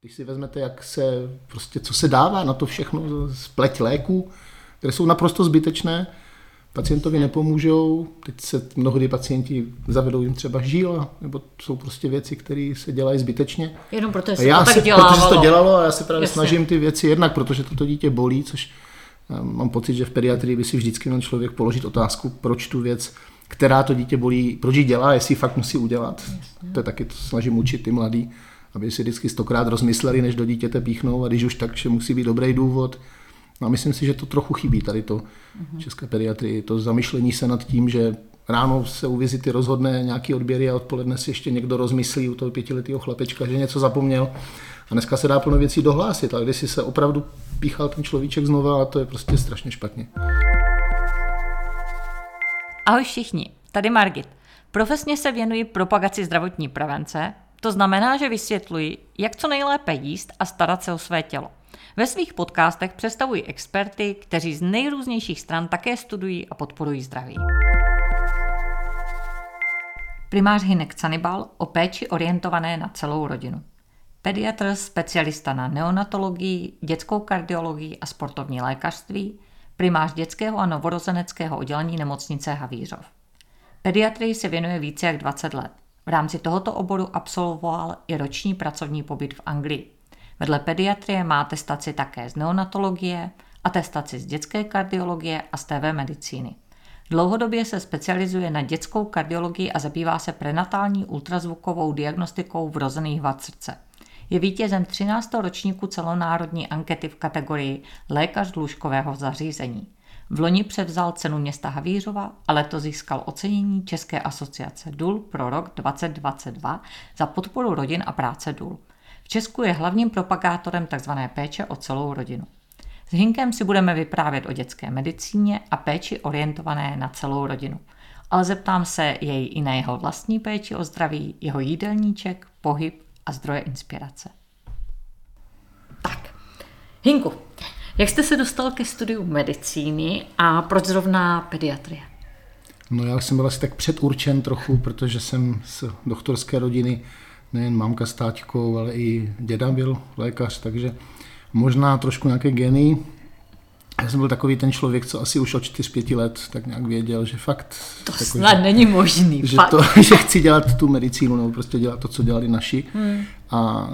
Když si vezmete, co se dává na to všechno, spleť léků, které jsou naprosto zbytečné, pacientovi nepomůžou, teď se mnohdy pacienti zavedou jim třeba žíla, nebo jsou prostě věci, které se dělají zbytečně. Jenom protože se to tak dělávalo. Protože se to dělalo a já se právě snažím ty věci jednak, protože toto dítě bolí, což mám pocit, že v pediatrii by si vždycky měl člověk položit otázku, proč tu věc, která to dítě bolí, proč ji dělá, jestli ji fakt musí udělat. To je taky, to snažím učit ty mladý, aby si vždycky 100krát rozmysleli, než do dítěte píchnou, a když už tak, že musí být dobrý důvod. No a myslím si, že to trochu chybí tady to české pediatrii, to zamyšlení se nad tím, že ráno se u vizity rozhodne nějaký odběry a odpoledne si ještě někdo rozmyslí u toho 5letého chlapečka, že něco zapomněl. A dneska se dá plno věcí dohlásit, ale když si se opravdu píchal ten človíček znova, a to je prostě strašně špatně. Ahoj všichni, tady Margit. Profesně se věnuji propagaci zdravotní prevence, to znamená, že vysvětluji, jak co nejlépe jíst a starat se o své tělo. Ve svých podcastech představuji experty, kteří z nejrůznějších stran také studují a podporují zdraví. Primář Hynek Canibal o péči orientované na celou rodinu. Pediatr, specialista na neonatologii, dětskou kardiologii a sportovní lékařství, primář dětského a novorozeneckého oddělení nemocnice Havířov. Pediatrii se věnuje více jak 20 let. V rámci tohoto oboru absolvoval i roční pracovní pobyt v Anglii. Vedle pediatrie má atestaci také z neonatologie, atestaci z dětské kardiologie a z TV medicíny. Dlouhodobě se specializuje na dětskou kardiologii a zabývá se prenatální ultrazvukovou diagnostikou vrozených vad srdce. Je vítězem 13. ročníku celonárodní ankety v kategorii lékař lůžkového zařízení. V loni převzal cenu města Havířova a letos získal ocenění České asociace DUL pro rok 2022 za podporu rodin a práce DUL. V Česku je hlavním propagátorem tzv. Péče o celou rodinu. S Hynkem si budeme vyprávět o dětské medicíně a péči orientované na celou rodinu. Ale zeptám se jej i na jeho vlastní péči o zdraví, jeho jídelníček, pohyb a zdroje inspirace. Tak, Hynku, jak jste se dostal ke studiu medicíny a proč zrovna pediatrie? No já jsem byl asi tak předurčen trochu, protože jsem z doktorské rodiny, nejen mámka s táťkou, ale i děda byl lékař, takže možná trošku nějaké geny. Já jsem byl takový ten člověk, co asi už od 4-5 let tak nějak věděl, že fakt... To jako, snad není možný, že fakt. Že chci dělat tu medicínu, nebo prostě dělat to, co dělali naši. A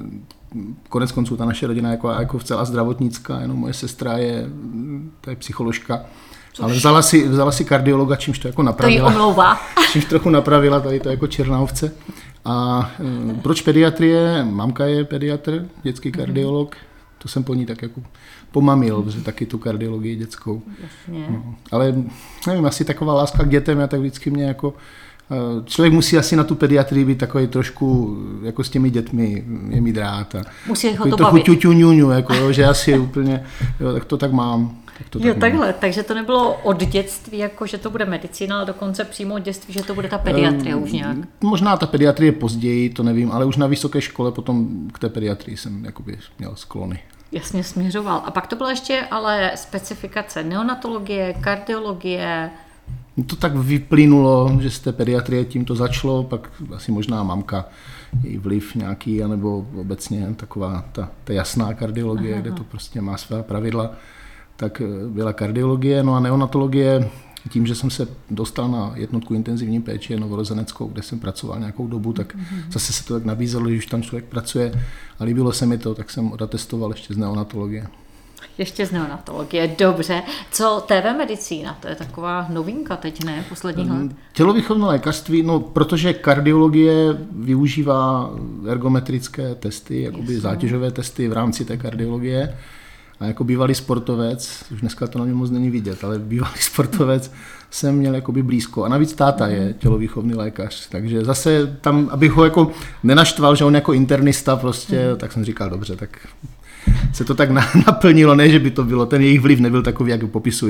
konec konců ta naše rodina jako celá zdravotnická, jenom moje sestra je psycholožka. Ale vzala si kardiologa, čímž to jako napravila. To jí omlouvá. Čímž trochu napravila tady to jako černá ovce. A proč pediatrie? Mamka je pediatr, dětský kardiolog. To jsem po ní tak jako pomamil, protože taky tu kardiologii dětskou. Jasně. No, ale nevím, asi taková láska k dětem, já tak vždycky mě jako... Člověk musí asi na tu pediatrii být takový trošku, jako s těmi dětmi, je mít rád. A musí ho to trochu bavit. ťuťuňuňu, jako, že asi úplně, jo, tak to tak mám. Takhle, takže to nebylo od dětství, jako že to bude medicína, ale dokonce přímo od dětství, že to bude ta pediatrie už nějak. Možná ta pediatrie později, to nevím, ale už na vysoké škole potom k té pediatrii jsem jakoby měl sklony. Jasně směřoval. A pak to byla ještě ale specifikace neonatologie, kardiologie. To tak vyplynulo, že z té pediatrie tím to začalo, pak asi možná mamka, její vliv nějaký, anebo obecně taková ta jasná kardiologie, kde to prostě má svá pravidla. Tak byla kardiologie, no a neonatologie, tím, že jsem se dostal na jednotku intenzivní péče novorozeneckou, kde jsem pracoval nějakou dobu, tak zase se to tak nabízelo, že už tam člověk pracuje a líbilo se mi to, tak jsem odatestoval ještě z neonatologie. Ještě z neonatologie, dobře. Co TV medicína? To je taková novinka teď, ne? Posledních let. Tělovýchovné lékařství, no protože kardiologie využívá ergometrické testy, jakoby zátěžové testy v rámci té kardiologie. A jako bývalý sportovec, už dneska to na mě moc není vidět, ale bývalý sportovec jsem měl jakoby blízko. A navíc táta je tělovýchovný lékař, takže zase tam, abych ho jako nenaštval, že on jako internista prostě, tak jsem říkal, dobře, tak se to tak naplnilo, ne, že by to bylo, ten jejich vliv nebyl takový, jak ho popisuji,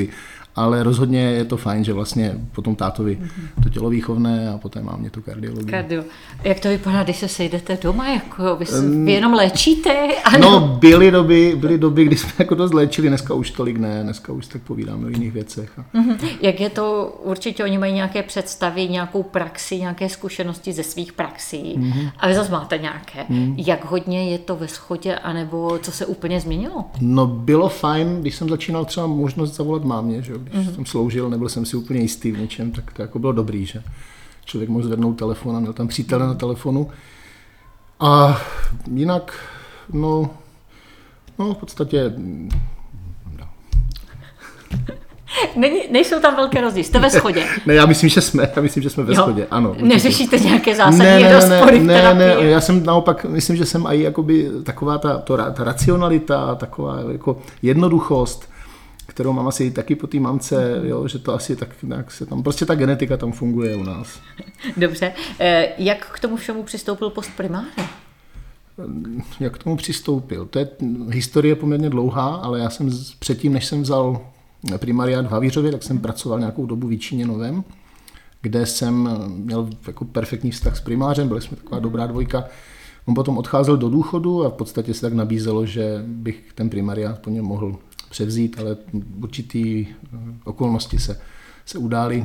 ale rozhodně je to fajn, že vlastně potom tátovi to tělovýchovné a poté mámě tu kardiologii. Jak to vypadá, když se sejdete doma? Jako vy jenom léčíte? No, byly doby, kdy jsme jako dost léčili, dneska už tolik ne, dneska už tak povídáme o jiných věcech. Jak je to, určitě oni mají nějaké představy, nějakou praxi, nějaké zkušenosti ze svých praxí a vy zase máte nějaké. Jak hodně je to ve shodě, anebo co se úplně změnilo? No, bylo fajn, když jsem začínal třeba možnost zavolat mámě, že? Když jsem sloužil, nebyl jsem si úplně jistý v něčem, tak to jako bylo dobrý, že člověk mohl zvednout telefon a měl tam přítele na telefonu. A jinak, no v podstatě... Nejsou tam velké rozdíly, jste ve shodě? Ne, já myslím, že jsme ve shodě, ano. Neřešíte nějaké zásadní rozpory v terapii? Ne, já jsem naopak, myslím, že jsem i jakoby taková ta racionalita, taková jako jednoduchost, kterou mám asi taky po té mamce, jo, že to asi tak nějak se tam, prostě ta genetika tam funguje u nás. Dobře, jak k tomu všemu přistoupil post primáře? Jak k tomu přistoupil? To je historie poměrně dlouhá, ale já jsem předtím, než jsem vzal primariát v Havířově, tak jsem pracoval nějakou dobu v Jičíně Novém, kde jsem měl jako perfektní vztah s primářem, byli jsme taková dobrá dvojka. On potom odcházel do důchodu a v podstatě se tak nabízelo, že bych ten primariát po něm mohl převzít, ale určitý okolnosti se udály.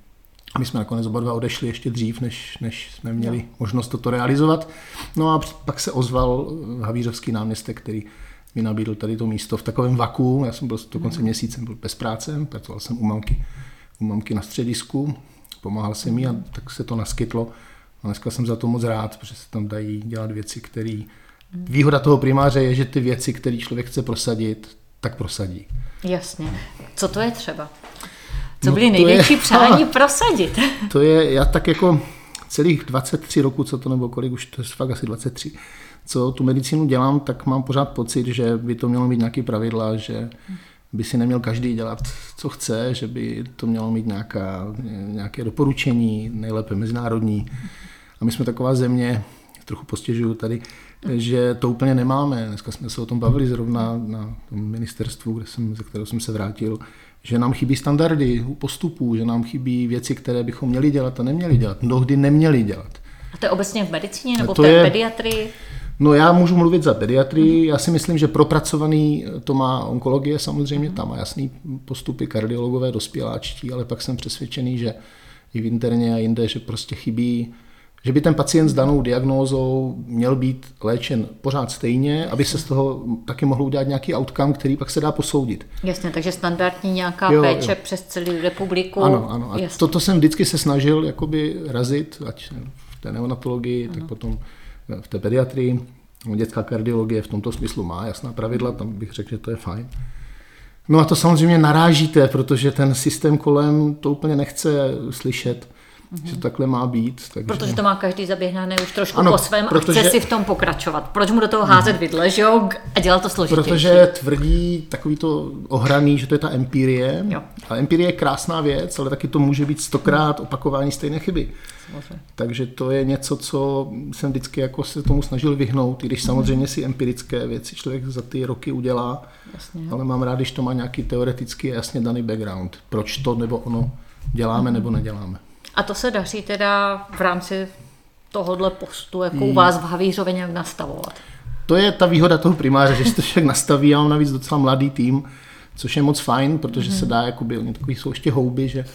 A my jsme nakonec oba dva odešli ještě dřív, než jsme měli možnost toto realizovat. No a pak se ozval havířovský náměstek, který mi nabídl tady to místo v takovém vaku. Já jsem byl dokonce měsíc byl bez práce, pracoval jsem u mamky na středisku, pomáhal jsem jí a tak se to naskytlo. A dneska jsem za to moc rád, protože se tam dají dělat věci, které... Výhoda toho primáře je, že ty věci, které člověk chce prosadit, tak prosadí. Jasně. Co to je třeba? Co byly největší přání prosadit? To je, já tak jako celých 23 roku, co to nebo kolik, už to je fakt asi 23, co tu medicínu dělám, tak mám pořád pocit, že by to mělo mít nějaké pravidla, že by si neměl každý dělat, co chce, že by to mělo mít nějaké doporučení, nejlépe mezinárodní. A my jsme taková země, trochu postěžuju tady, že to úplně nemáme. Dneska jsme se o tom bavili zrovna na tom ministerstvu, ze kterého jsem se vrátil, že nám chybí standardy postupů, že nám chybí věci, které bychom měli dělat a neměli dělat. Mnohdy neměli dělat. A to je obecně v medicíně nebo v té pediatrii? No já můžu mluvit za pediatrii. Já si myslím, že propracovaný to má onkologie samozřejmě, tam má jasný postupy kardiologové, dospěláčtí, ale pak jsem přesvědčený, že i v interně a jinde, že prostě chybí, že by ten pacient s danou diagnózou měl být léčen pořád stejně, aby se z toho taky mohl udělat nějaký outcome, který pak se dá posoudit. Jasně, takže standardní nějaká péče přes celou republiku. Ano. A toto jsem vždycky se snažil jakoby razit, ať v té neonatologii, tak potom v té pediatrii. Dětská kardiologie v tomto smyslu má jasná pravidla, tam bych řekl, že to je fajn. No a to samozřejmě narážíte, protože ten systém kolem to úplně nechce slyšet, že to takhle má být. Takže... Protože to má každý zaběhnané už trošku po svém a chce si v tom pokračovat. Proč mu do toho házet vidle, že jo? A dělat to složitější. Protože tvrdí takový to ohraný, že to je ta empirie. Jo. A empirie je krásná věc, ale taky to může být 100krát opakování stejné chyby. Takže to je něco, co jsem vždycky jako se tomu snažil vyhnout, i když samozřejmě si empirické věci člověk za ty roky udělá, jasně. Ale mám rád, když to má nějaký teoretický a jasně daný background. Proč to nebo ono děláme nebo neděláme. A to se daří teda v rámci tohohle postu, jako u vás v Havířově nějak nastavovat? To je ta výhoda toho primáře, že si to však nastaví. Já mám navíc docela mladý tým, což je moc fajn, protože se dá, jakoby, oni takový jsou ještě houby, že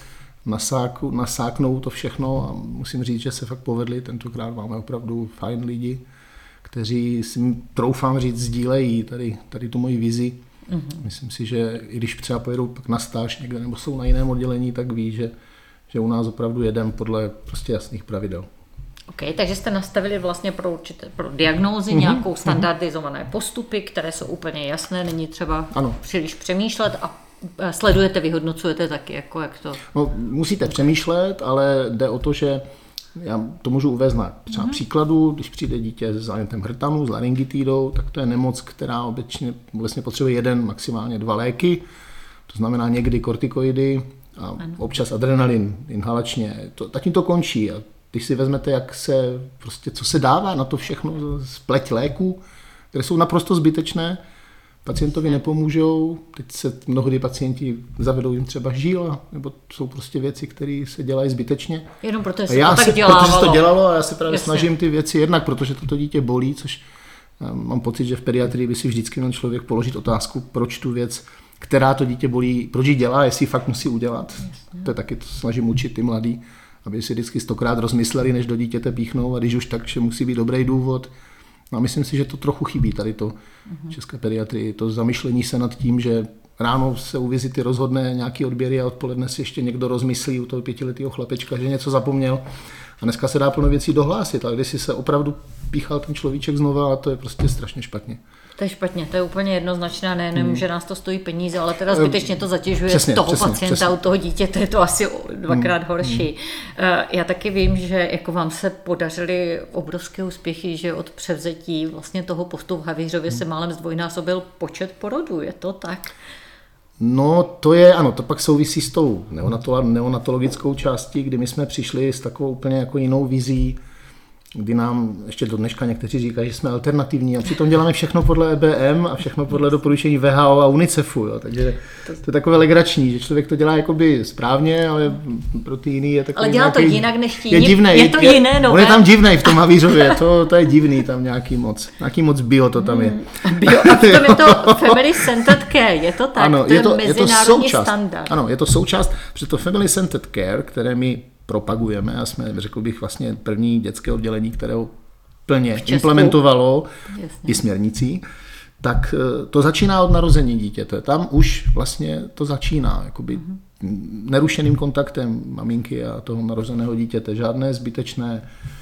nasáknou to všechno a musím říct, že se fakt povedli. Tentokrát máme opravdu fajn lidi, kteří si troufám říct, sdílejí tady tu moji vizi. Myslím si, že i když třeba pojedou pak na stáž někde nebo jsou na jiném oddělení, tak ví, že u nás opravdu jedeme podle prostě jasných pravidel. OK, takže jste nastavili vlastně pro diagnózy nějakou standardizované postupy, které jsou úplně jasné, není třeba příliš přemýšlet a sledujete, vyhodnocujete taky, jako jak to... No, musíte přemýšlet, ale jde o to, že já to můžu uvést na třeba příkladu, když přijde dítě s zánětem hrtanu, s laryngitidou, tak to je nemoc, která obecně vlastně potřebuje 1, maximálně 2 léky, to znamená někdy kortikoidy a občas adrenalin inhalačně. Tak tím to končí. A když si vezmete, co se dává na to všechno, spleť léků, které jsou naprosto zbytečné, pacientovi nepomůžou, teď se mnohdy pacienti zavedou jim třeba žíla, nebo jsou prostě věci, které se dělají zbytečně. Jenom protože se to tak dělávalo. Protože se to dělalo a já se právě snažím ty věci jednak, protože toto dítě bolí, což mám pocit, že v pediatrii by si vždycky měl člověk položit otázku, proč tu věc, která to dítě bolí, proč ji dělá, jestli ji fakt musí udělat. Jasně. To je taky, to snažím učit ty mladý, aby si vždycky 100krát rozmysleli, než do dítěte píchnou, a když už tak, že musí být dobrý důvod. No a myslím si, že to trochu chybí tady to české pediatrii, to zamyšlení se nad tím, že ráno se u vizity rozhodne nějaký odběry a odpoledne si ještě někdo rozmyslí u toho 5letého chlapečka, že něco zapomněl. A dneska se dá plno věcí dohlásit, ale když si se opravdu píchal ten človíček znova, a to je prostě strašně špatně. To je špatně, to je úplně jednoznačné, nejenom, že nás to stojí peníze, ale teda zbytečně to zatěžuje toho pacienta, u toho dítěte, je to asi dvakrát horší. Já taky vím, že jako vám se podařily obrovské úspěchy, že od převzetí vlastně toho postu v Havířově se málem zdvojnásobil počet porodů, je to tak? No to je, ano, to pak souvisí s tou neonatologickou částí, kdy my jsme přišli s takovou úplně jako jinou vizí, kdy nám ještě do dneška někteří říkají, že jsme alternativní a přitom děláme všechno podle EBM a všechno podle doporučení VHO a UNICEFu. Jo. Takže to je takové legrační, že člověk to dělá jakoby správně, ale pro ty jiný je takový. Ale dělá to jinak než ti. Je divnej, je to jiné, no. On je tam divnej v tom Havířově, to je divný tam nějaký moc bio to tam je. Bio, a přitom je to Family Centered Care, je to tak? Ano, to je mezinárodní standard. Ano, je to součást, protože to Family Centered Care, které my propagujeme a jsme, řekl bych, vlastně první dětské oddělení, které ho plně implementovalo i směrnicí, tak to začíná od narození dítěte. Tam už vlastně to začíná jakoby nerušeným kontaktem maminky a toho narozeného dítěte. Žádné zbytečné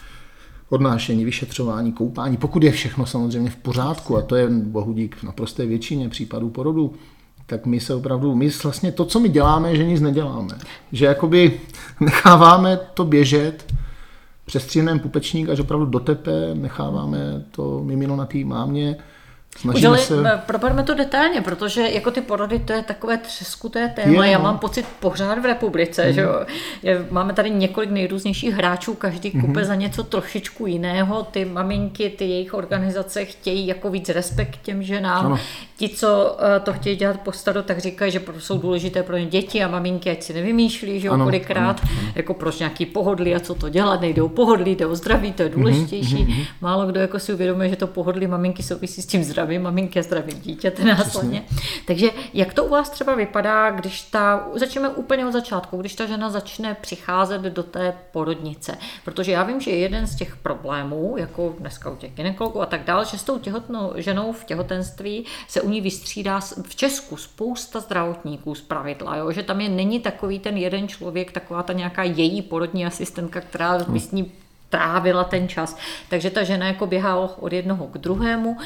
odnášení, vyšetřování, koupání, pokud je všechno samozřejmě v pořádku, a to je bohu dík v naprosté většině případů porodu, tak my vlastně to, co my děláme, je, že nic neděláme. Že jakoby necháváme to běžet, přestřihneme pupečník až opravdu do tepe, necháváme to mimino na té mámě, snažíme se... Proberme to detailně, protože jako ty porody, to je takové třeskuté téma. Já mám pocit pořád v republice, že jo. Máme tady několik nejrůznějších hráčů, každý kupe za něco trošičku jiného. Ty maminky, ty jejich organizace chtějí jako víc respekt těm ženám. Ano. Ti, co to chtějí dělat po staru, tak říkají, že jsou důležité pro ně děti a maminky, ať si nevymýšlí, že jo, kolikrát, jako proč nějaký pohodlí a co to dělat, nejde o pohodlí, jde o zdraví, to je důležitější. Málo kdo jako si uvědomuje, že to pohodlí maminky souvisí s tím zdravím maminky a zdravím dítěte následně. Takže jak to u vás třeba vypadá, když začneme úplně od začátku, když ta žena začne přicházet do té porodnice? Protože já vím, že jeden z těch problémů, jako dneska u těch gynekologů a tak dále, že s tou těhotnou ženou v těhotenství se u ní vystřídá v Česku spousta zdravotníků z pravidla, jo? Že tam není takový ten jeden člověk, taková ta nějaká její porodní asistentka, která by s ní trávila ten čas. Takže ta žena jako běhá od jednoho k druhému.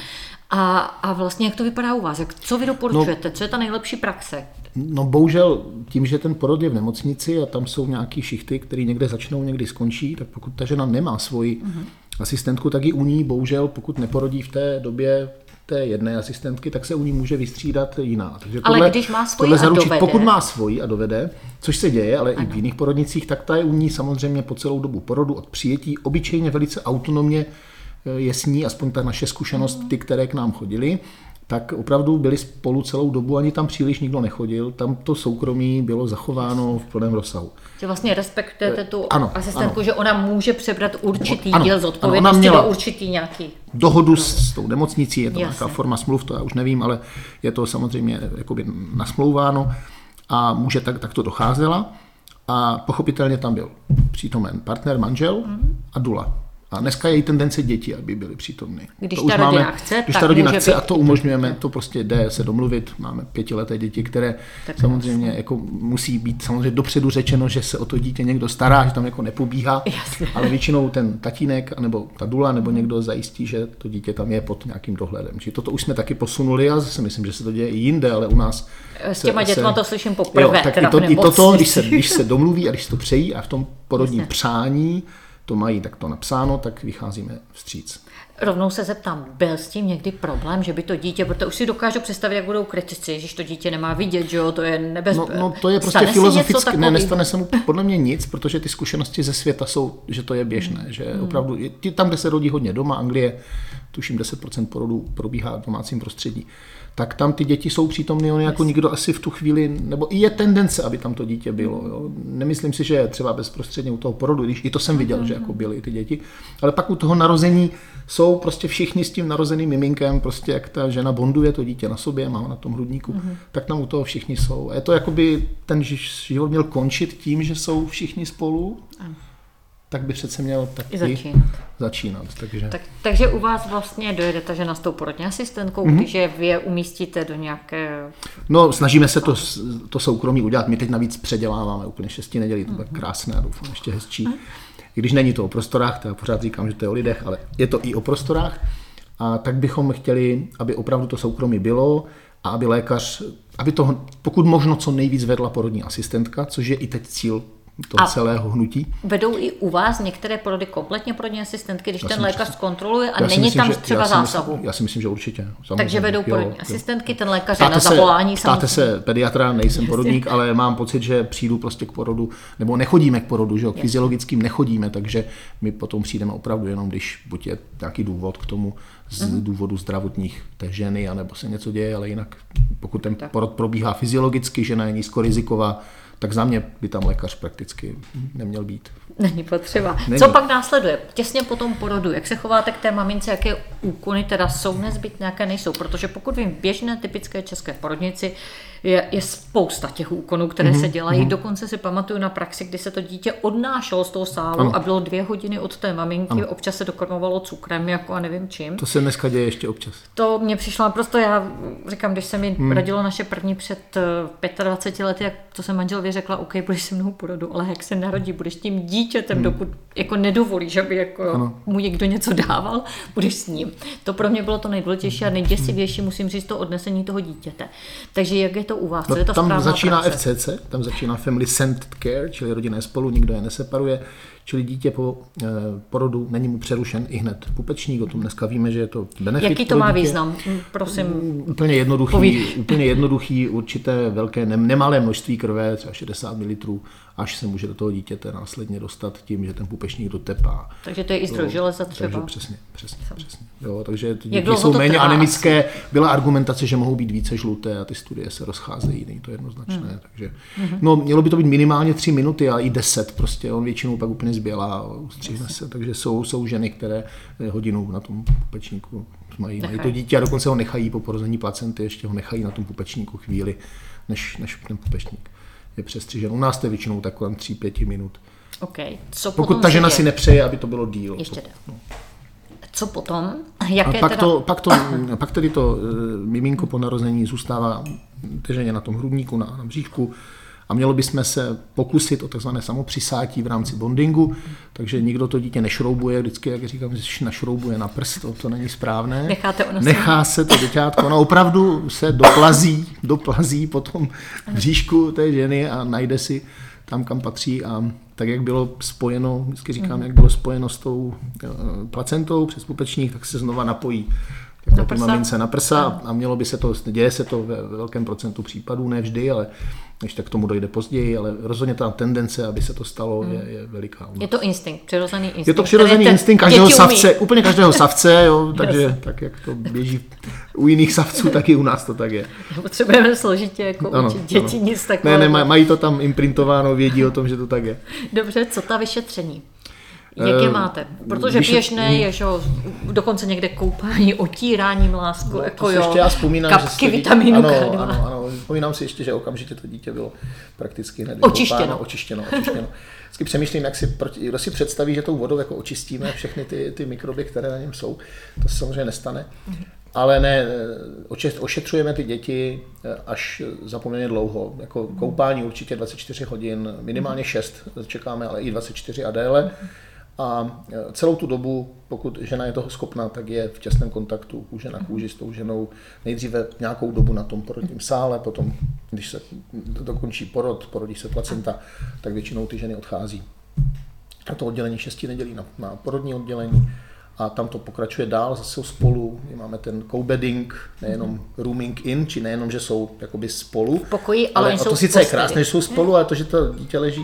A vlastně jak to vypadá u vás? Co vy doporučujete? Co je ta nejlepší praxe? No bohužel tím, že ten porod je v nemocnici a tam jsou nějaký šichty, které někde začnou, někdy skončí, tak pokud ta žena nemá svoji asistentku, tak i u ní bohužel, pokud neporodí v té době té jedné asistentky, tak se u ní může vystřídat jiná. Takže ale když má svoji a dovede. Pokud má svoji a dovede, což se děje, ale i v jiných porodnicích, tak ta je u ní samozřejmě po celou dobu porodu od přijetí obyčejně velice autonomně je s ní, aspoň ta naše zkušenost, ty, které k nám chodili, tak opravdu byli spolu celou dobu, ani tam příliš nikdo nechodil, tam to soukromí bylo zachováno v plném rozsahu. Že vlastně respektujete tu asistentku, že ona může přebrat určitý díl zodpovědnosti ona měla do určitý nějaký... dohodu s tou nemocnicí, je to nějaká forma smluv, to já už nevím, ale je to samozřejmě jakoby nasmlouváno a může tak to docházela a pochopitelně tam byl přítomen partner, manžel a dula. A dneska je i tendence děti, aby byly přítomny. Když ta rodina chce, a to umožňujeme, to prostě jde se domluvit. Máme 5leté děti, které tak samozřejmě jako musí být samozřejmě dopředu řečeno, že se o to dítě někdo stará, že tam jako nepobíhá, ale většinou ten tatínek nebo ta dula nebo někdo zajistí, že to dítě tam je pod nějakým dohledem. Čiže toto už jsme taky posunuli, já zase myslím, že se to děje i jinde, ale u nás s těma dětma to slyším poprvé. Jo, tak i toto, když se domluví a když se to přejí a v tom porodním přání to mají takto napsáno, tak vycházíme vstříc. Rovnou se zeptám, byl s tím někdy problém, že by to dítě, protože už si dokážu představit, jak budou kritici, že to dítě nemá vidět, že jo, to je nebezpečné. No to je prostě filozoficky, nestane se mu podle mě nic, protože ty zkušenosti ze světa jsou, že to je běžné, že opravdu, tam, kde se rodí hodně doma, Anglie, tuším 10% porodů probíhá v domácím prostředí, tak tam ty děti jsou přítomny, on jako nikdo asi v tu chvíli, nebo i je tendence, aby tam to dítě bylo. Jo. Nemyslím si, že třeba bezprostředně u toho porodu, když i to jsem viděl, že jako byly ty děti, ale pak u toho narození jsou prostě všichni s tím narozeným miminkem, prostě jak ta žena bonduje to dítě na sobě, má ho na tom hrudníku, tak tam u toho všichni jsou. A je to jakoby ten život měl končit tím, že jsou všichni spolu, tak by přece měl taky začínat. Takže u vás vlastně dojede ta žena s tou porodní asistentkou, když vy je umístíte do nějaké... No, snažíme se to soukromí udělat. My teď navíc předěláváme úplně 6 nedělí, to bude krásné a doufám ještě hezčí. I když není to o prostorách, to já pořád říkám, že to je o lidech, ale je to i o prostorách. A tak bychom chtěli, aby opravdu to soukromí bylo a aby lékař, aby to pokud možno co nejvíc vedla porodní asistentka, což je i teď cíl toho celého hnutí. Vedou i u vás některé porody kompletně porodní asistentky, když ten lékař zkontroluje a není tam třeba zásahu? Já si myslím, že určitě. Takže vedou porodní asistentky, ten lékař je na zavolání. Ptáte se pediatra, nejsem porodník, ale mám pocit, že přijdu prostě k porodu, nebo nechodíme k porodu, že k fyziologickým nechodíme, takže my potom přijdeme opravdu jenom, když buď je nějaký důvod k tomu, z důvodu zdravotních té ženy, anebo se něco děje, ale jinak pokud ten porod probíhá fyziologicky, žena je nízkoriziková, tak za mě by tam lékař prakticky neměl být. Není potřeba. Co pak následuje? Těsně po tom porodu, jak se chováte k té mamince, jaké úkony teda jsou nezbytné, jaké nejsou? Protože pokud vím, běžné typické české porodnici je spousta těch úkonů, které se dělají. Dokonce si pamatuju na praxi, kdy se to dítě odnášelo z toho sálu a bylo 2 hodiny od té maminky, občas se dokrmovalo cukrem jako a nevím čím. To se dneska děje ještě občas. To mě přišlo naprosto, já říkám, když se mi rodilo naše první před 25 lety, jak to se manželovi řekla, OK, budeš se mnou porodu, ale jak se narodí, budeš tím dítětem, dokud jako nedovolí, že by jako mu někdo něco dával, budeš s ním. To pro mě bylo to nejdůležitější a nejděsivější, musím říct, to odnesení toho dítěte. Takže jak je to u vás? Co je ta tam začíná práce? FCC, tam začíná Family Centered Care, čili rodinné spolu, nikdo je neseparuje, čili dítě po porodu není mu přerušen i hned pupečník, o tom dneska víme, že je to benefit. Jaký to má význam? Prosím. Úplně jednoduchý, určité velké, nemalé množství krve, třeba 60 ml, až se může do toho dítěte následně dostat tím, že ten pupečník dotepá. Takže to je i zdroj železa třeba. Takže přesně. Jo, takže ty děti jsou méně anemické. Byla argumentace, že mohou být více žluté a ty studie se rozcházejí, není to jednoznačné. Takže, mělo by to být minimálně 3 minuty a i 10 prostě. On většinou pak úplně zbělá a ustříhne se. Takže jsou ženy, které hodinu na tom pupečníku mají to dítě a dokonce ho nechají po porození placenty, ještě ho nechají na tom pupečníku chvíli, než ten pupečník je přestřižen. U nás to je většinou tak kolem 3-5 minut. Okay. Pokud ta žena si nepřeje, aby to bylo díl. Ještě Co potom? Pak tedy to miminko po narození zůstává ženě na tom hrudníku, na bříšku a mělo bychom se pokusit o takzvané samopřisátí v rámci bondingu, takže nikdo to dítě nešroubuje, vždycky, jak říkám, že našroubuje na prst, to není správné. Nechá se to děťátko, ono opravdu se doplazí po tom bříšku té ženy a najde si tam, kam patří a tak, jak bylo spojeno, vždycky říkám, jak bylo spojeno s tou placentou přes pupečník, tak se znova napojí jako mamince na prsa a mělo by se to, děje se to ve velkém procentu případů, ne vždy, ale než tak k tomu dojde později, ale rozhodně ta tendence, aby se to stalo, je veliká. Je to instinkt, přirozený instinkt. Je to přirozený instinkt každého savce, úplně každého savce, jo, takže tak, jak to běží u jiných savců, tak i u nás to tak je. Potřebujeme složitě jako učit děti nic takového. Ne, mají to tam imprintováno, vědí o tom, že to tak je. Dobře, co ta vyšetření? Jak je máte? Protože běžné je, že dokonce někde koupání, otírání mlásku, jako kapky vitamínu K2. Ano, vzpomínám si ještě, že okamžitě to dítě bylo prakticky hned očištěno. Vždycky přemýšlím, kdo si představí, že tou vodou jako očistíme všechny ty mikroby, které na něm jsou. To se samozřejmě nestane. Ale ne, ošetřujeme ty děti až za poměrně dlouho. Jako koupání určitě 24 hodin, minimálně 6 čekáme, ale i 24 a déle. A celou tu dobu, pokud žena je toho schopná, tak je v těsném kontaktu kůže na kůži s tou ženou. Nejdříve nějakou dobu na tom porodním sále, potom, když se dokončí porod, porodí se placenta, tak většinou ty ženy odchází. A to oddělení 6 nedělí na porodní oddělení a tam to pokračuje dál, zase jsou spolu, my máme ten co-bedding, nejenom rooming in, či nejenom, že jsou jakoby spolu, v pokoji, ale to sice je krásné, že jsou spolu, ale to, že to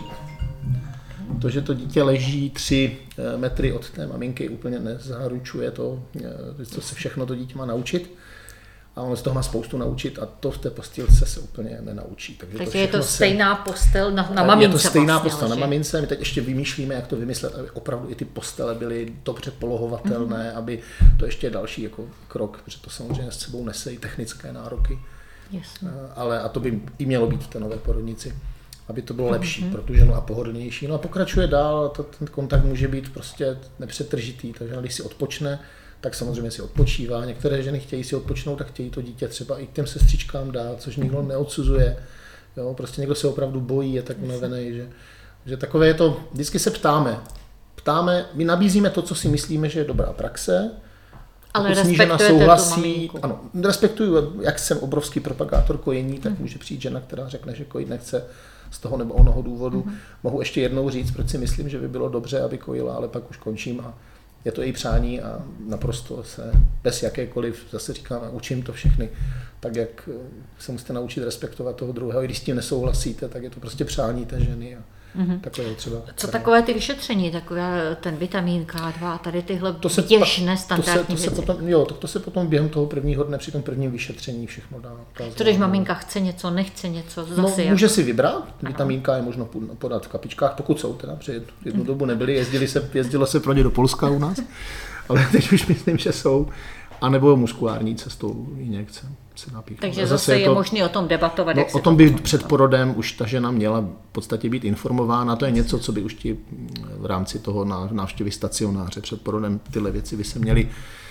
dítě leží 3 metry od té maminky, úplně nezaručuje to, co se všechno to dítě má naučit. A ono z toho má spoustu naučit a to v té postýlce se úplně nenaučí. Takže je to stejná postel na mamince. Je to stejná postel na mamince. My teď ještě vymýšlíme, jak to vymyslet, aby opravdu i ty postele byly dobře polohovatelné, aby to ještě je další jako krok, protože to samozřejmě s sebou nese i technické nároky. Jasně. Ale a to by i mělo být v té nové porodnici, aby to bylo lepší pro tu ženu a pohodlnější. No a pokračuje dál, ten kontakt může být prostě nepřetržitý, takže když si odpočne, tak samozřejmě si odpočívá. Některé ženy chtějí si odpočnout, tak chtějí to dítě třeba i k těm sestřičkám dát, což nikdo neodsuzuje. Jo, prostě někdo se opravdu bojí, je tak unavený, že takové je to, vždycky se ptáme, my nabízíme to, co si myslíme, že je dobrá praxe. Ale respektujete tu maminku. Ano, respektuju, jak jsem obrovský propagátor kojení, tak může přijít žena, která řekne, že kojit nechce z toho nebo onoho důvodu. Mohu ještě jednou říct, proč si myslím, že by bylo dobře, aby kojila, ale pak už končím a je to její přání a naprosto se bez jakékoliv, zase říkám, učím to všechny, tak jak se musíte naučit respektovat toho druhého, i když s tím nesouhlasíte, tak je to prostě přání té ženy. A takové třeba. Co takové ty vyšetření, takové ten vitamin K2, tady tyhle běžné standardní věci? To se potom během toho prvního dne při tom prvním vyšetření všechno dá. Co když maminka chce něco, nechce něco? Zase může si vybrat, vitamin K je možno podat v kapičkách, pokud jsou teda, protože jednu dobu nebyly, jezdilo se pro ně do Polska u nás, ale teď už myslím, že jsou. A nebo muskulární cestou injekce se napíchne. Takže zase je možné o tom debatovat. O tom by před porodem už ta žena měla v podstatě být informována. To je něco, co by už ti v rámci toho návštěvy stacionáře před porodem tyhle věci by se měly,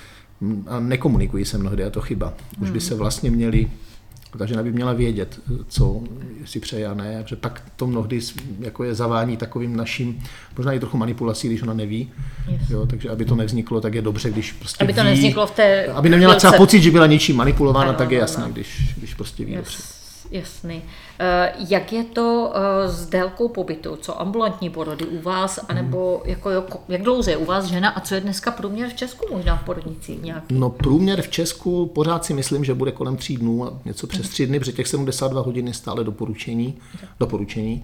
a nekomunikují se mnohdy, je to chyba. Už by se vlastně měli, ta žena by měla vědět, co si přeje a ne, protože pak to mnohdy jako je zavání takovým naším, možná i trochu manipulací, když ona neví. Jo, takže aby to nevzniklo, tak je dobře, když prostě aby to nevzniklo v té aby neměla třeba pocit, že byla něčím manipulována, tak je jasné, když prostě ví dobře. Jasný. Jak je to s délkou pobytu? Co ambulantní porody u vás, anebo jak dlouho je u vás žena a co je dneska průměr v Česku možná v porodnicích nějaký? No průměr v Česku pořád si myslím, že bude kolem 3 dnů a něco přes 3 dny, protože těch 72 hodin je stále doporučení,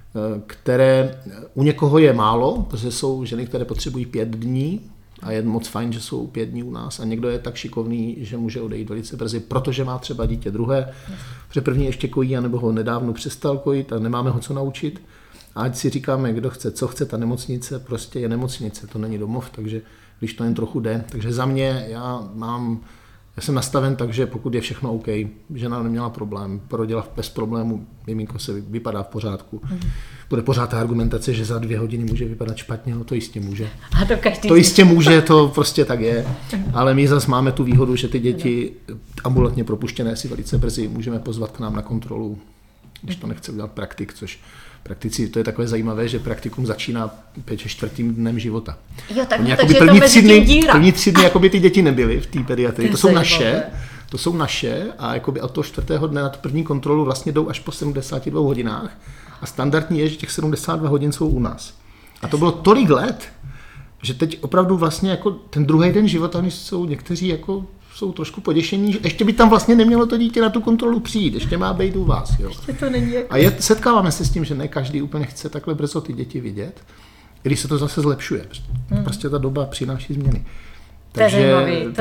které u někoho je málo, protože jsou ženy, které potřebují 5 dní, a je moc fajn, že jsou 5 dní u nás a někdo je tak šikovný, že může odejít velice brzy, protože má třeba dítě druhé, protože první ještě kojí, anebo ho nedávno přestal kojit a nemáme ho co naučit. A ať si říkáme, kdo chce, co chce, ta nemocnice prostě je nemocnice, to není domov, takže když to jen trochu jde. Takže za mě já jsem nastaven tak, že pokud je všechno OK, žena neměla problém, porodila bez problému, miminko se vypadá v pořádku. Bude pořád ta argumentace, že za 2 hodiny může vypadat špatně, no to jistě může. To jistě může, to prostě tak je. Ale my zase máme tu výhodu, že ty děti ambulantně propuštěné si velice brzy můžeme pozvat k nám na kontrolu, když to nechce udělat praktik, což praktici, to je takové zajímavé, že praktikum začíná 4. dnem života. Jo, takže první 3 dny jakoby ty děti nebyly v té pediatrii, to jsou naše a jakoby od toho 4. dne na tu první kontrolu vlastně jdou až po 72 hodinách a standardní je, že těch 72 hodin jsou u nás. A to bylo tolik let, že teď opravdu vlastně jako ten druhý den života, než jsou někteří jako jsou trošku poděšení, že ještě by tam vlastně nemělo to dítě na tu kontrolu přijít, ještě má být u vás. Jo. Ještě to není jako... A setkáváme se s tím, že ne každý úplně chce takhle brzo ty děti vidět, když se to zase zlepšuje. Prostě ta doba přináší změny. Takže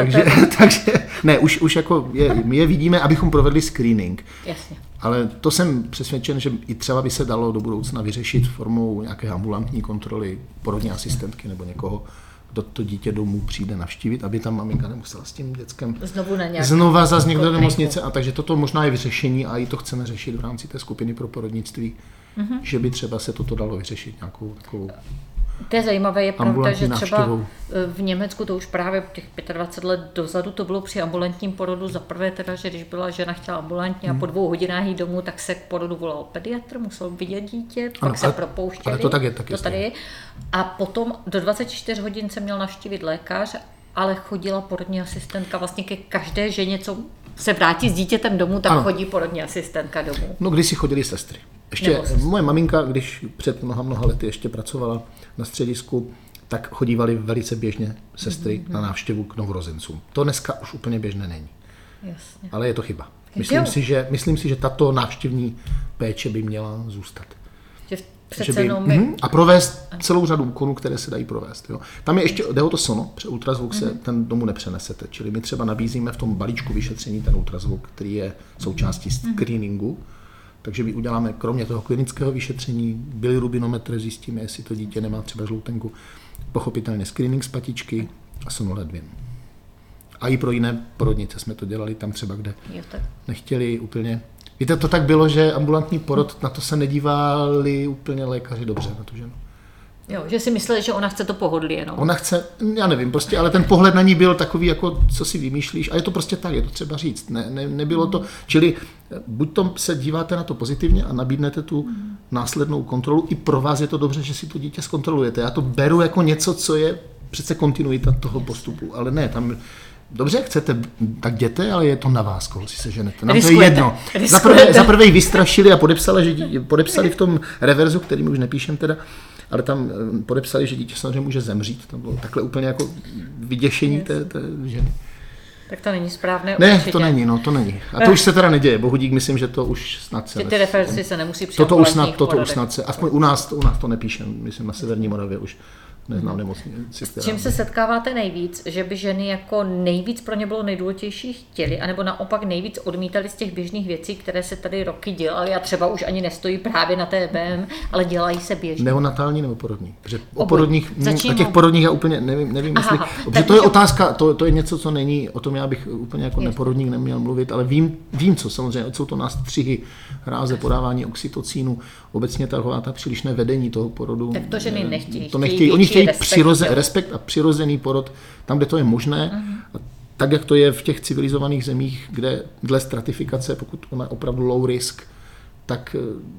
ne, už jako my je vidíme, abychom provedli screening. Jasně. Ale to jsem přesvědčen, že i třeba by se dalo do budoucna vyřešit formou nějaké ambulantní kontroly porodní asistentky nebo někoho, kdo to dítě domů přijde navštívit, aby tam maminka nemusela s tím dětskem znova zase někdo do nemocnice. A takže toto možná je vyřešení a i to chceme řešit v rámci té skupiny pro porodnictví, že by třeba se toto dalo vyřešit nějakou takovou. To je zajímavé, je pravda, že třeba v Německu to už právě těch 25 let dozadu to bylo při ambulantním porodu za prvé teda, že když byla žena chtěla ambulantně a po 2 hodinách jít domů, tak se k porodu volal pediatr, musel vidět dítě, pak se propouštěli. Ale to tak je taky. To tady je. A potom do 24 hodin se měl navštívit lékař, ale chodila porodní asistentka vlastně ke každé ženě, co se vrátí s dítětem domů, tak chodí porodní asistentka domů. No když si chodili sestry. Ještě moje maminka, když před mnoha lety ještě pracovala na středisku, tak chodívali velice běžně sestry na návštěvu k novorozencům. To dneska už úplně běžné není. Jasně. Ale je to chyba. Myslím si, že tato návštěvní péče by měla zůstat. A provést celou řadu úkonů, které se dají provést. Jo. Tam je ještě, jde o to sono, protože ultrazvuk se ten domů nepřenesete. Čili my třeba nabízíme v tom balíčku vyšetření ten ultrazvuk, který je součástí screeningu. Takže my uděláme kromě toho klinického vyšetření, bilirubinometr, zjistíme, jestli to dítě nemá třeba žloutenku, pochopitelně screening z patičky a sonoledvin. A i pro jiné porodnice jsme to dělali tam třeba, kde nechtěli úplně. Víte, to tak bylo, že ambulantní porod, na to se nedívali úplně lékaři dobře na tu ženu. Jo, že si mysleli, že ona chce to pohodlí jenom. Ona chce, já nevím, prostě, ale ten pohled na ní byl takový, jako co si vymýšlíš, a je to prostě tak, je to třeba říct. Nebylo to, čili buď to se díváte na to pozitivně a nabídnete tu následnou kontrolu, i pro vás je to dobře, že si to dítě zkontrolujete. Já to beru jako něco, co je přece kontinuita toho postupu, ale ne, tam dobře, chcete, tak jděte, ale je to na vás, koho si seženete. Nám to je jedno. Za prvé ji vystrašili a podepsali v tom reverzu, který my už nepíšem teda, ale tam podepsali, že dítě samozřejmě může zemřít. To bylo takhle úplně jako vyděšení té ženy. Tak to není správné. Ne, určitě. To není. A to už se teda neděje. Bohudík, myslím, že to už snad se... Ty referenci se nemusí při Toto už snad se, aspoň u nás to nepíšem, myslím na Severní Moravě už. Neznám nemocnici, s čím se setkáváte nejvíc, že by ženy jako nejvíc pro ně bylo nejdůležitější chtěli, anebo naopak nejvíc odmítali z těch běžných věcí, které se tady roky dělaly a třeba už ani nestojí právě na té BM, ale dělají se běžně. Neonatální nebo porodní? Protože o těch porodních já úplně nevím jestli... Protože to je otázka, to je něco, co není, o tom já bych úplně jako neporodník neměl mluvit, ale vím co samozřejmě, jsou to nástřihy, hráze, podávání oxytocínu, obecně ta přílišné vedení toho porodu. Tak to ženy nechtějí. To nechtějí. Oni chtějí respekt a přirozený porod tam, kde to je možné. A tak, jak to je v těch civilizovaných zemích, kde dle stratifikace, pokud ona je opravdu low risk, tak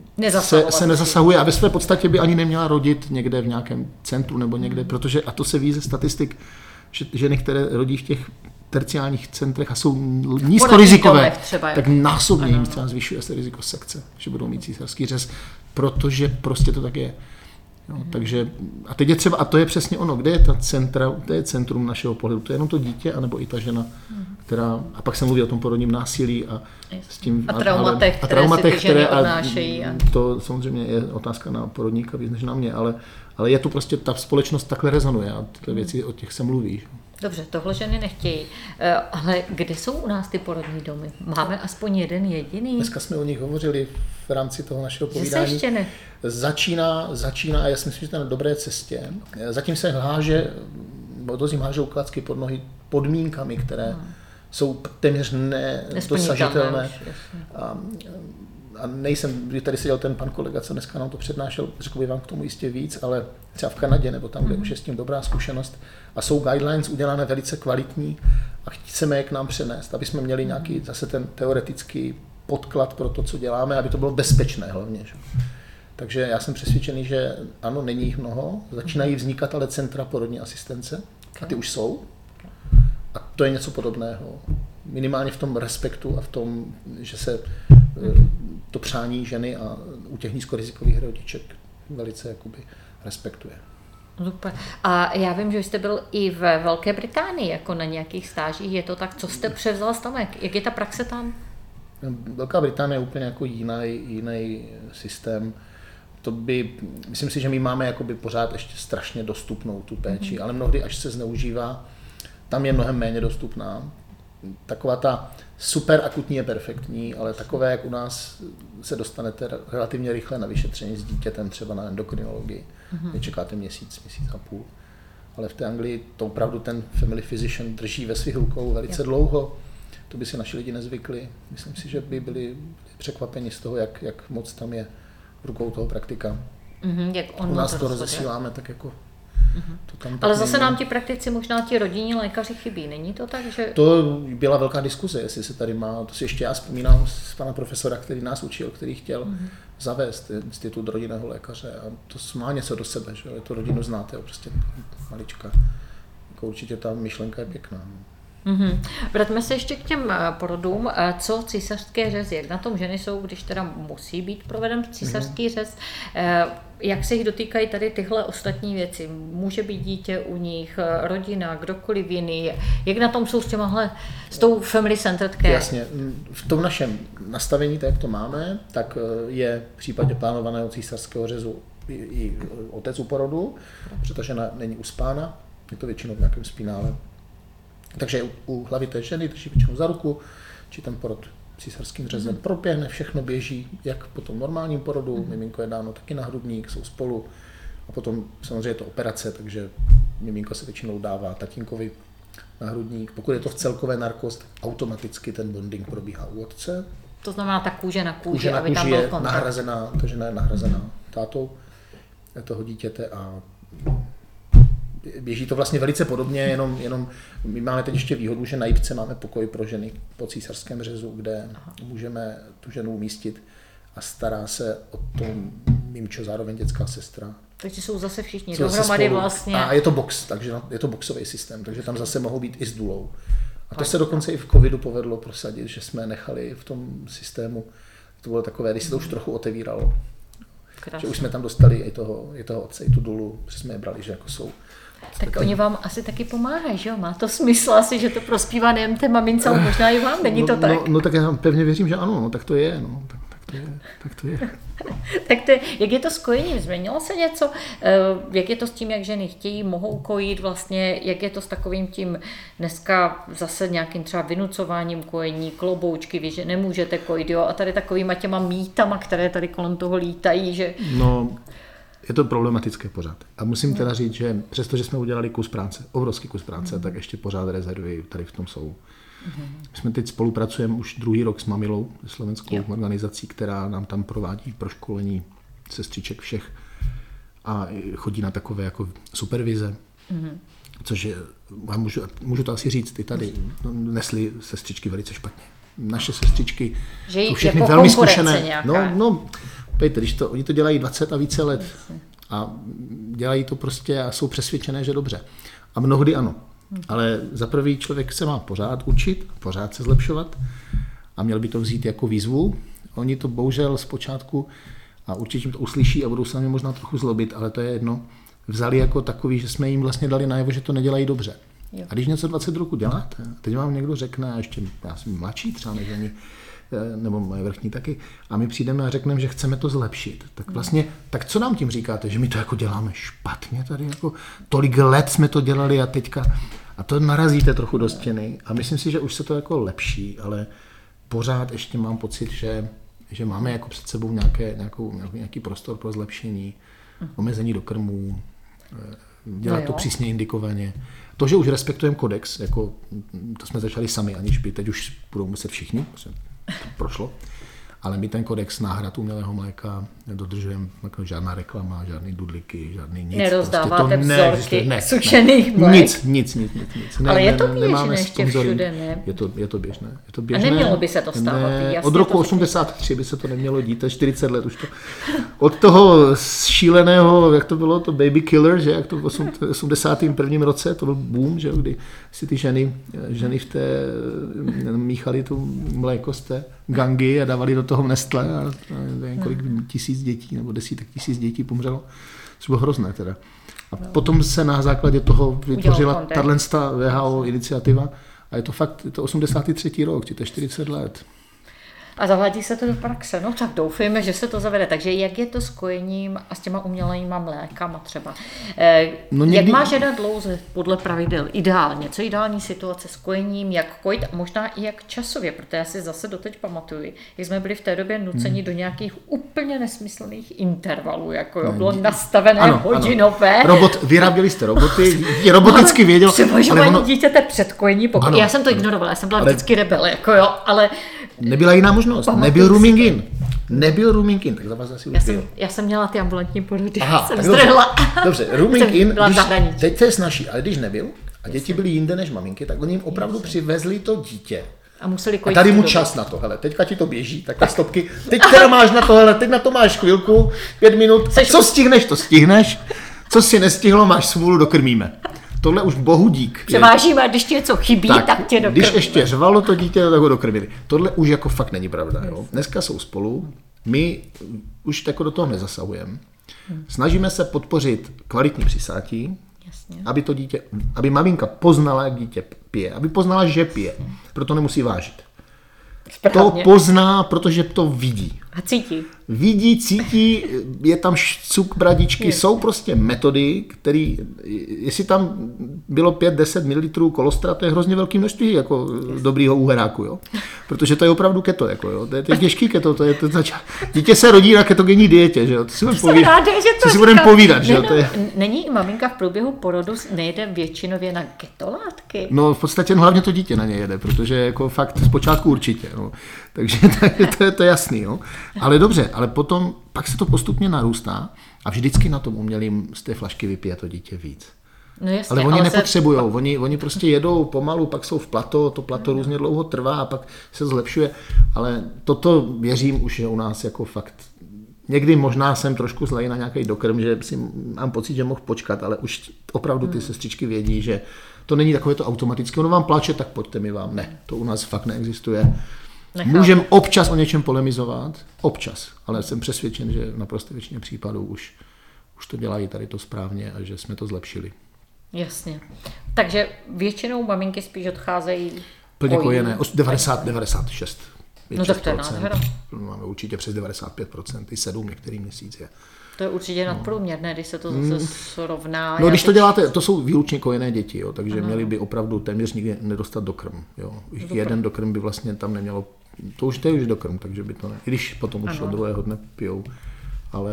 se nezasahuje a ve své podstatě by ani neměla rodit někde v nějakém centru nebo někde, protože, a to se ví ze statistik, že ženy, které rodí v těch terciálních centrech a jsou nízkorizikové, tak násobně jim třeba zvyšuje se riziko sekce, že budou mít císařský řez, protože prostě to tak je. No, takže, a teď je třeba, a to je přesně ono, kde je ta centra, to je centrum našeho pohledu, to je jenom to dítě, anebo i ta žena, která, a pak se mluví o tom porodním násilí a s tím... A traumatech, které odnášejí. To samozřejmě je otázka na porodníka víc než na mě, ale je to prostě, ta společnost takhle rezonuje a tyhle věci, o těch se mluví. Dobře, tohle ženy nechtějí, ale kde jsou u nás ty porodní domy? Máme aspoň jeden jediný? Dneska jsme o nich hovořili v rámci toho našeho povídání. Začíná a já si myslím, že to je na dobré cestě. Zatím se háže klacky pod nohy podmínkami, které jsou téměř nedosažitelné. A nejsem, když tady seděl ten pan kolega, co dneska nám to přednášel, řekl bych vám k tomu jistě víc, ale třeba v Kanadě nebo tam, kde už je s tím dobrá zkušenost a jsou guidelines udělané velice kvalitní a chceme je k nám přenést, aby jsme měli nějaký zase ten teoretický podklad pro to, co děláme, aby to bylo bezpečné hlavně. Že? Takže já jsem přesvědčený, že ano, není jich mnoho, začínají vznikat ale centra porodní asistence a ty už jsou a to je něco podobného. Minimálně v tom respektu a v tom, že se to přání ženy a u těch nízkorizikových rodiček velice jakoby respektuje. Super. A já vím, že jste byl i ve Velké Británii, jako na nějakých stážích, je to tak, co jste převzal z Tomek? Jak je ta praxe tam? Velká Británie je úplně jako jiný systém. Myslím si, že my máme jakoby pořád ještě strašně dostupnou tu péči, ale mnohdy, až se zneužívá, tam je mnohem méně dostupná. Taková ta super akutní je perfektní, ale takové, jak u nás se dostanete relativně rychle na vyšetření s dítětem, třeba na endokrinologii, kde čekáte měsíc a půl. Ale v té Anglii to opravdu ten family physician drží ve svých rukou velice dlouho. To by si naši lidi nezvykli. Myslím si, že by byli překvapeni z toho, jak moc tam je v rukou toho praktika. U nás to rozesíláme tak jako... To tam ale zase nám ti praktici, možná ti rodinní lékaři chybí, není to tak, že... To byla velká diskuze, jestli se tady má, to si ještě já vzpomínám z pana profesora, který nás učil, který chtěl zavést institut rodinného lékaře a to má něco do sebe, že tu rodinu znáte, prostě malička. Jako určitě ta myšlenka je pěkná. Vraťme se ještě k těm porodům. Co císařské řezy? Jak na tom ženy jsou, když teda musí být proveden císařský řez? Jak se jich dotýkají tady tyhle ostatní věci? Může být dítě u nich, rodina, kdokoliv jiný? Jak na tom jsou s tou family centered care? Jasně. V tom našem nastavení, tak jak to máme, tak je v případě plánovaného císařského řezu i otec u porodu, protože ta žena není uspána, je to většinou v nějakém spinále. Takže u hlavy té ženy drží většinou za ruku, či ten porod císařským řezem proběhne, všechno běží, jak po tom normálním porodu, miminko je dáno taky na hrudník, jsou spolu a potom samozřejmě je to operace, takže miminko se většinou dává tatínkovi na hrudník. Pokud je to v celkové narkoz, automaticky ten bonding probíhá u otce. To znamená ta kůže na kůži, Kůže na aby tam kůži byl je kontakt. nahrazená, ta žena je nahrazená tátou toho dítěte a běží to vlastně velice podobně, jenom my máme teď ještě výhodu, že na jipce máme pokoj pro ženy po císařském řezu, kde můžeme tu ženu umístit a stará se o to mimčo, zároveň dětská sestra. Takže jsou zase všichni dohromady vlastně. A je to box, takže je to boxový systém, takže tam zase mohou být i s důlou. A to se dokonce i v covidu povedlo prosadit, že jsme nechali v tom systému, to bylo takové, když se to už trochu otevíralo, že už jsme tam dostali i toho otce, i tu důlu, že jsme je brali, že jako jsou. Tak oni vám asi taky pomáhají, že jo? Má to smysl asi, že to prospívá nejen té mamince, ale možná i vám, není to tak? No tak já pevně věřím, že ano, no tak to je, no, tak to je. Tak jak je to s kojením? Změnilo se něco? Jak je to s tím, jak ženy chtějí, mohou kojit vlastně? Jak je to s takovým tím dneska zase nějakým třeba vynucováním kojení, kloboučky, vy, že nemůžete kojit, jo? A tady takovýma těma mýtama, které tady kolem toho lítají, že... No, je to problematické pořád. A musím teda říct, že přestože jsme udělali kus práce, obrovský kus práce, tak ještě pořád rezervy tady v tom jsou. My jsme teď spolupracujeme už druhý rok s Mamilou, slovenskou organizací, která nám tam provádí proškolení sestřiček všech a chodí na takové jako supervize, což je, můžu to asi říct, i tady nesly sestřičky velice špatně. Naše sestřičky jsou všechny jako velmi zkušené. No, pejte, když oni to dělají 20 a více let a dělají to prostě a jsou přesvědčené, že dobře. A mnohdy ano. Ale za prvý člověk se má pořád učit, pořád se zlepšovat a měl by to vzít jako výzvu. Oni to bohužel zpočátku, a určitě jim to uslyší a budou se na mě možná trochu zlobit, ale to je jedno, vzali jako takový, že jsme jim vlastně dali najevo, že to nedělají dobře. Jo. A když něco 20 roku děláte, teď vám někdo řekne, a ještě já jsem mladší třeba než oni, nebo moje vrchní taky, a my přijdeme a řekneme, že chceme to zlepšit. Tak vlastně, tak co nám tím říkáte, že my to jako děláme špatně tady, jako tolik let jsme to dělali a teďka, a to narazíte trochu do stěny a myslím si, že už se to jako lepší, ale pořád ještě mám pocit, že máme jako před sebou nějaký prostor pro zlepšení, omezení do krmů, dělat to přísně indikovaně. To, že už respektujeme kodex, jako to jsme začali sami, aniž by teď už budou muset všichni, prošlo, ale my ten kodex náhrad umělého mléka dodržujeme, jako žádná reklama, žádný dudliky, žádný nic. Nerozdáváte vzorky sušených mlék. Nic. Ale je to běžné ještě všude, ne? Je to běžné. A nemělo by se to stávat. Od roku 83 by se to nemělo dít, 40 let už to. Od toho šíleného, jak to bylo, to baby killer, že jak to v 81. roce, to byl boom, že kdy si ty ženy v té míchali tu mléko z té gangy a dávali do toho Nestlé a několik tisíc dětí nebo desítek tisíc dětí pomřelo. To bylo hrozné teda. A potom se na základě toho vytvořila tato WHO iniciativa a je to fakt, je to 83. rok, to je 40 let. A zavádí se to do praxe, no tak doufejme, že se to zavede. Takže jak je to s kojením a s těma umělejma mlékama třeba? Jak má žena dlouze podle pravidel ideálně? Co je ideální situace s kojením, jak kojit a možná i jak časově? Protože já si zase doteď pamatuju, jak jsme byli v té době nuceni do nějakých úplně nesmyslných intervalů, jako bylo nastavené hodinové. Vyráběli jste roboty, roboticky věděl. Převažování dítěte před kojením, já jsem to ignorovala, já jsem byla vždycky rebel, jako jo, ale... Nebyla jiná možnost. Nebyl rooming in, tak za vás asi už já jsem měla ty ambulantní porody. Jsem zdrhla. Dobře, rooming in, teď to je snažší, ale když nebyl a děti byly jinde než maminky, tak oni jim opravdu přivezli to dítě. A museli kojit. A tady mu čas na to, hele, teďka ti to běží, takhle stopky, teď teda máš na to, hele, teď na to máš chvilku, 5 minut, co stihneš, to stihneš, co si nestihlo, máš svůlu, dokrmíme. Tohle už bohu dík. Převážíme, když ti něco chybí, tak tě dokrmíme. Když ještě řvalo to dítě, tak ho dokrmili. Tohle už jako fakt není pravda. Jo? Dneska jsou spolu, my už jako do toho nezasahujeme. Snažíme se podpořit kvalitní přisátí, aby maminka poznala, jak dítě pije, aby poznala, že pije, proto nemusí vážit. Správně. To pozná, protože to vidí. A cítí. Vidí, cítí, je tam šcuk, bradičky, jsou prostě metody, které, jestli tam bylo 5-10 ml kolostra, to je hrozně velké množství jako dobrýho úheráku, jo. Protože to je opravdu keto, jako, jo. To je těžký keto, dítě se rodí na ketogenní dietě, že jo. To si budeme povídat, že jo. Není i maminka v průběhu porodu nejde většinově na ketolátky? No v podstatě hlavně to dítě na ně jede, protože jako fakt zpočátku určitě, no. Takže to je jasný, jo. Ale dobře, ale potom pak se to postupně narůstá a vždycky na tom umělým z té flašky vypije to dítě víc. No jasně, ale oni nepotřebujou, oni prostě jedou pomalu, pak jsou v plato, to plato různě dlouho trvá a pak se zlepšuje, ale toto věřím už je u nás jako fakt. Někdy možná jsem trošku zlej na nějaký dokrm, že si mám pocit, že mohl počkat, ale už opravdu ty sestřičky vědí, že to není takové to automatické, ono vám pláče, tak pojďte mi vám. Ne, to u nás fakt neexistuje. Můžeme občas o něčem polemizovat, občas, ale jsem přesvědčen, že naprosto většině případů už to dělají tady to správně a že jsme to zlepšili. Jasně. Takže většinou maminky spíš odcházejí plně kojené, 96. No tak to je nádhera. Máme určitě přes 95%, i 7 některý měsíc je. To je určitě nadprůměrné, když se to zase srovná. No když to děláte, to jsou výlučně kojené děti, jo, takže měli by opravdu téměř nikdy nedostat dokrm. Jo. Jeden dokrm by vlastně tam nemělo, to je už dokrm, takže by to ne, i když potom už od druhého dne pijou. Ale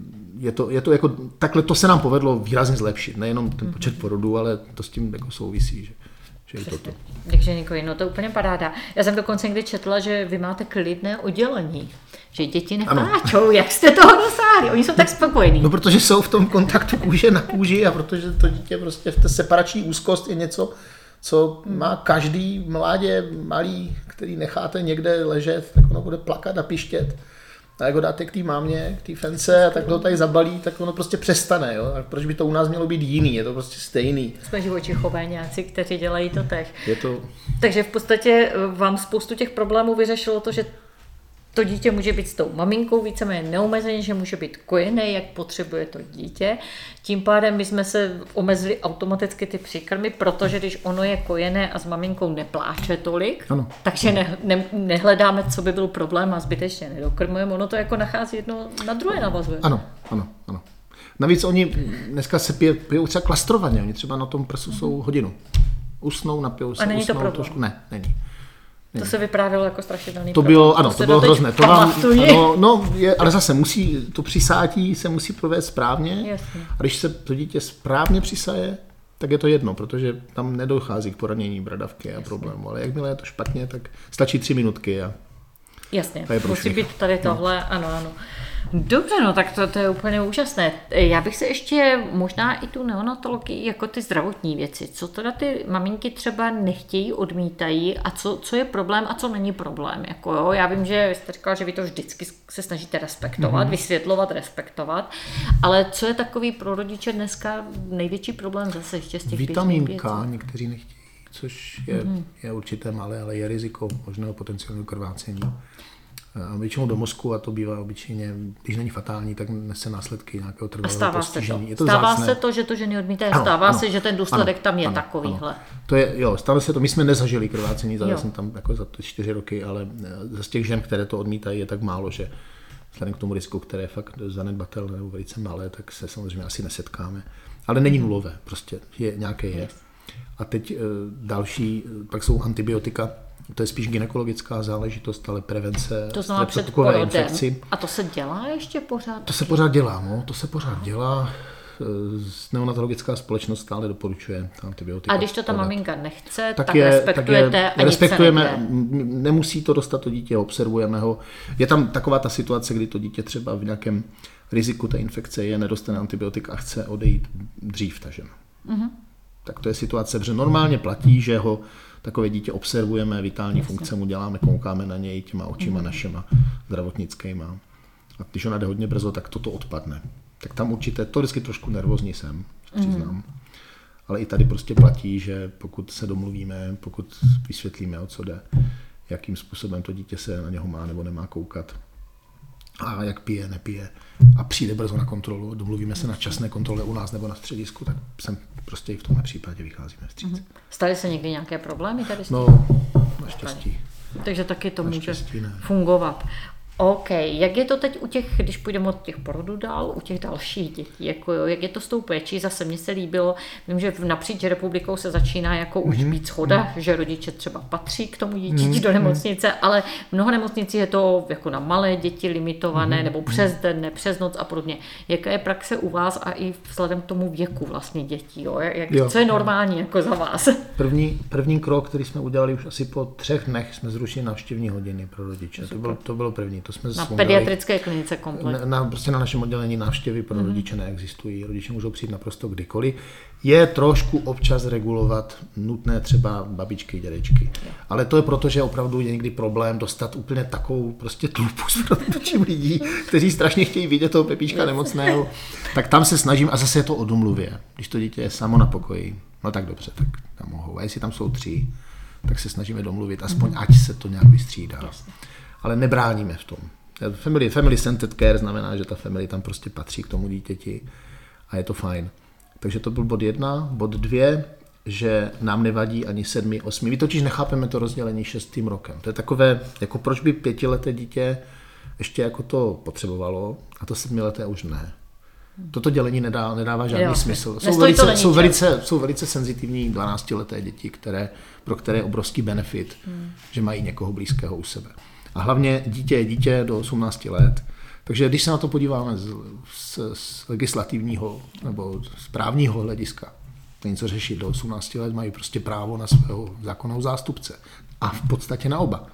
je to jako, takhle to se nám povedlo výrazně zlepšit, nejenom ten počet porodů, ale to s tím jako souvisí, že je toto. Takže Niko, no to úplně paráda. Já jsem dokonce někdy četla, že vy máte klidné oddělení, že děti nepláčou, jak jste toho dosáhli, oni jsou tak spokojení. No protože jsou v tom kontaktu kůže na kůži a protože to dítě prostě v té separační úzkost je něco, co má každý mládě malý, který necháte někde ležet, tak ono bude plakat a pištět. A jak ho dáte k té mámě, k té fence a tak to tady zabalí, tak ono prostě přestane. Jo? A proč by to u nás mělo být jiný? Je to prostě stejný. Jsme živočichové nějací, kteří dělají to teď. Je to... Takže v podstatě vám spoustu těch problémů vyřešilo to, že to dítě může být s tou maminkou víceméně neomezeně, že může být kojené, jak potřebuje to dítě. Tím pádem my jsme se omezili automaticky ty příkrmy, protože když ono je kojené a s maminkou nepláče tolik, takže nehledáme, co by byl problém a zbytečně nedokrmujeme. Ono to jako nachází jedno na druhé navazuje. Ano. Navíc oni dneska se pijou třeba klastrovaně, oni třeba na tom prsu jsou hodinu. Usnou, napijou se, a není usnou to problém? Trošku. Ne, není. To se vyprávělo jako strašidelný to problém. Bylo, ano, to bylo hrozné. To vám, ale zase to přisátí se musí provést správně. Jasně. A když se to dítě správně přisaje, tak je to jedno, protože tam nedochází k poranění bradavky a problému. Ale jakmile je to špatně, tak stačí 3 minutky. Jasně, musí být tady tohle, ano. Dobře, no tak to je úplně úžasné. Já bych se ještě možná i tu neonatologii jako ty zdravotní věci. Co teda ty maminky třeba nechtějí, odmítají a co je problém a co není problém. Jako jo, já vím, že jste říkala, že vy to vždycky se snažíte respektovat, vysvětlovat, respektovat, ale co je takový pro rodiče dneska největší problém zase ještě z těch vitamin K někteří nechtějí, což je určité malé, ale je riziko možného potenciálního krvácení. A většinou do mozku, a to bývá obyčejně, když není fatální, tak nese následky nějakého trvalého postižení. Stává se to, že to ženy odmítají, stává se, že ten důsledek tam je takovýhle. To je, stává se to, my jsme nezažili krvácení, jsem tam jako za 4 roky, ale z těch žen, které to odmítají, je tak málo, že vzhledem k tomu risku, které je fakt zanedbatelné nebo velice malé, tak se samozřejmě asi nesetkáme. Ale není nulové, prostě nějaké je. A teď další, pak jsou antibiotika. To je spíš gynekologická záležitost, ale prevence streptokokové infekci. A to se dělá ještě pořád? To se pořád dělá, Neonatologická společnost stále doporučuje antibiotika. A když to ta maminka nechce, tak respektujete a respektujeme, nemusí to dostat to dítě, observujeme ho. Je tam taková ta situace, kdy to dítě třeba v nějakém riziku té infekce je, nedostane antibiotika a chce odejít dřív ta žena. Tak to je situace, protože normálně platí, že ho takové dítě observujeme, vitální funkce mu děláme, koukáme na něj těma očima našima zdravotnickýma. A když ona jde hodně brzo, tak toto odpadne. Tak tam určitě, to vždycky trošku nervózní jsem, přiznám. Ale i tady prostě platí, že pokud se domluvíme, pokud vysvětlíme, o co jde, jakým způsobem to dítě se na něho má nebo nemá koukat a jak pije, nepije a přijde brzo na kontrolu, domluvíme se na časné kontrole u nás nebo na středisku, tak jsem prostě i v tomhle případě vycházíme vstříc. Staly se někdy nějaké problémy tady s tím? No, naštěstí. Takže taky to může ne. fungovat. OK, jak je to teď u těch, když půjdeme od těch porodů dál, u těch dalších dětí, jako jo, jak je to s tou péčí? Zase mně se líbilo, vím, že napříč republikou se začíná jako už být shoda, že rodiče třeba patří k tomu dítěti do nemocnice, ale v mnoha nemocnicích je to jako na malé děti limitované, nebo přes den, ne přes noc a podobně. Jaká je praxe u vás a i vzhledem k tomu věku vlastně dětí, jo? Co je normální jako za vás? První krok, který jsme udělali už asi po 3 dnech, jsme zrušili návštěvní hodiny pro rodiče. To bylo první. To jsme na pediatrické klinice kompletně. Prostě na našem oddělení návštěvy pro rodiče neexistují. Rodiče můžou přijít naprosto kdykoliv. Je trošku občas regulovat nutné třeba babičky, dědečky. Ale to je proto, že opravdu je někdy problém dostat úplně takovou prostě tlupu s lidí, kteří strašně chtějí vidět toho Pepíčka nemocného. Tak tam se snažím a zase je to o domluvě. Když to dítě je samo na pokoji, no tak dobře, tak tam mohou. A jestli tam jsou 3, tak se snažíme domluvit, aspoň ať se to nějak vystřídá. Jasně. Ale nebráníme v tom. Family centered care znamená, že ta family tam prostě patří k tomu dítěti a je to fajn. Takže to byl bod 1. Bod 2, že nám nevadí ani 7, 8. My totiž nechápeme to rozdělení 6. rokem. To je takové, jako proč by 5leté dítě ještě jako to potřebovalo a to 7leté už ne. Toto dělení nedává žádný smysl. Jsou velice senzitivní 12leté děti, pro které je obrovský benefit, že mají někoho blízkého u sebe. A hlavně dítě je dítě do 18 let. Takže když se na to podíváme z legislativního nebo z právního hlediska, to něco řešit do 18 let, mají prostě právo na svého zákonného zástupce. A v podstatě na oba.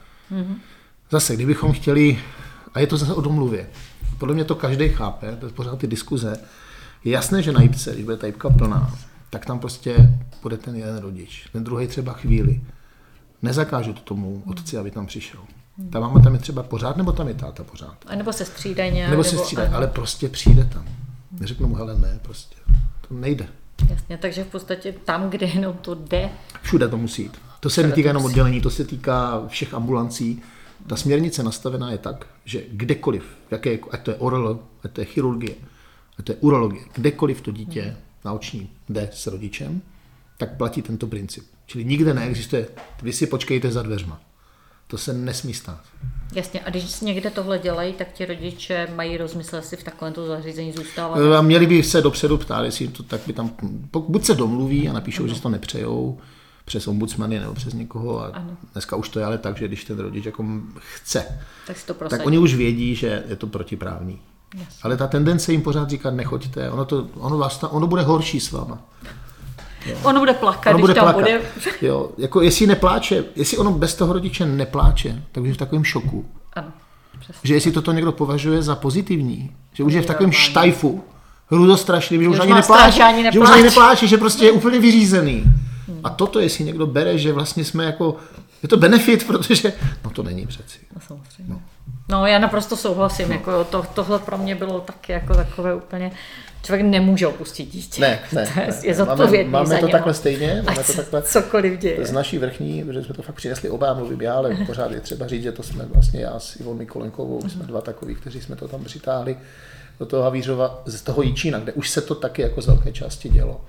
Zase, kdybychom chtěli, a je to zase o domluvě, podle mě to každý chápe, to je pořád ty diskuze, je jasné, že na jipce, když bude ta jipka plná, tak tam prostě bude ten jeden rodič, ten druhý třeba chvíli. Nezakážu to tomu otci, aby tam přišel. Ta máma tam je třeba pořád, nebo tam je táta pořád. A nebo se střídají nějak. Nebo se střídají, ale prostě přijde tam. Neřeknu mu, hele ne, prostě. To nejde. Jasně, takže v podstatě tam, kde jenom to jde. Všude to musí jít. To se netýká jenom oddělení, to se týká všech ambulancí. Ta směrnice nastavená je tak, že kdekoliv, ať to je ORL, ať to je chirurgie, ať to je urologie, kdekoliv to dítě na oční jde s rodičem, tak platí tento princip. Čili nikde neexistuje, vy si počkejte za dveřma. To se nesmí stát. Jasně, a když někde tohle dělají, tak ti rodiče mají rozmyslet, si v takovémto zařízení zůstávat. A měli by se dopředu ptát, jestli to tak by tam, buď se domluví a napíšou, že si to nepřejou přes ombudsmany nebo přes někoho. A dneska už to je ale tak, že když ten rodič jako chce, tak oni už vědí, že je to protiprávní. Jasně. Ale ta tendence jim pořád říkat nechoďte, ono bude horší s váma. Jo. Ono bude plakat, když tam bude. Jo, jako jestli nepláče, jestli ono bez toho rodiče nepláče, tak už je v takovém šoku. Ano, přesně. Že jestli toto někdo považuje za pozitivní, že už je v takovém štajfu, hrudostrašlivý, že už ani nepláče, že prostě je úplně vyřízený. A toto, jestli někdo bere, že vlastně jsme jako, je to benefit, protože, no to není přeci. No samozřejmě. No já naprosto souhlasím, jako tohle pro mě bylo taky jako takové úplně, člověk nemůže opustit dítě. Ne. Je zodpovědný máme za to něho. takhle stejně. Máme to takhle, cokoliv děje. Z naší vrchní, protože jsme to fakt přinesli oba, mluvím já, ale pořád je třeba říct, že to jsme vlastně já s Ivou Mikolenkovou, jsme 2 takový, kteří jsme to tam přitáhli do toho Havířova, z toho Jičína, kde už se to taky jako z velké části dělo.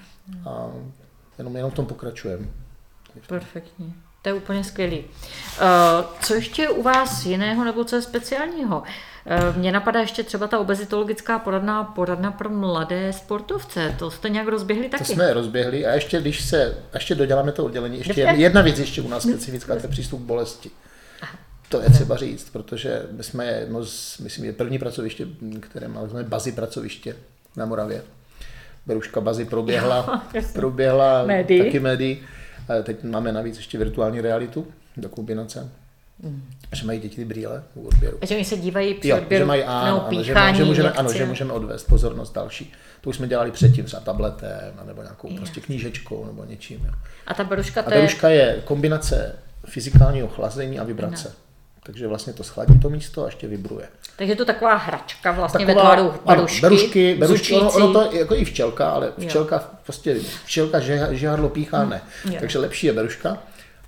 A jenom v tom pokračujeme. Perfektní. To je úplně skvělý. Co ještě je u vás jiného, nebo co je speciálního? Mně napadá ještě třeba ta obezitologická poradna pro mladé sportovce. To jste nějak rozběhli taky? To jsme rozběhli a ještě doděláme to oddělení. Ještě jedna věc ještě u nás specifická, to je přístup k bolesti. To je třeba říct, protože my jsme myslím, první pracoviště, které máme Bazy pracoviště na Moravě. Beruška Bazy proběhla taky médií. Teď máme navíc ještě virtuální realitu do kombinace. Že mají děti brýle u odběru. A že oni se dívají při odběru že můžeme odvést pozornost další. To už jsme dělali předtím třeba tabletem nebo nějakou prostě knížečkou nebo něčím. Jo. A ta beruška je kombinace fyzikálního chlazení a vibrace. Takže vlastně to schladí to místo a ještě vibruje. Takže je to taková hračka vlastně ve tvaru berušky. Ono to je jako i včelka, ale včelka žihadlo píchá ne. Takže lepší je beruška.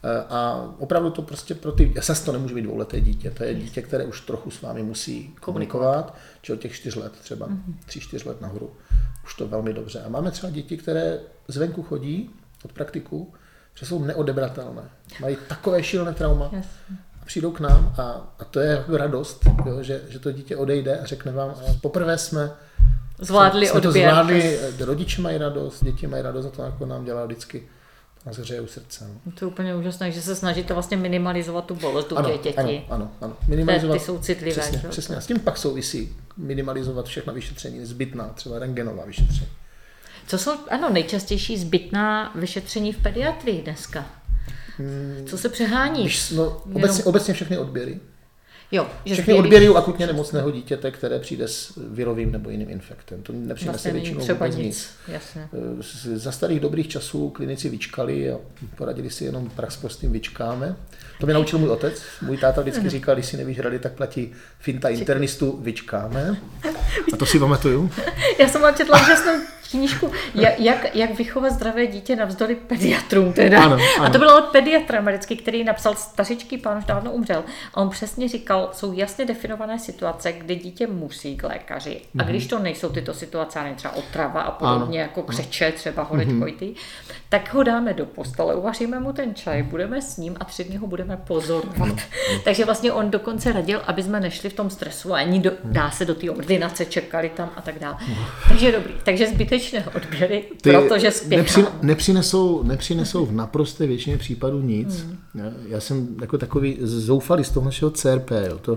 A opravdu to prostě zase to nemůže být dvouleté dítě, to je dítě, které už trochu s vámi musí komunikovat, či od těch 4 let třeba, 3-4 let nahoru, už to velmi dobře. A máme třeba děti, které zvenku chodí od praktiků, že jsou neodebratelné, mají takové šílené trauma a přijdou k nám a to je jako radost, jo, že to dítě odejde a řekne vám, poprvé jsme zvládli odběr. Rodiče mají radost, děti mají radost a to jako nám dělá vždycky. A zhřeje u srdce. No. To je úplně úžasné, že se snažíte vlastně minimalizovat tu bolest u těch dětí. Ano. Minimalizovat. Ty jsou citlivé. Přesně. A s tím pak souvisí minimalizovat všechna vyšetření, zbytná, třeba rentgenová vyšetření. Co jsou nejčastější zbytná vyšetření v pediatrii dneska? Co se přehání? Obecně všechny odběry. Jo, všechny odběry u akutně nemocného dítěte, které přijde s virovým nebo jiným infektem. To nepřinese vlastně většinou vůbec nic. Jasně. Za starých dobrých časů klinici vyčkali a poradili si jenom prostým vyčkáme. To mě naučil můj otec. Můj táta vždycky říkal, když si nevíš rady, tak platí finta internistu, vyčkáme. A to si pamatuju. Já jsem vám četla úžasnou knížku, jak vychovat zdravé dítě navzdory pediatrům teda. Ano. A to bylo od pediatra americký, který napsal, stařičký pán už dávno umřel. A on přesně říkal, jsou jasně definované situace, kdy dítě musí k lékaři. A když to nejsou tyto situace, ne třeba otrava a podobně, jako křeče, třeba hořečkojty, tak ho dáme do postele, uvaříme mu ten čaj, budeme s ním a 3 dny ho budeme pozorovat. Takže vlastně on dokonce radil, aby jsme nešli v tom stresu a ani dá se do té ordinace, čekali tam a tak dále. Takže dobrý. Takže zbytečné odběry, protože spěchám. Nepřinesou v naprosté většině případů nic. Já jsem jako takový zoufalý z toho našeho CRP.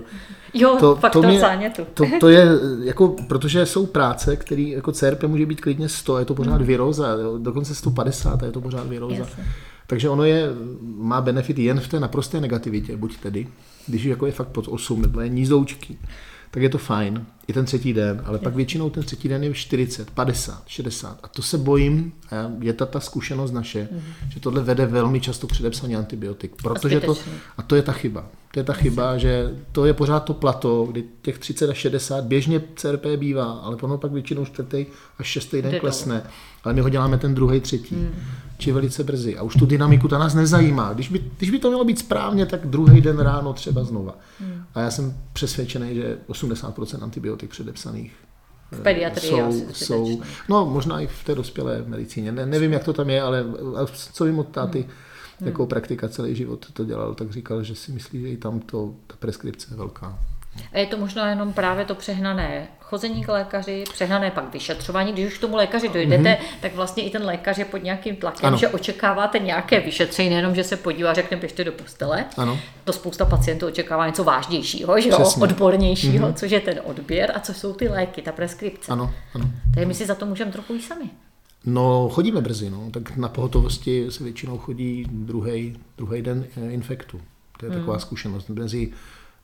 To je jako, protože jsou práce, které jako CRP může být klidně 100, je to pořád viróza, dokonce 150 a je to pořád viróza. Takže ono má benefit jen v té naprosté negativitě, buď tedy, když jako je fakt pod 8 nebo je nízoučký, tak je to fajn, i ten 3. den, ale pak většinou ten 3. den je 40, 50, 60 a to se bojím, je ta zkušenost naše, že tohle vede velmi často k předepsání antibiotik, protože to je ta chyba. To je ta chyba, že to je pořád to plato, kdy těch 30 až 60 běžně CRP bývá, ale ono pak většinou 4. až 6. den klesne, ale my ho děláme ten 2., 3. či velice brzy a už tu dynamiku ta nás nezajímá. Když by to mělo být správně, tak 2. den ráno třeba znova. A já jsem přesvědčený, že 80% antibiotik předepsaných v pediatrii jsou možná i v té dospělé medicíně. Nevím, jak to tam je, ale co vím od táty, jako praktika celý život to dělal, tak říkal, že si myslí, že i tam ta preskripce je velká. A je to možná jenom právě to přehnané chození k lékaři, přehnané pak vyšetřování. Když už k tomu lékaři dojdete, tak vlastně i ten lékař je pod nějakým tlakem, že očekáváte nějaké vyšetření, nejenom, že se podívá a řekne, běžte do postele. Ano. To spousta pacientů očekává něco vážnějšího, že jo? Odbornějšího, což je ten odběr a co jsou ty léky, ta preskripce. Ano. Takže my si za to můžeme trochu i sami. No, chodíme brzy, tak na pohotovosti se většinou chodí druhý den infektu. To je taková zkušenost. Mezi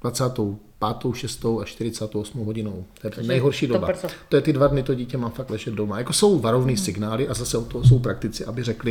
25., 6. a 48. hodinou. To je nejhorší doba. To je ty 2 dny, to dítě má fakt ležet doma. Jako jsou varovný signály a zase od toho jsou praktici, aby řekli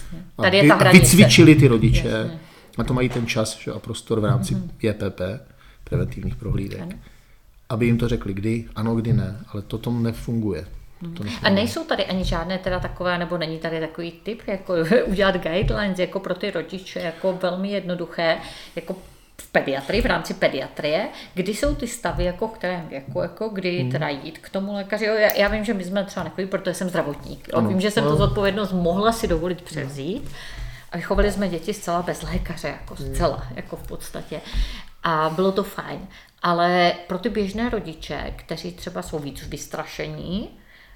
a vycvičili ty rodiče. Jasně. A to mají ten čas a prostor v rámci JPP, preventivních prohlídek. Aby jim to řekli, kdy ano, kdy ne, ale to tom nefunguje. A nejsou tady ani žádné teda takové, nebo není tady takový tip, jako udělat guidelines jako pro ty rodiče, jako velmi jednoduché, jako v pediatrii, v rámci pediatrie, kdy jsou ty stavy, jako v kterém věku, jako kdy teda jít k tomu lékaři. Já vím, že my jsme třeba nechodili, protože jsem zdravotník. Vím, že jsem tu zodpovědnost mohla si dovolit převzít. A vychovali jsme děti zcela bez lékaře, jako zcela, jako v podstatě. A bylo to fajn. Ale pro ty běžné rodiče, kteří třeba jsou víc vystrašení,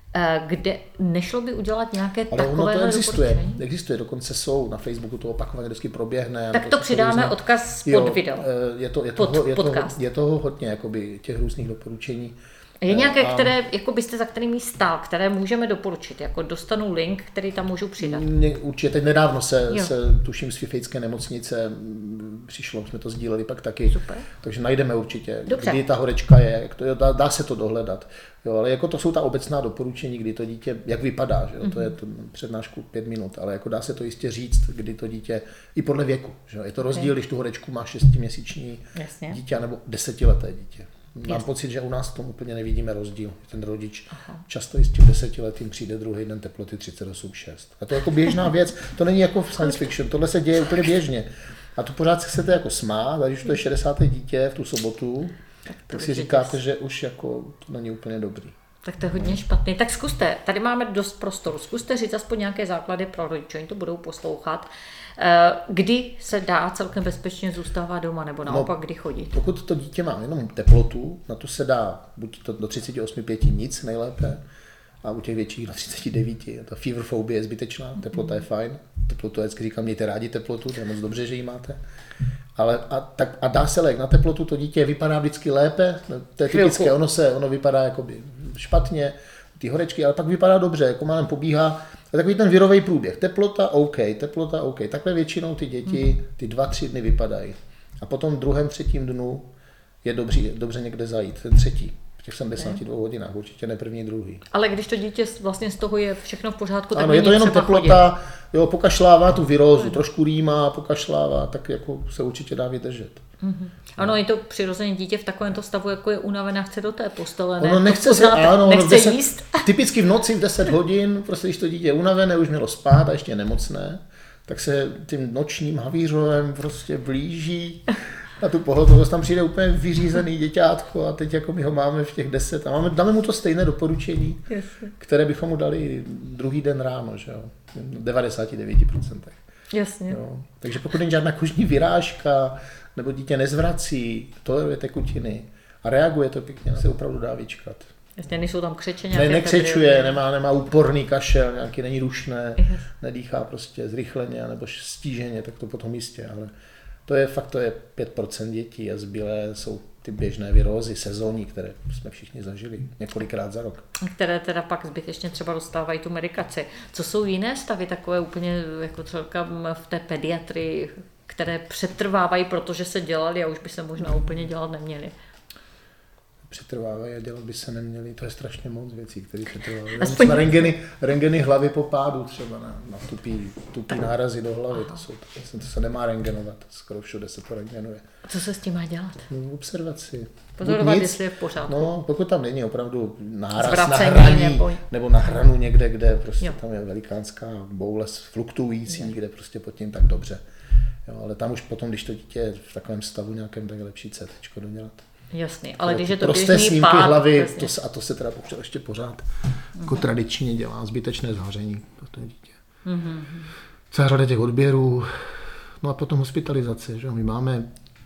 kde nešlo by udělat nějaké takové doporučení? Existuje, dokonce jsou na Facebooku, to opakovaně vždycky proběhne. Tak to přidáme odkaz pod video. Je toho hodně, jakoby, těch různých doporučení. Je nějaké, které, jako byste za kterými stál, které můžeme doporučit, jako dostanu link, který tam můžu přidat? Určitě, teď nedávno se tuším z Fifejské nemocnice přišlo, jsme to sdíleli pak taky, super. Takže najdeme určitě, dobře. Kdy ta horečka je, dá se to dohledat. Jo, ale jako to jsou ta obecná doporučení, kdy to dítě, jak vypadá, že jo? To je to přednášku 5 minut, ale jako dá se to jistě říct, kdy to dítě, i podle věku, že jo? Je to rozdíl, když tu horečku má 6měsíční dítě nebo 10leté dítě. Mám pocit, že u nás v tom úplně nevidíme rozdíl. Ten rodič často i s tím 10letým přijde druhý den teploty 38,6. A to je jako běžná věc, to není jako v science fiction, tohle se děje úplně běžně. A tu pořád se chcete jako smát, a když to je 60. dítě v tu sobotu, tak si říkáte, že už jako to není úplně dobrý. Tak to je hodně špatný. Tak zkuste, tady máme dost prostoru, zkuste říct aspoň nějaké základy pro rodiče, oni to budou poslouchat. Kdy se dá celkem bezpečně zůstávat doma, nebo naopak kdy chodit? Pokud to dítě má jenom teplotu, na tu se dá buď to do 38,5 nic nejlépe, a u těch větších do 39. Ta fever phobie je zbytečná, teplota je fajn. Teplotu, vždycky říkám, mějte rádi teplotu, to je moc dobře, že ji máte. Ale a dá se lék na teplotu, to dítě vypadá vždycky lépe, to je typické, ono vypadá jakoby špatně, ty horečky, ale pak vypadá dobře, jako málem pobíhá. A takový ten virový průběh, teplota OK. Takhle většinou ty děti ty 2-3 dny vypadají. A potom v druhém, třetím dnu je dobře někde zajít, ten třetí. V těch 72 hodinách, určitě ne první, druhý. Ale když to dítě vlastně z toho je všechno v pořádku, tak ano, je to jenom teplota, jo, pokašlává tu virózu, trošku rýmá, pokašlává, tak jako se určitě dá vydržet. Ano, je to přirozeně dítě v takovémto stavu, jako je unavené, chce do té postele, ne? Ono nechce jíst. Typicky v noci v 10 hodin, prostě když to dítě je unavené, už mělo spát a ještě je nemocné, tak se tím nočním havířovem prostě blíží a tu pohotovost, tam přijde úplně vyřízený děťátko a teď jako my ho máme v těch 10 a dáme mu to stejné doporučení, které bychom mu dali druhý den ráno, že jo, v 99%. Jasně. Jo. Takže pokud není žádná kožní vyrážka, nebo dítě nezvrací, toleruje tekutiny a reaguje to pěkně, se opravdu dá vyčkat. Jasně, nejsou tam křeče nějaké. Nekřečuje, nemá úporný kašel, nějaký není rušné, nedýchá prostě zrychleně nebo stíženě, tak to potom jistě, ale to je 5% dětí a zbylé jsou ty běžné virózy, sezónní, které jsme všichni zažili několikrát za rok. Které teda pak zbytečně třeba dostávají tu medikaci. Co jsou jiné stavy takové úplně jako celkem v té pediatrii, které přetrvávají, protože se dělali a už by se možná úplně dělat neměli? Přetrvávají a dělat by se neměli, to je strašně moc věcí, které přetrvávají. Aspoň... Rentgeny hlavy po pádu třeba na tupý nárazy do hlavy, to se nemá rentgenovat, skoro všude se to rentgenuje. Co se s tím má dělat? No, observaci. Pozorovat, jestli je v pořádku. No, pokud tam není opravdu náraz na hraní, nebo na hranu někde, kde prostě tam je velikánská boule fluktuující, kde prostě pod tím tak dobře. Jo, ale tam už potom, když to dítě je v takovém stavu nějakém, tak je lepší CT dodělat. Jasný, ale když je to prosté běžný pád... hlavy, to se teda ještě pořád jako tradičně dělá, zbytečné zhaření pro to dítě. Celá řada těch odběrů, no a potom hospitalizace, že my máme,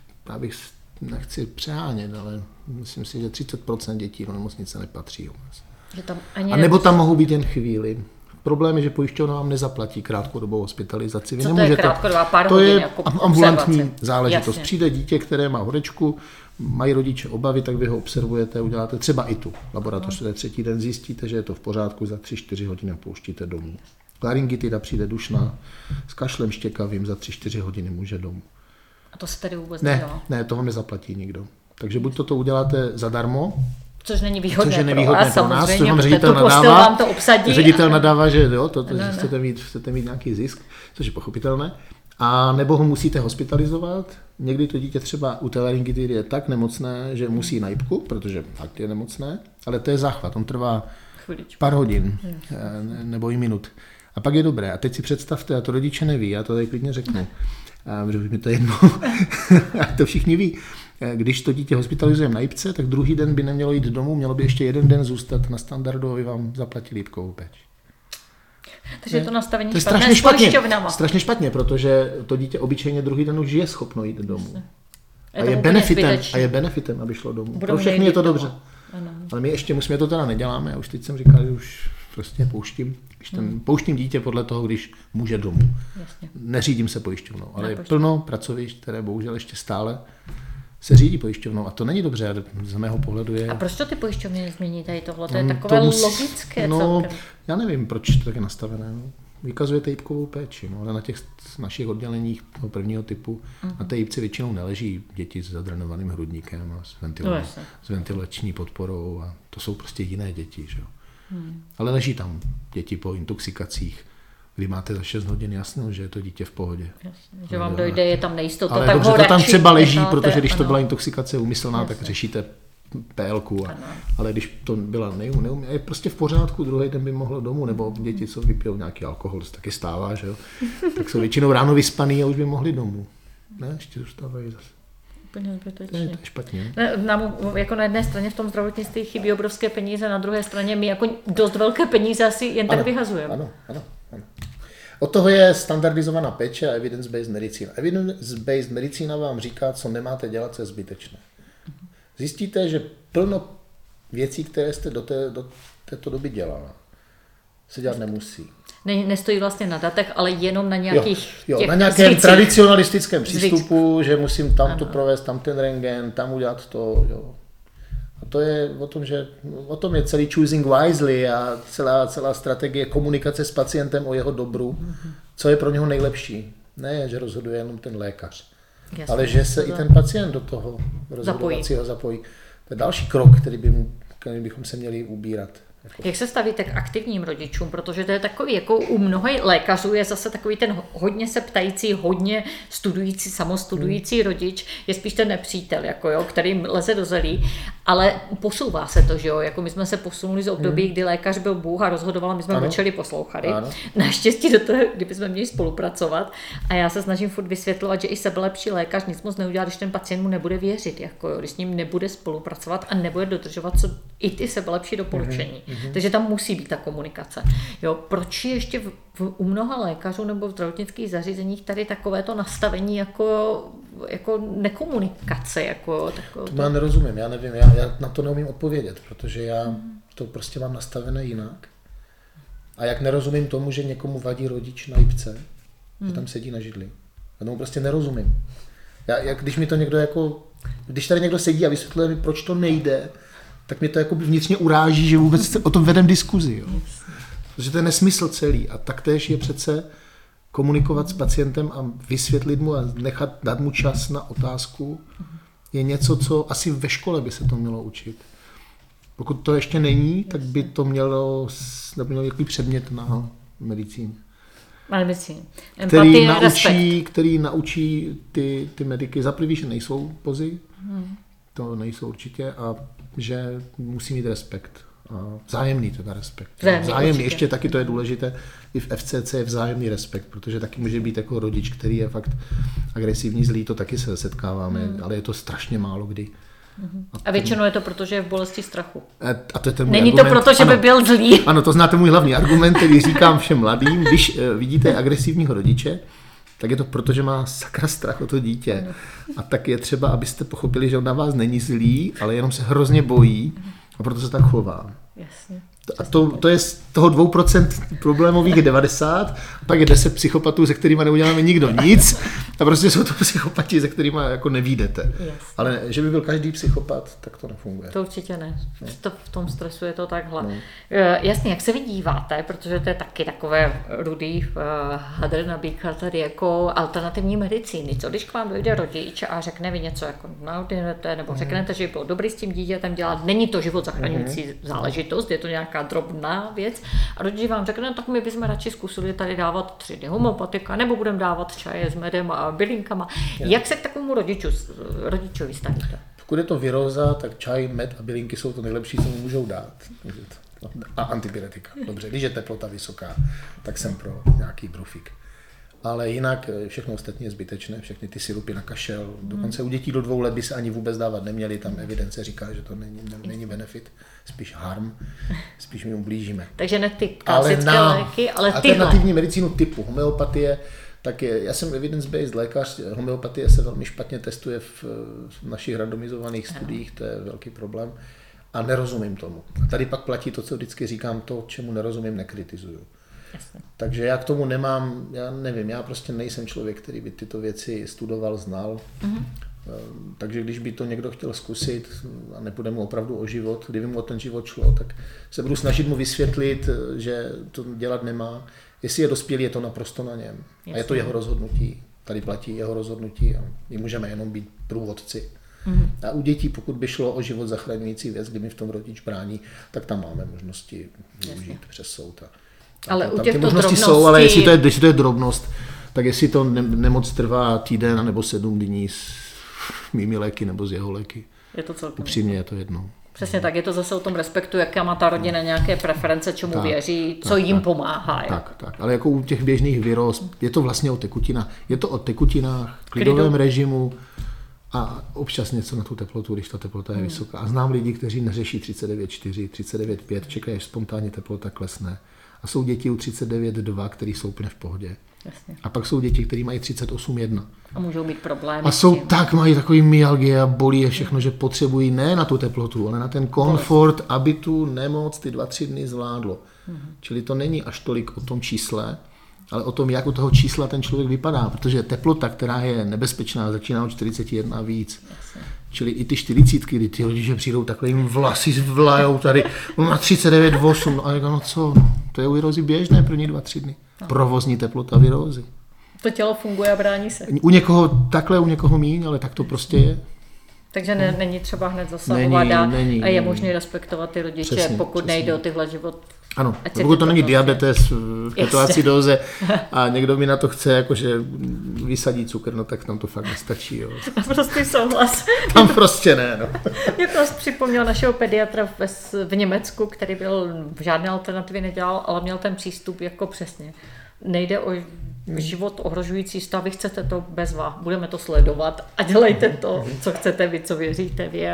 nechci přehánět, ale myslím si, že 30% dětí do nemocnice nepatří. A nebo tam mohou být jen chvíli. Problém je, že pojišťovna vám nezaplatí krátkodobou hospitalizaci. Co to je krátkodobá? Pár hodin jako ambulantní záležitost. Jasně. Přijde dítě, které má horečku, mají rodiče obavy, tak vy ho observujete, uděláte třeba i tu laboratoř, třetí den zjistíte, že je to v pořádku, za 3-4 hodiny pouštíte domů. Laryngitida přijde dušná, s kašlem štěkavým, za 3-4 hodiny může domů. A to se tady vůbec nedělá? Ne, to vám nezaplatí nikdo. Takže buď to uděláte zadarmo, což není výhodné, pro nás, což vám ředitel nadává, že jo, chcete mít nějaký zisk, což je pochopitelné, a nebo ho musíte hospitalizovat. Někdy to dítě třeba u té laryngitidy je tak nemocné, že musí na jipku, protože fakt je nemocné, ale to je záchvat, on trvá pár hodin nebo i minut. A pak je dobré. A teď si představte, a to rodiče neví, já to tady klidně řeknu, protože mi to jedno, to všichni ví. Když to dítě hospitalizujeme na jipce, tak druhý den by nemělo jít domů, mělo by ještě jeden den zůstat na standardu, aby vám zaplatili jipkovou péč. Takže je to nastavení to je strašně špatně, protože to dítě obyčejně druhý den už je schopno jít domů. A je benefitem, aby šlo domů. Pro všechny je to dobře. Ano. Ale my ještě musíme, to teda neděláme, já už teď jsem říkal, že už prostě pouštím dítě podle toho, když může domů. Jasně. Neřídím se pojišťovnou, ale je plno pracovišť, které bohužel ještě stále se řídí pojišťovnou a to není dobře, z mého pohledu je... A proč to ty pojišťovny nezmění tady tohle? To je takové logické celkem. Já nevím, proč to tak je nastavené. No. Vykazujete jipkovou péči, no, ale na těch našich odděleních toho prvního typu na té jipce většinou neleží děti s zadrenovaným hrudníkem a s ventilační podporou a to jsou prostě jiné děti. Že? Ale leží tam děti po intoxikacích, kdy máte za 6 hodin jasno, že je to dítě v pohodě. Jasně, že vám dojde, je tam nejistota. Ale dobře, to tam třeba leží, protože když to byla intoxikace úmyslná, tak řešíte PLku. Ale když to byla je prostě v pořádku, druhý den by mohlo domů, nebo děti, co vypijou nějaký alkohol, to taky stává, že jo? Tak jsou většinou ráno vyspaný a už by mohli domů. Ne, ještě zůstávají zase. Úplně zbytečně. To je špatně. Nám jako na jedné straně v tom zdravotnictví chybí obrovské peníze, na druhé straně my jako dost velké peníze asi jen tak vyhazujeme. Ano. Od toho je standardizovaná péče a evidence-based medicína. Evidence-based medicína vám říká, co nemáte dělat, co je zbytečné. Zjistíte, že plno věcí, které jste do této doby dělala, se dělat nemusí. Nestojí vlastně na datech, ale jenom na nějakých na nějakém tradicionalistickém přístupu, že musím tamto provést, tam ten rentgen, tam udělat to. Jo. A to je o tom je celý choosing wisely a celá strategie komunikace s pacientem o jeho dobru, co je pro něho nejlepší. Ne, že rozhoduje jenom ten lékař, ale že se i ten pacient do toho rozhodovacího zapojí. To je další krok, který bychom se měli ubírat. Jak se stavíte k aktivním rodičům, protože to je takový, jako u mnoha lékařů je zase takový ten hodně se ptající, hodně studující, samostudující rodič, je spíš ten nepřítel, který leze do zelí, ale posouvá se to, že jo, jako my jsme se posunuli z období, kdy lékař byl Bůh a rozhodoval, a my jsme mlčeli, poslouchali. Naštěstí do toho, kdyby jsme měli spolupracovat a já se snažím furt vysvětlovat, že i sebelepší lékař nic moc neudělá, když ten pacient mu nebude věřit, když s ním nebude spolupracovat a nebude dodržovat i ty sebelepší doporučení. Takže tam musí být ta komunikace. Jo, proč je ještě u mnoha lékařů nebo v zdravotnických zařízeních tady takovéto nastavení jako nekomunikace? To já nerozumím, já nevím, já na to neumím odpovědět, protože já to prostě mám nastavené jinak. A jak nerozumím tomu, že někomu vadí rodič na jipce, že tam sedí na židli. Já tomu prostě nerozumím. Když mi to někdo když tady někdo sedí a vysvětluje mi, proč to nejde, tak mě to jakoby vnitřně uráží, že vůbec o tom vedem diskuzi. Jo. Protože to je nesmysl celý. A taktéž je přece komunikovat s pacientem a vysvětlit mu a dát mu čas na otázku je něco, co asi ve škole by se to mělo učit. Pokud to ještě není, tak by to mělo nějaký předmět na medicíně. Který naučí ty mediky. Za prvý, že nejsou pozy, to nejsou určitě, a že musí mít respekt. Vzájemný teda respekt. Vzájemný, ještě taky to je důležité, i v FCC je vzájemný respekt, protože taky může být jako rodič, který je fakt agresivní, zlý, to taky se setkáváme, ale je to strašně málo kdy. A většinou je to proto, že je v bolesti strachu. A to je ten můj Není argument. To proto, že by byl zlý. Ano, to znáte můj hlavní argument, který říkám všem mladým, když vidíte agresivního rodiče, tak je to proto, že má sakra strach o to dítě. A tak je třeba, abyste pochopili, že on na vás není zlý, ale jenom se hrozně bojí a proto se tak chová. Jasně. A to je z toho 2% problémových 90, a pak je 10 psychopatů, se kterými neuděláme nikdo nic, a prostě jsou to psychopati, se kterými jako nevídete. Ale že by byl každý psychopat, tak to nefunguje. To určitě ne. V tom stresu je to takhle. Jasně, jak se vy díváte, protože to je taky takové rudý hadr nabíka tady jako alternativní medicíny. Co když k vám dojde rodič a řekne vy něco jako naordinujete, nebo řeknete, že by bylo dobrý s tím dítětem dělat, není to život zachraňující záležitost, je to nějaká drobná věc a rodič vám řekne, no, tak my bychom radši zkusili tady dávat 3 dny homeopatika, nebo budeme dávat čaje s medem a bylinkama. Jak se k takovému rodičovi stavíte? Pokud je to viróza, tak čaj, med a bylinky jsou to nejlepší, co mu můžou dát. A antibiotika. Dobře, když je teplota vysoká, tak jsem pro nějaký brufík. Ale jinak všechno ostatní je zbytečné, všechny ty sirupy na kašel, dokonce u dětí do 2 let by se ani vůbec dávat neměly, tam evidence říká, že to není benefit, spíš harm, spíš my ublížíme. Takže ne ty klasické léky, ale tyhle. Alternativní medicínu typu homeopatie, tak já jsem evidence-based lékař, homeopatie se velmi špatně testuje v našich randomizovaných studiích, to je velký problém a nerozumím tomu. A tady pak platí to, co vždycky říkám, to, čemu nerozumím, nekritizuju. Jasně. Takže já k tomu nemám, já nevím, já prostě nejsem člověk, který by tyto věci studoval, znal. Takže když by to někdo chtěl zkusit a nepůjde mu opravdu o život, kdyby mu o ten život šlo, tak se budu snažit mu vysvětlit, že to dělat nemá. Jestli je dospělý, je to naprosto na něm. Jasně. A je to jeho rozhodnutí. Tady platí jeho rozhodnutí a my můžeme jenom být průvodci. A u dětí, pokud by šlo o život zachraňující věc, kdy mi v tom rodič brání, tak tam máme možnosti využít přes soud. Ale u tam těchto ty možnosti drobností... jsou, ale jestli to je drobnost, tak jestli to nemoc trvá týden nebo 7 dní s mými léky nebo z jeho léky. Je to celkem. Upřímně je to jedno. Přesně tak, je to zase o tom respektu, jaká má ta rodina nějaké preference, čemu věří, co jim pomáhá. Tak, ale jako u těch běžných viróz, je to vlastně o tekutinách. Je to o tekutinách, klidovém režimu a občas něco na tu teplotu, když ta teplota je vysoká. A znám lidi, kteří neřeší 39,4, 39,5, čekají, až spontánně teplota klesne. A jsou děti u 39,2, které jsou úplně v pohodě. Jasně. A pak jsou děti, které mají 38,1. A můžou mít problémy. A jsou mají takový myalgie a bolí je všechno, že potřebují ne na tu teplotu, ale na ten komfort, aby tu nemoc ty 2-3 dny zvládlo. Čili to není až tolik o tom čísle, ale o tom, jak u toho čísla ten člověk vypadá, protože teplota, která je nebezpečná, začíná od 41 a víc. Jasně. Čili i ty 40, kdy ty rodiče přijdou, takhle jim vlasy zvlajou tady, na 39,8, a no co, to je u virózy běžné první 2-3 dny. Provozní teplota virózy. To tělo funguje a brání se. U někoho takhle, u někoho míň, ale tak to prostě je. Takže není třeba hned zasahovat a je možné respektovat ty rodiče, přesně, pokud nejde o tyhle život. Ano, pokud to není diabetes v ketoacidóze a někdo mi na to chce jakože vysadí cukr, no tak tam to fakt nestačí. Jo. Prostě souhlas. Tam prostě ne. No. Mě to připomněl našeho pediatra v Německu, který v žádné alternativě nedělal, ale měl ten přístup jako přesně. Nejde o život ohrožující stav, vy chcete to bezva, budeme to sledovat a dělejte to, co chcete vy, co věříte vy.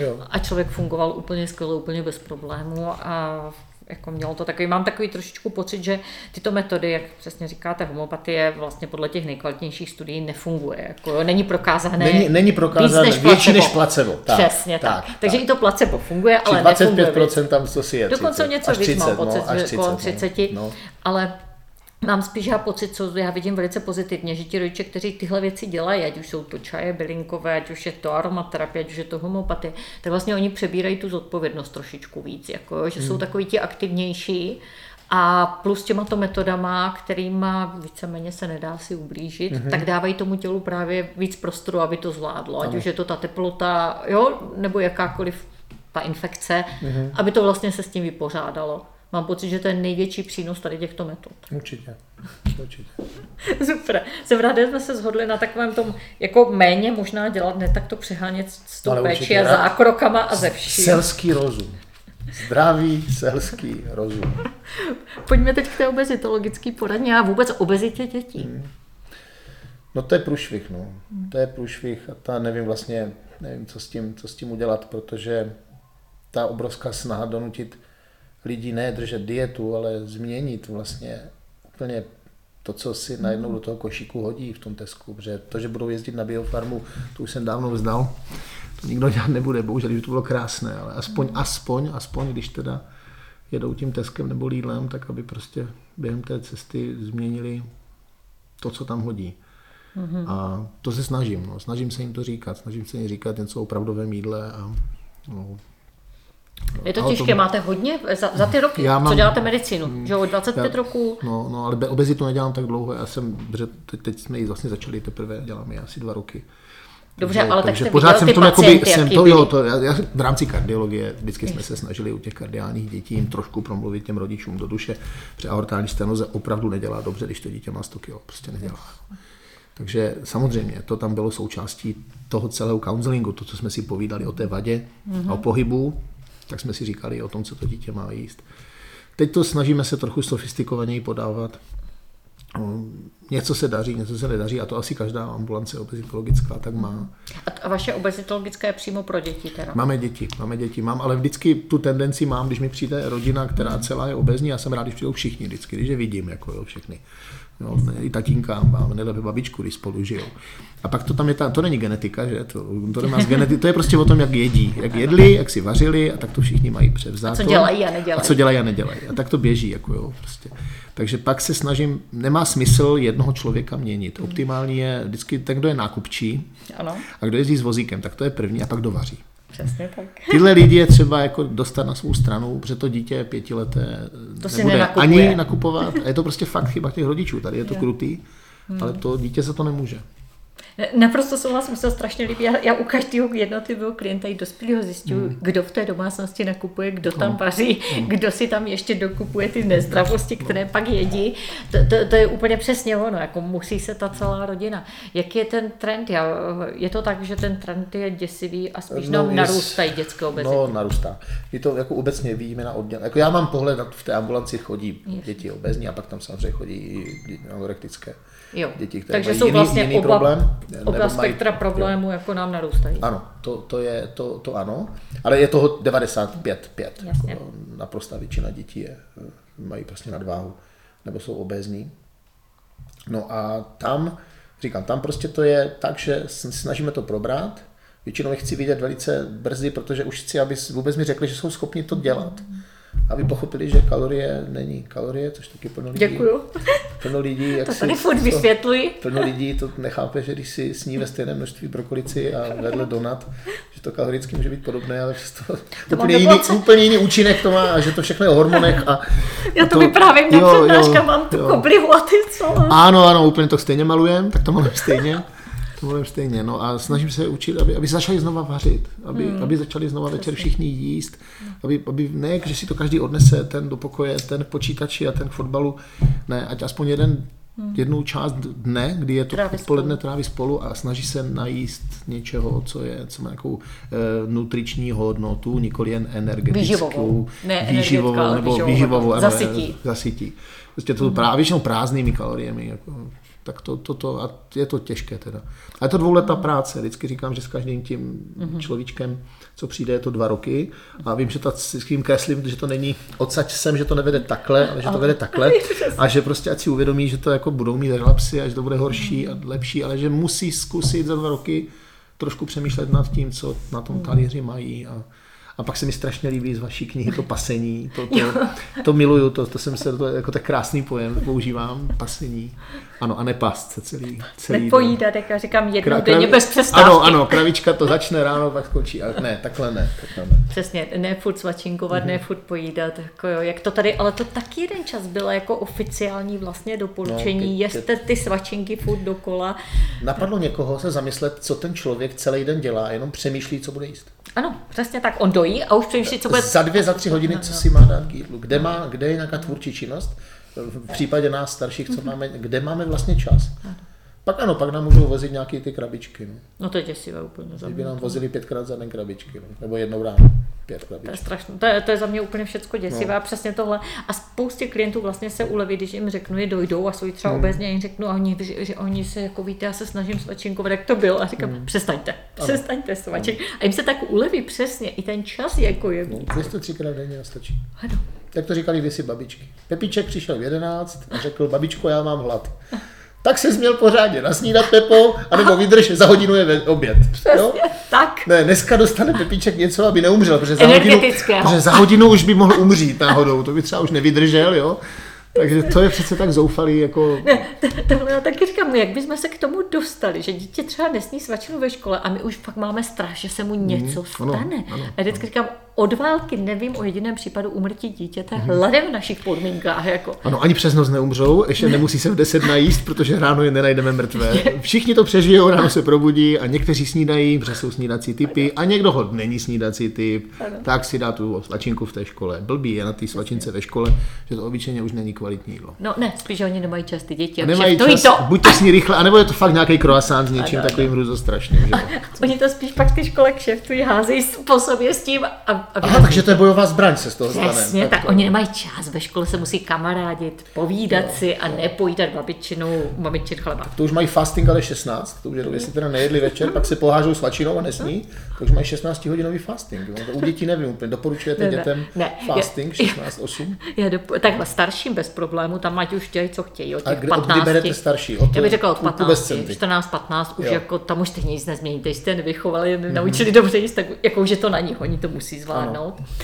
A člověk fungoval úplně skvěle, úplně bez problémů a jako mělo to takový, mám takový trošičku pocit, že tyto metody, jak přesně říkáte, homeopatie vlastně podle těch nejkvalitnějších studií nefunguje. Jako, není prokázané. Není prokázané větší než placebo. Přesně tak. Takže i to placebo funguje, ale 25% tam co si je. Dokonce něco víc mám pocit, že kolem 30, ale mám spíš pocit, co já vidím velice pozitivně, že ti rodiče, kteří tyhle věci dělají, ať už jsou to čaje bylinkové, ať už je to aromaterapie, ať už je to homeopatie, tak vlastně oni přebírají tu zodpovědnost trošičku víc, jako, že jsou takový ti aktivnější a plus těmato metodama, kterýma víceméně se nedá si ublížit, tak dávají tomu tělu právě víc prostoru, aby to zvládlo, ať už je to ta teplota, nebo jakákoliv ta infekce, aby to vlastně se s tím vypořádalo. Mám pocit, že to je největší přínos tady těchto metod. Určitě. Super. Jsem ráda, že jsme se shodli na takovém tom, jako méně možná dělat, ne tak to přehánět s tou péčí a zákrokama a ze vším. Selský rozum. Zdravý selský rozum. Pojďme teď k té obezitologické poradně a vůbec obezitě dětí. No to je průšvih, no. To je průšvih a nevím, co s tím udělat, protože ta obrovská snaha donutit lidi ne držet dietu, ale změnit vlastně úplně to, co si najednou do toho košíku hodí v tom Tesku, protože to, že budou jezdit na biofarmu, to už jsem dávno vzdal, to nikdo dělat nebude, bohužel, že to bylo krásné, ale aspoň, když teda jedou tím Teskem nebo Lidlem, tak aby prostě během té cesty změnili to, co tam hodí. A to se snažím se jim to říkat, něco o opravdovém jídle a je to těžké, máte hodně za ty roky, co děláte medicínu, že 25 roků? No, ale obezitu nedělám tak dlouho, teď jsme ji vlastně začali teprve, dělám ji asi 2 roky. Dobře, ale tak jste pořád viděl ty pacienty, já v rámci kardiologie, vždycky jsme se snažili u těch kardiálních dětí jim trošku promluvit těm rodičům do duše, protože aortální stenoze opravdu nedělá dobře, když to dítě má 100 kg, prostě nedělá. Takže samozřejmě to tam bylo součástí toho celého counselingu, to, co jsme si povídali o té vadě a o pohybu, tak jsme si říkali o tom, co to dítě má jíst. Teď to snažíme se trochu sofistikovaněji podávat. Něco se daří, něco se nedaří a to asi každá ambulance obezitologická tak má. A vaše obezitologická je přímo pro děti teda? Máme děti, ale vždycky tu tendenci mám, když mi přijde rodina, která celá je obezní, já jsem rád, když přijdou všichni vždycky, když je vidím, všechny. I tatínka, máme nejlépe babičku, když spolu žijou. A pak to tam je to není genetika, že? To nemá z genetiky, to je prostě o tom, jak jedí. Jak jedli, jak si vařili a tak to všichni mají převzát. A co dělají a nedělají. A tak to běží, prostě. Takže pak se snažím, nemá smysl jednoho člověka měnit. Optimální je vždycky ten, kdo je nákupčí a kdo jezdí s vozíkem, tak to je první a pak kdo vaří. Přesně tak. Tyhle lidi je třeba jako dostat na svou stranu, protože to dítě 5leté nebude ani nakupovat. A je to prostě fakt chyba těch rodičů. Tady je to krutý, ale to dítě se to nemůže. Naprosto souhlasím, se to strašně líbí. Já u každého jednotlivého klienta i dospělého zjišťuju, kdo v té domácnosti nakupuje, kdo tam vaří, kdo si tam ještě dokupuje ty nezdravosti, které pak jedí. To je úplně přesně ono, jako musí se ta celá rodina. Jaký je ten trend? Je to tak, že ten trend je děsivý a spíš nám narůstají dětské obezity? No, narůstá. My to jako obecně vidíme na oddělení. Jako já mám pohled, v té ambulanci chodí děti obézní a pak tam samozřejmě chodí i anorektické. Jo. Děti, které takže mají jsou vlastně jiný problém. Oba spektra problémů jako nám narůstají. Ano, to ano, ale je toho 95,5. Jako naprostá většina dětí mají prostě nadváhu nebo jsou obézní. No a tam prostě to je tak, že snažíme to probrat. Většinou je chci vidět velice brzy, protože už chci, aby vůbec mi řekli, že jsou schopni to dělat. Aby pochopili, že kalorie není kalorie, což taky plno lidí. Děkuju. Plno lidí, jak to tady furt vysvětluji. Plno lidí to nechápe, že když si sní ve stejném množství brokolici a vedle donat, že to kaloricky může být podobné, ale přesto úplně jiný účinek to má a že to všechno je o hormonech. A já to vyprávím, jak přednáška, mám tu koblihu a ty co? Ano, úplně to stejně malujem, tak to malujeme stejně. No a snažím se učit, aby začali znova vařit, aby začali znova večer všichni jíst, aby ne, že si to každý odnese, ten do pokoje, ten k počítači a ten k fotbalu, ne, ať aspoň jednu část dne, kdy je to odpoledne tráví spolu a snaží se najíst něčeho, co má nějakou nutriční hodnotu, nikoli jen energetickou, výživovou, zasytí. Prostě to většinou prázdnými kaloriemi, jako. Tak a je to těžké teda. A je to 2letá práce, vždycky říkám, že s každým tím človíčkem, co přijde, je to 2 roky a vím, že s tím kreslím, že to není odsaď sem, že to nevede takhle, ale že to vede takhle a že prostě ať si uvědomí, že to jako budou mít relapsy a že to bude horší a lepší, ale že musí zkusit za 2 roky trošku přemýšlet nad tím, co na tom talíři mají a pak se mi strašně líbí z vaší knihy to pasení, to miluju, to jsem se jako tak krásný pojem používám, pasení. Ano, a nepast se celý nepojídat, jak já říkám, jednou denně bez přestávky. Ano, kravička to začne ráno, pak skončí, ale ne, takhle ne. Přesně, ne furt svačinkovat, ne furt pojídat, jako jo, jak to tady, ale to taky jeden čas bylo jako oficiální vlastně doporučení, jeste ty svačinky furt dokola. Napadlo někoho se zamyslet, co ten člověk celý den dělá, jenom přemýšlí, co bude jíst. Ano, přesně tak, on dojí a už přemýšlí, co bude... Za 2-3 hodiny, co si má dát k jídlu, kde je nějaká tvůrčí činnost, v případě nás starších, co máme, kde máme vlastně čas. Pak nám můžou vozit nějaké ty krabičky. No to je děsivé úplně. Kdyby nám vozili 5krát za den krabičky, nebo jednou ráno 5 krabiček. To je strašné, to je za mě úplně všecko děsivé a přesně tohle. A spoustě klientů vlastně se uleví, když jim řeknu, že dojdou a jsou třeba obézní a jim řeknu, že oni se jako víte, já se snažím svačinkovat, jak to bylo a říkám, přestaňte svačink. A jim se tak uleví přesně, i ten čas jako je víc. 203krát denně stačí. Ano. Tak to říkali kdysi babičky. Pepíček přišel v 11 a řekl, babičko, já mám hlad. Tak se měl pořádně nasnídat, Pepo, anebo vydrž, za hodinu je oběd. Přesně, tak. Ne, dneska dostane Pepíček něco, aby neumřel, protože za hodinu už by mohl umřít náhodou, to by třeba už nevydržel, jo. Takže to je přece tak zoufalý, jako... Ne, tohle já taky říkám, jak bychom se k tomu dostali, že dítě třeba nesní svačinu ve škole a my už fakt máme strach, že se mu něco stane. Ano, a vždycky říkám, od války nevím o jediném případu úmrtí dítěte hladem v našich podmínkách. Jako. Ano, ani přes noc neumřou, ještě nemusí se v 10 najíst, protože ráno je nenajdeme mrtvé. Všichni to přežijou, ráno se probudí a někteří snídají, protože jsou snídací typy a někdo ho není snídací typ, tak si dá tu svačinku v té škole. Blbý je na té svačince ve škole, že to obyčejně už není kvalitní jídlo. No ne, spíš, že oni nemají čas ty děti. Nemají čas, buď to sní rychle, anebo je to fakt nějaký croissant s něčím takovým hruzostrašným. Oni to spíš pak ty škole kšeftují, házejí po sobě s tím. Takže to je bojová zbraň, se z toho stane. Přesně, tak oni nemají čas, ve škole se musí kamarádit, povídat si a nepojídat babičin chleba. To už mají fasting, ale 16, to už je to, jestli teda nejedli večer, pak se pohážou svačinou a nesní, to už mají 16hodinový fasting. U dětí nevím úplně, doporučujete dětem fasting 16-8? Takhle starším bez problému, tam ať už dělají, co chtějí, od těch 15. Kdy berete starší? Já bych řekla od 15, 14-15, už jako tam už stejně nic nezměníte, jste nevychovali, naučili dobře jíst, tak jako už je to na nich, oni to musí zvládnout.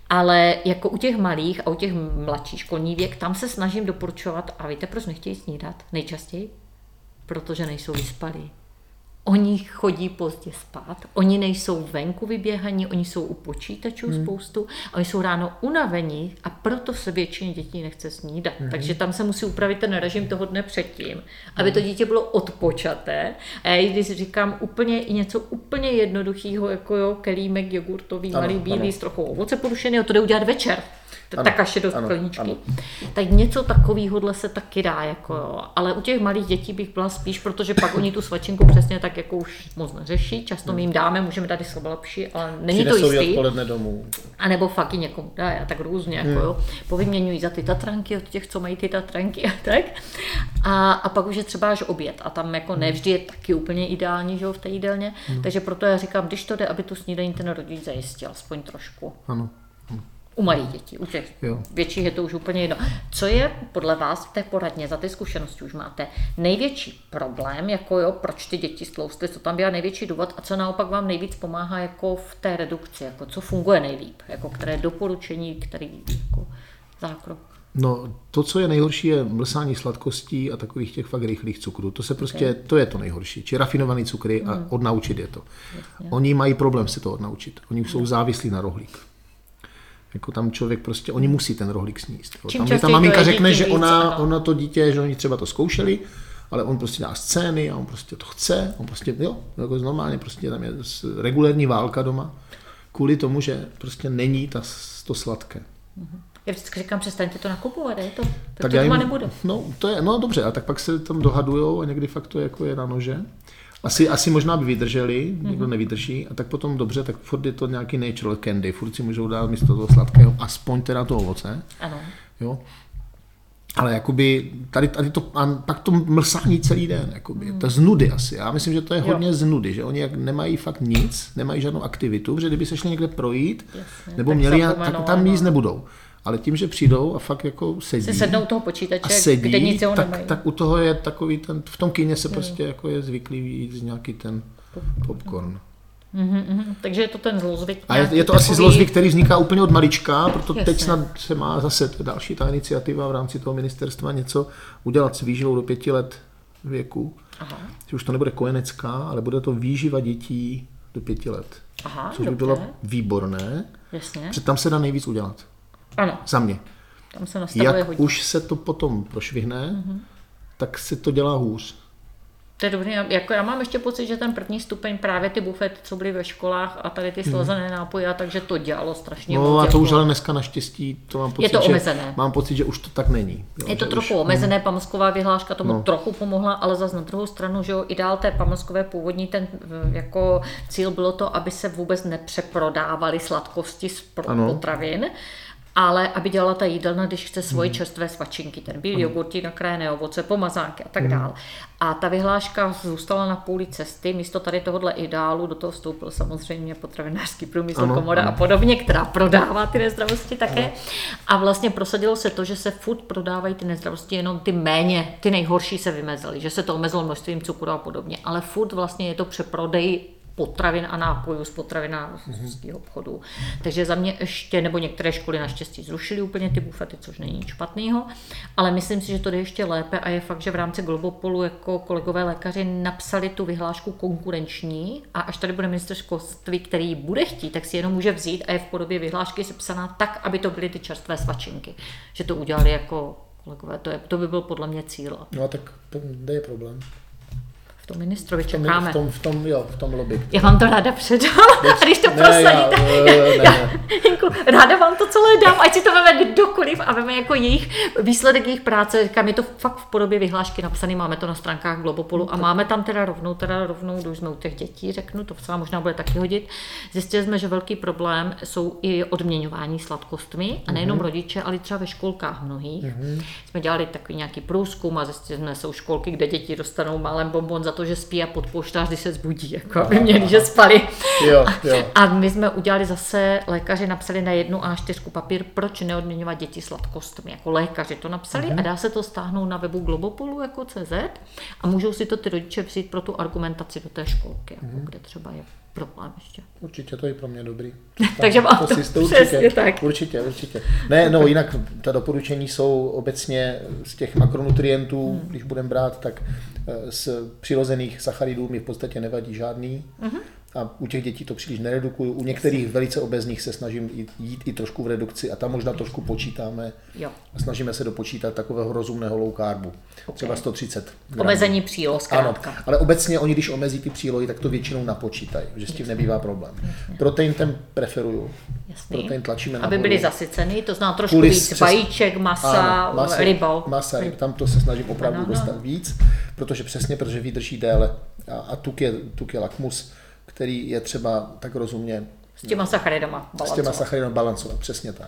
Ale jako u těch malých a u těch mladších školní věk, tam se snažím doporučovat, a víte, proč nechtějí snídat nejčastěji? Protože nejsou vyspalí. Oni chodí pozdě spát, oni nejsou venku vyběhaní, oni jsou u počítačů spoustu, a oni jsou ráno unavení a proto se většině dětí nechce snídat. Takže tam se musí upravit ten režim toho dne předtím, aby to dítě bylo odpočaté. A já když říkám úplně i něco úplně jednoduchého, jako kelímek jogurtový, malý bílý s trochou ovoce porušeného, to jde udělat večer. Ta kaše do skleničky. Tak něco takového se taky dá, jako jo. Ale u těch malých dětí bych byla spíš, protože pak oni tu svačinku přesně tak jako už moc neřeší. Často my jim dáme, můžeme dát i lepší, ale není to jistý. Odpoledne domů. A nebo fakt i někomu dá, já tak různě, jako jo. Povyměňují za ty tatranky od těch, co mají ty tatranky a tak. A pak už je třeba až oběd. A tam jako nevždy je taky úplně ideální, že jo, v té jídelně. Takže proto já říkám, když to jde, aby tu snídaní ten rodič zajistil, aspoň trošku. Ano. U malých dětí, u těch větších je to už úplně jedno. Co je podle vás v té poradně, za ty zkušenosti už máte, největší problém, jako jo, proč ty děti stloustly, co tam byla největší důvod a co naopak vám nejvíc pomáhá jako v té redukci, jako co funguje nejlíp, jako které doporučení, který jako zákrok? No, to, co je nejhorší, je mlsání sladkostí a takových těch fakt rychlých cukrů. To se prostě, to je to nejhorší. Či rafinovaný cukry a odnaučit je to. Jasně. Oni mají problém si to odnaučit. Oni už jsou závislí na rohlík. Jako tam člověk prostě, oni musí ten rohlík sníst. Tam ta maminka řekne, že ona to dítě, že oni třeba to zkoušeli, ale on prostě dá scény a on prostě to chce, on prostě, jako normálně prostě tam je regulérní válka doma, kvůli tomu, že prostě není to sladké. Já vždycky říkám, přestaňte to nakupovat, je to doma nebude. No dobře, a tak pak se tam dohadujou a někdy fakt to jako je na nože. Asi možná by vydrželi, někdo nevydrží, a tak potom dobře, tak furt je to nějaký natural candy, furt si můžou dát místo toho sladkého aspoň teda to ovoce. Ano. Jo. Ale jakoby tady to, a pak to mlsání celý den, jakoby, to z nudy asi. Já myslím, že to je hodně z nudy, že oni jak nemají fakt nic, nemají žádnou aktivitu, protože kdyby se šli někde projít, nebo tak měli, tak tam jíst nebudou. Ale tím, že přijdou a fakt jako sedí. Se sednou toho počítače, sedí, kde nic nemají. Tak u toho je takový ten, v tom kyně se prostě jako je zvyklý jíst nějaký ten popcorn. Takže je to ten zlozvyk. A je to asi zlozvyk, který vzniká úplně od malička, proto teď snad se má zase další ta iniciativa v rámci toho ministerstva něco udělat s výživou do 5 let věku. Aha. Že už to nebude kojenecká, ale bude to výživa dětí do 5 let. Aha, což by bylo výborné. Jasně. Protože tam se dá nejvíc udělat. Ano. Za mě. Tam se nastavuje jak hodně. Už se to potom prošvihne, tak se to dělá hůř. To je dobrý, jako já mám ještě pocit, že ten první stupeň právě ty bufety, co byly ve školách a tady ty slazené nápoje, takže to dělalo strašně moc. No a to už ale dneska naštěstí, to mám pocit, je to omezené. Mám pocit, že už to tak není. Jo, je to trochu omezené, pamlsková vyhláška tomu trochu pomohla, ale zase na druhou stranu, že jo, ideál té pamlskové původní, ten jako cíl bylo to, aby se vůbec nepřeprodávaly sladkosti z potravin, ale aby dělala ta jídelna, když chce svoje čerstvé svačinky, ten bílý jogurty, nakrájené ovoce, pomazánky a tak dál. A ta vyhláška zůstala na půli cesty, místo tady tohohle ideálu do toho vstoupil samozřejmě potravinářský průmysl, komora a podobně, která prodává ty nezdravosti také. A vlastně prosadilo se to, že se furt prodávají ty nezdravosti, jenom ty nejhorší se vymezily, že se to omezilo množstvím cukru a podobně, ale furt vlastně je to přeprodej potravin a nápojů z potravinářského obchodu. Takže za mě ještě, nebo některé školy naštěstí zrušily úplně ty bufety, což není nic špatného, ale myslím si, že to jde ještě lépe a je fakt, že v rámci Globopolu jako kolegové lékaři napsali tu vyhlášku konkurenční a až tady bude ministr školství, který bude chtít, tak si jenom může vzít a je v podobě vyhlášky sepsaná tak, aby to byly ty čerstvé svačinky. Že to udělali jako kolegové, to by byl podle mě cíl. No a tak kde je problém? V tom ministrovi čekáme. V tom lobby. Já vám to ráda předám, a když to prosadíte, ráda vám to celé dám, ať si to veme kdokoliv a veme jako jejich výsledek jejich práce. Říkám, je to fakt v podobě vyhlášky napsaný, máme to na stránkách Globopolu a máme tam teda rovnou, když jsme u těch dětí, řeknu, to se vám možná bude taky hodit. Zjistili jsme, že velký problém jsou i odměňování sladkostmi a nejenom rodiče, ale třeba ve školkách mnohých. Jsme dělali takový nějaký průzkum a zjistili jsme, že jsou školky, kde děti dostanou málem bonbon za to, že spí a podpouštáš, když se zbudí, jako aby měli, že spali. Jo. A my jsme udělali zase, lékaři napsali na 1 A4 papír, proč neodměňovat děti sladkostmi. Jako lékaři to napsali a dá se to stáhnout na webu Globopolu jako CZ a můžou si to ty rodiče vzít pro tu argumentaci do té školky, jako kde třeba je problém ještě. Určitě, to je pro mě dobrý. Takže mám to přesně tak. Určitě. Ne, no jinak ta doporučení jsou obecně z těch makronutrientů, když budeme brát, tak z přirozených sacharidů mi v podstatě nevadí žádný. A u těch dětí to příliš neredukuju. U některých velice obezních se snažím jít i trošku v redukci a tam možná trošku počítáme. Jo. A snažíme se dopočítat takového rozumného low carbu. Okay. Třeba 130 gramů. Omezení příloh zkrátka. Ano, ale obecně oni, když omezí ty přílohy, tak to většinou napočítají, že s tím nebývá problém. Jasně. Protein ten preferuju. Jasný. Protein tlačíme nahoru. Aby byli zasycený, to znamená trošku víc vajíček, masa, ryba. Masa, tam to se snažím opravdu dostat víc, protože vydrží déle a tuk je lakmus, který je třeba tak rozumně s těma sacharidama balancovat. Přesně tak.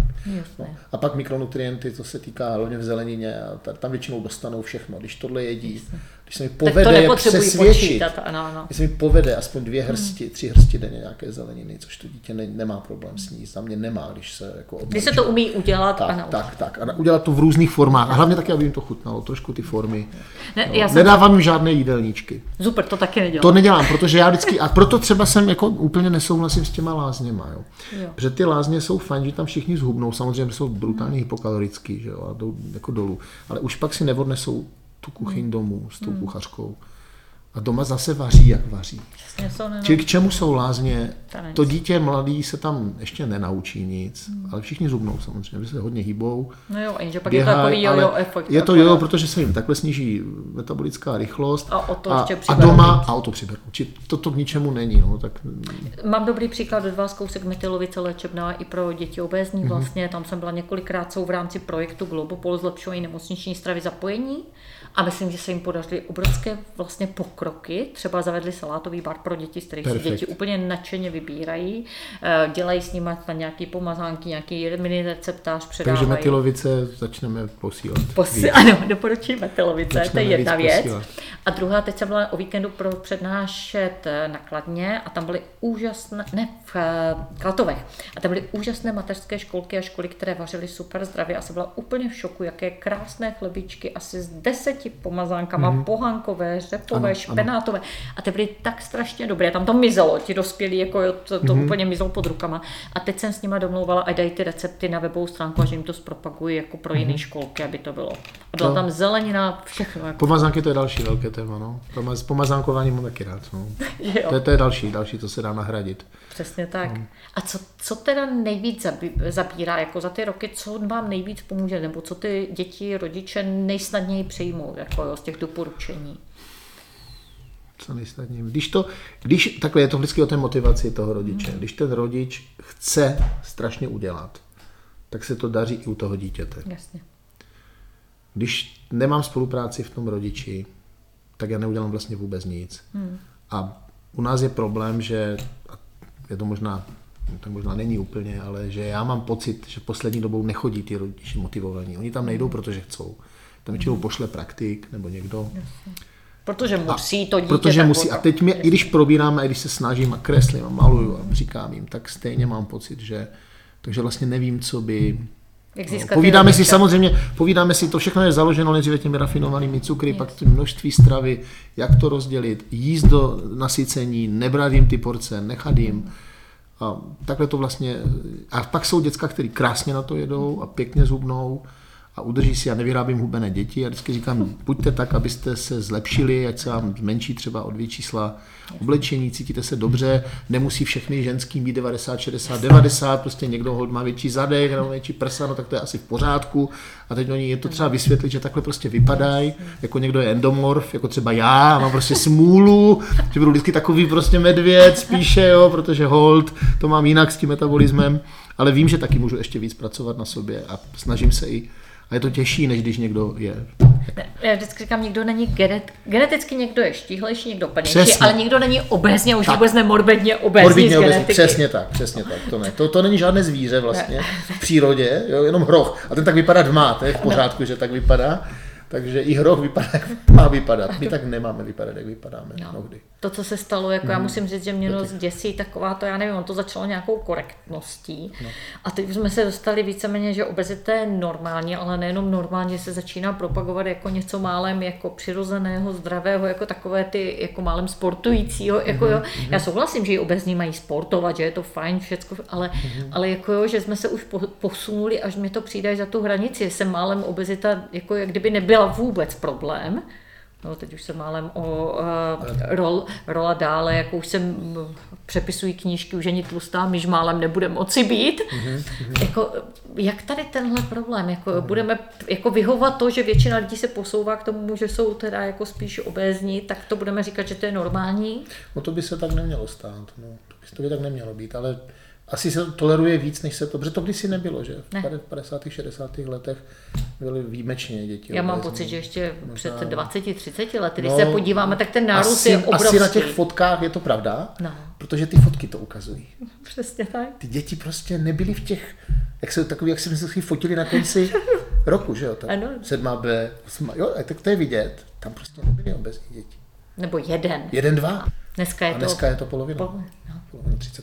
No. A pak mikronutrienty, to se týká hlavně v zelenině, a tam většinou dostanou všechno. Když tohle jedí, když se mi povede je přesvědčit, když se mi povede aspoň 2 hrsti, 3 hrsti denně nějaké zeleniny, což to dítě nemá problém sníst, za mě nemá, když se jako když se to umí udělat tak. A udělat to v různých formách. A hlavně taky, aby jim to chutnalo, trošku ty formy. Nedávám jim žádné jídelníčky. Super, to taky nedělám. To nedělám, protože já vždycky, a proto třeba jsem jako úplně nesouhlasím s těma lázněma, jo. Protože ty lázně jsou fajn, že tam všichni zhubnou, samozřejmě jsou brutálně hypokalorický, že jo, a jdou jako dolů, ale už pak si neodnesou tu kuchyň domů s tou kuchařkou. A doma zase vaří, jak vaří. Čili k čemu jsou lázně? To dítě mladý se tam ještě nenaučí nic, ale všichni zubnou samozřejmě, že se hodně hýbou. No jo, jenže pak běhaj, je to takový jojo efekt. Je to jojo, protože se jim takhle sníží metabolická rychlost a doma auto přiberou. Či toto k ničemu není. No, tak... Mám dobrý příklad od vás, kousek Metylovice léčebná i pro děti obézní. Vlastně tam jsem byla několikrát, jsou v rámci projektu Globopol zlepšování nemocniční stravy zapojení. A myslím, že se jim podařily obrovské vlastně pokroky. Třeba zavedli salátový bar pro děti, z kterých si děti úplně nadšeně vybírají. Dělají s nimi na nějaké pomazánky, nějaký mini receptář předávají. Takže Metylovice začneme posílat. Ano, doporučuji Metylovice, to je jedna věc. Posílat. A druhá, teď jsem byla o víkendu přednášet na Kladně a tam byly úžasné, v Klatovech, a tam byly úžasné mateřské školky a školy, které vařily super zdravě a jsem byla úplně v šoku, jaké krásné chlebičky, asi z 10 pomazánkama, pohankové, řepové, špenátové. A ty byly tak strašně dobré. Tam to mizelo, ti dospělí, jako to úplně mizelo pod rukama. A teď jsem s nima domlouvala a dají ty recepty na webovou stránku a že jim to zpropagují jako pro jiné školky, aby to bylo. A byla tam zelenina, všechno. Jako pomazánky, to je další velké téma, no. Pomazánkování mám taky rád, no. To je další, co se dá nahradit. Přesně tak. A co teda nejvíc zabírá, jako za ty roky, co vám nejvíc pomůže, nebo co ty děti, rodiče nejsnadněji přijmou, jako z těch doporučení? Co nejsnadněji. Když takhle je to vždycky o té motivaci toho rodiče. Když ten rodič chce strašně udělat, tak se to daří i u toho dítěte. Jasně. Když nemám spolupráci v tom rodiči, tak já neudělám vlastně vůbec nic. A u nás je problém, že je to možná není úplně, ale že já mám pocit, že poslední dobou nechodí ty rodiče motivovaní. Oni tam nejdou, protože chcou. Tam většinou pošle praktik nebo někdo. Protože musí to dítě. Protože musí. A teď i když probíráme, i když se snažím a kreslím a maluju a říkám jim, tak stejně mám pocit, že takže vlastně nevím, co by... Povídáme si, to všechno je založeno nejdříve těmi rafinovanými cukry, pak to množství stravy, jak to rozdělit, jíst do nasycení, nebrat jim ty porce, nechat jim. A takhle to vlastně... A pak jsou děcka, který krásně na to jedou a pěkně zhubnou a udrží si, já nevyrábím hubené děti a vždycky říkám, buďte tak, abyste se zlepšili, ať se vám zmenší třeba o 2 čísla oblečení, cítíte se dobře, nemusí všechny ženský být 90, 60, 90, prostě někdo hold má větší zadek, nebo větší prsa, no tak to je asi v pořádku a teď oni je to třeba vysvětlit, že takhle prostě vypadají, jako někdo je endomorf, jako třeba já, mám prostě smůlu, že budu vždycky takový prostě medvěd spíše, jo, protože hold, to mám jinak s tím metabolismem, ale vím, že taky můžu ještě víc pracovat na sobě a snažím se i. A je to těžší, než když někdo je. Já vždycky říkám, někdo není geneticky, někdo je štíhlejší, někdo plnější, ale někdo není obézně, už vůbec nemorbidně obézní z genetiky. Přesně tak. To není žádné zvíře vlastně v přírodě, jo, jenom hroch. A ten tak vypadá dma, to je v pořádku, že tak vypadá. Takže i hroch vypadá, jak má vypadat. My tak nemáme vypadat, jak vypadáme mnohdy. To, co se stalo, jako já musím říct, že mě děsí taková to, já nevím, on to začalo nějakou korektností. No. A teď jsme se dostali víceméně, že obezita je normální, ale nejenom normálně, se začíná propagovat jako něco málem jako přirozeného, zdravého, jako takové ty jako málem sportujícího. Jako jo. Já souhlasím, že i obezní mají sportovat, že je to fajn, všecko, ale jako jo, že jsme se už posunuli, až mi to přijde za tu hranici. Jsem málem obezita, jako jak kdyby nebyla vůbec problém. No, teď už se málem rola dále, jako už jsem přepisují knížky, už ani tlustá myš málem nebude moci být. Jako, jak tady tenhle problém? Jako, budeme jako vyhovat to, že většina lidí se posouvá k tomu, že jsou teda jako spíš obézní, tak to budeme říkat, že to je normální? No to by se tak nemělo stát, no. To by tak nemělo být, ale asi se toleruje víc, než se to, protože to kdysi nebylo, že? V 50. 60. letech byly výjimečně děti. Já mám pocit, že ještě před 20-30 lety, když se podíváme, tak ten nárůst je obrovský. Asi na těch fotkách je to pravda, protože ty fotky to ukazují. Přesně tak. Ty děti prostě nebyly v těch, jak jsme se fotili na konci roku, že jo? 7B, 8, jo, tak to je vidět, tam prostě nebyly obezní děti. Nebo jeden. 2. Dneska je to polovina. Polovina 30%.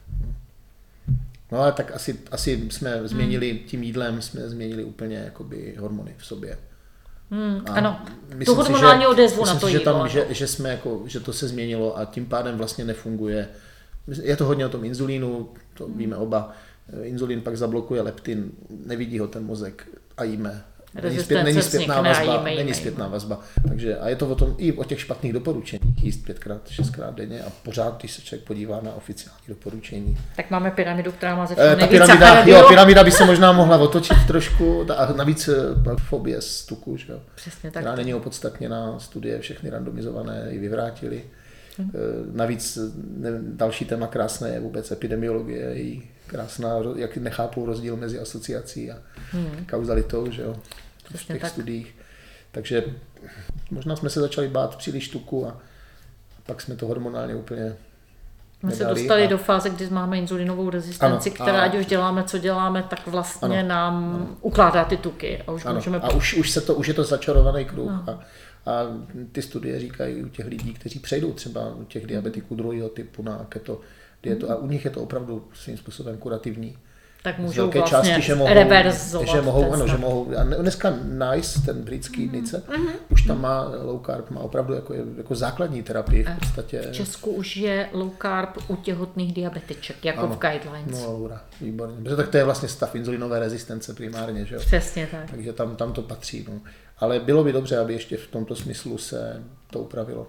No ale tak asi jsme změnili tím jídlem, jsme změnili úplně jakoby hormony v sobě. Ano, tu hormonální odezvu na to jídlo. Že to se změnilo a tím pádem vlastně nefunguje. Je to hodně o tom inzulínu, to víme oba. Inzulín pak zablokuje leptin, nevidí ho ten mozek a jíme. Není zpětná vazba. Takže, a je to o tom i o těch špatných doporučeních, jíst 5x, 6x denně a pořád, když se člověk podívá na oficiální doporučení. Tak máme pyramidu, která má ze všeho nejvíc pyramida by se možná mohla otočit trošku, a navíc fobie z tuku, že jo? Přesně tak. Která není opodstatněná, studie všechny randomizované i vyvrátily. Navíc další téma krásné je vůbec epidemiologie, i krásná, jak nechápou rozdíl mezi asociací a kauzalitou, že jo, v těch studiích. Takže možná jsme se začali bát příliš tuku a pak jsme to hormonálně úplně my se dostali do fáze, kdy máme inzulinovou rezistenci, která ať už děláme, co děláme, tak vlastně nám ukládá ty tuky. A už je to začarovaný kruh. A ty studie říkají u těch lidí, kteří přejdou třeba u těch diabetiků druhého typu na keto dietu a u nich je to opravdu svým způsobem kurativní. Tak můžou vlastně reverzovat. Že mohou. A dneska NICE, ten britský NICE, už tam má low carb, má opravdu jako základní terapii v podstatě. V Česku už je low carb u těhotných diabetiček, jako v guidelines. No, Laura, výborně. Protože tak to je vlastně stav inzulinové rezistence primárně, že jo? Přesně tak. Takže tam to patří. No. Ale bylo by dobře, aby ještě v tomto smyslu se to upravilo.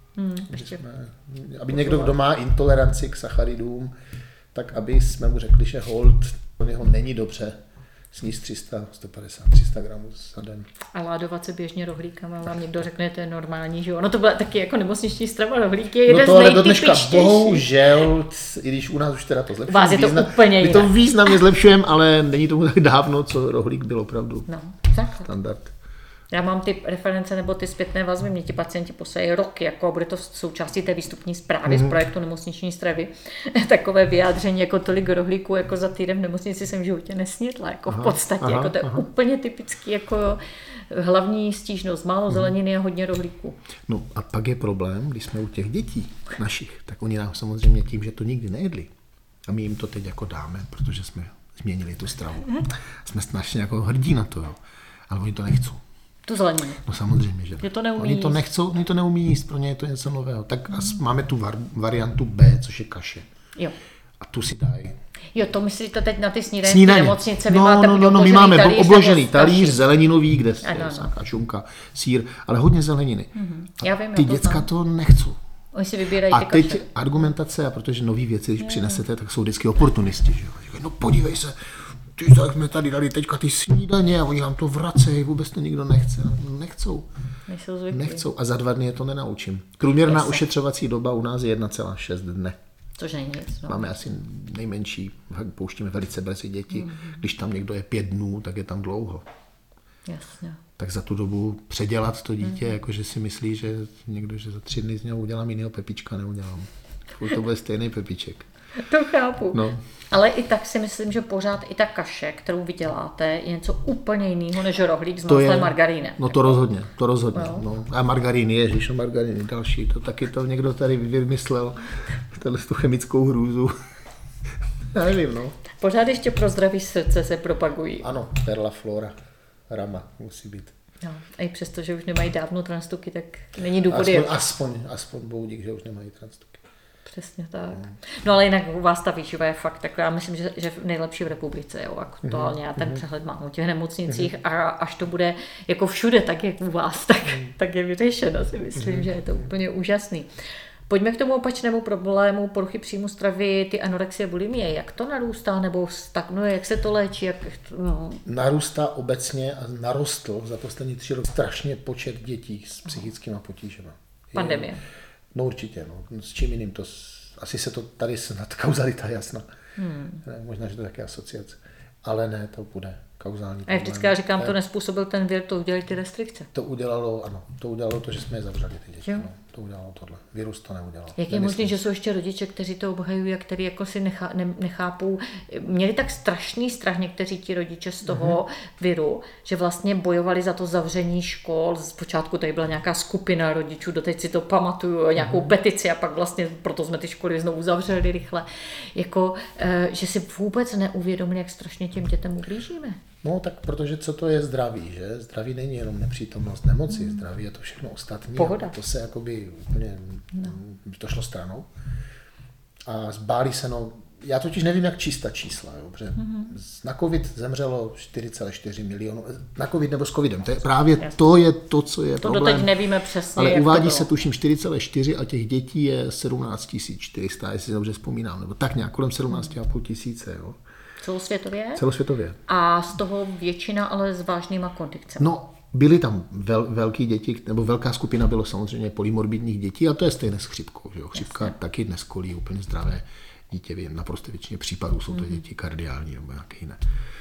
Aby někdo, kdo má intoleranci k sacharidům, tak aby jsme mu řekli, že hold pro něho není dobře sníst 300 gramů za den. A ládovat se běžně rohlíkama, vám někdo řekne, že to je normální, že jo? No to byla taky jako nemocniční strava, rohlík je jeden z nejtypičtějších. Bohužel, i když u nás už teda to zlepšujeme. Vás je to úplně jinak. My to významně zlepšujeme, ale není tomu tak dávno, co rohlík byl opravdu standard. Já mám ty reference nebo ty zpětné vazby, mě ti pacienti posají rok, jako bude to součástí té výstupní zprávy z projektu nemocniční stravy. Takové vyjádření, jako tolik rohlíků, jako za týden v nemocnici jsem v životě nesnědla, jako v podstatě, jako to je úplně typický, jako hlavní stížnost, málo zeleniny a hodně rohlíků. No a pak je problém, když jsme u těch dětí našich, tak oni nám samozřejmě tím, že to nikdy nejedli a my jim to teď jako dáme, protože jsme změnili tu stravu. Jsme strašně jako hrdí na to, jo. Ale oni to nechcou. Tu zeleninu. No samozřejmě, že oni to nechcou, oni to neumí jíst, pro ně je to něco nového. Tak máme tu variantu B, což je kaše. Jo. A tu si dají. Jo, to myslíte teď na ty snídaně nemocnice, vy máte my máme obložený talíř, zeleninový, kde je šunka, sýr, ale hodně zeleniny. Já vím, ty děcka to nechcou. Oni si vybírají a teď argumentace, a protože nový věci, když přinesete, tak jsou vždycky oportunisti. Že? No podívej se, tak jsme tady dali teďka ty snídaně a oni nám to vracejí, vůbec to nikdo nechce. Nechcou. A za 2 dny je to nenaučím. Průměrná ušetřovací doba u nás je 1,6 dne. Což není nic. No. Máme asi nejmenší, pouštíme velice brzy děti. Když tam někdo je 5 dnů, tak je tam dlouho. Jasně. Tak za tu dobu předělat to dítě, jakože si myslí, že někdo, že za 3 dny z něho udělám jinýho Pepička, neudělám. To bude stejný Pepiček. To chápu. No. Ale i tak si myslím, že pořád i ta kaše, kterou vy děláte, je něco úplně jiného než rohlík s maslem margarínem. No to rozhodně. No. A margarín, ježiš, margarín další, to taky to někdo tady vymyslel, tu chemickou hrůzu. Já nevím, no. Pořád ještě pro zdraví srdce se propagují. Ano, perla flora, rama musí být. No, a i přesto, že už nemají dávno transtuky, tak není důvod. Aspoň boudík, že už nemají transtuky. Přesně tak. No ale jinak u vás ta výživa je fakt taková, já myslím, že nejlepší v republice, jo, aktuálně. Já ten přehled mám o těch nemocnicích a až to bude jako všude, tak jak u vás, tak je vyřešeno, si myslím, že je to úplně úžasný. Pojďme k tomu opačnému problému poruchy příjmu stravy, ty anorexie, bulimie. Jak to narůstá nebo stagnuje, jak se to léčí? Narůstá obecně a narostl za poslední 3 roky strašně počet dětí s psychickými potížemi. Pandemie. No určitě, no. S čím jiným to, asi se to tady snad kauzalita jasná. Možná, že to je také asociace. Ale ne, to bude kauzální. A já vždycky říkám, to nespůsobil ten vir, to udělali ty restrikce. To udělalo to, že jsme je zavřeli ty děti. No, to udělalo tohle. Virus to neudělal. Jak je možné, že jsou ještě rodiče, kteří to obhajují a kteří jako si nechápou. Měli tak strašný strach někteří ti rodiče z toho viru, že vlastně bojovali za to zavření škol. Zpočátku tady byla nějaká skupina rodičů, doteď si to pamatuju, nějakou petici a pak vlastně proto jsme ty školy znovu zavřeli rychle. Jako, že si vůbec neuvědomili, jak strašně těm dětem ublížíme. No tak protože co to je zdraví, že? Zdraví není jenom nepřítomnost nemoci, zdraví je to všechno ostatní. Pohoda. To se jakoby úplně, to šlo stranou. A zbálí se, já totiž nevím, jak číst ta čísla, jo, protože na covid zemřelo 4,4 milionu, na covid nebo s covidem, to je to, co je problém. To doteď nevíme přesně, ale jak uvádí to se tuším 4,4 a těch dětí je 17 400, jestli si dobře vzpomínám, nebo tak nějak kolem 17,5 tisíce, jo. Celosvětově? Celosvětově. A z toho většina ale s vážnýma kondikcemi. No, byly tam velké děti, nebo velká skupina bylo samozřejmě polymorbidních dětí a to je stejné s chřipkou. Že jo? Chřipka taky dnes kolí úplně zdravé dítě, naprosto většině případů jsou to děti kardiální nebo nějaké jiné.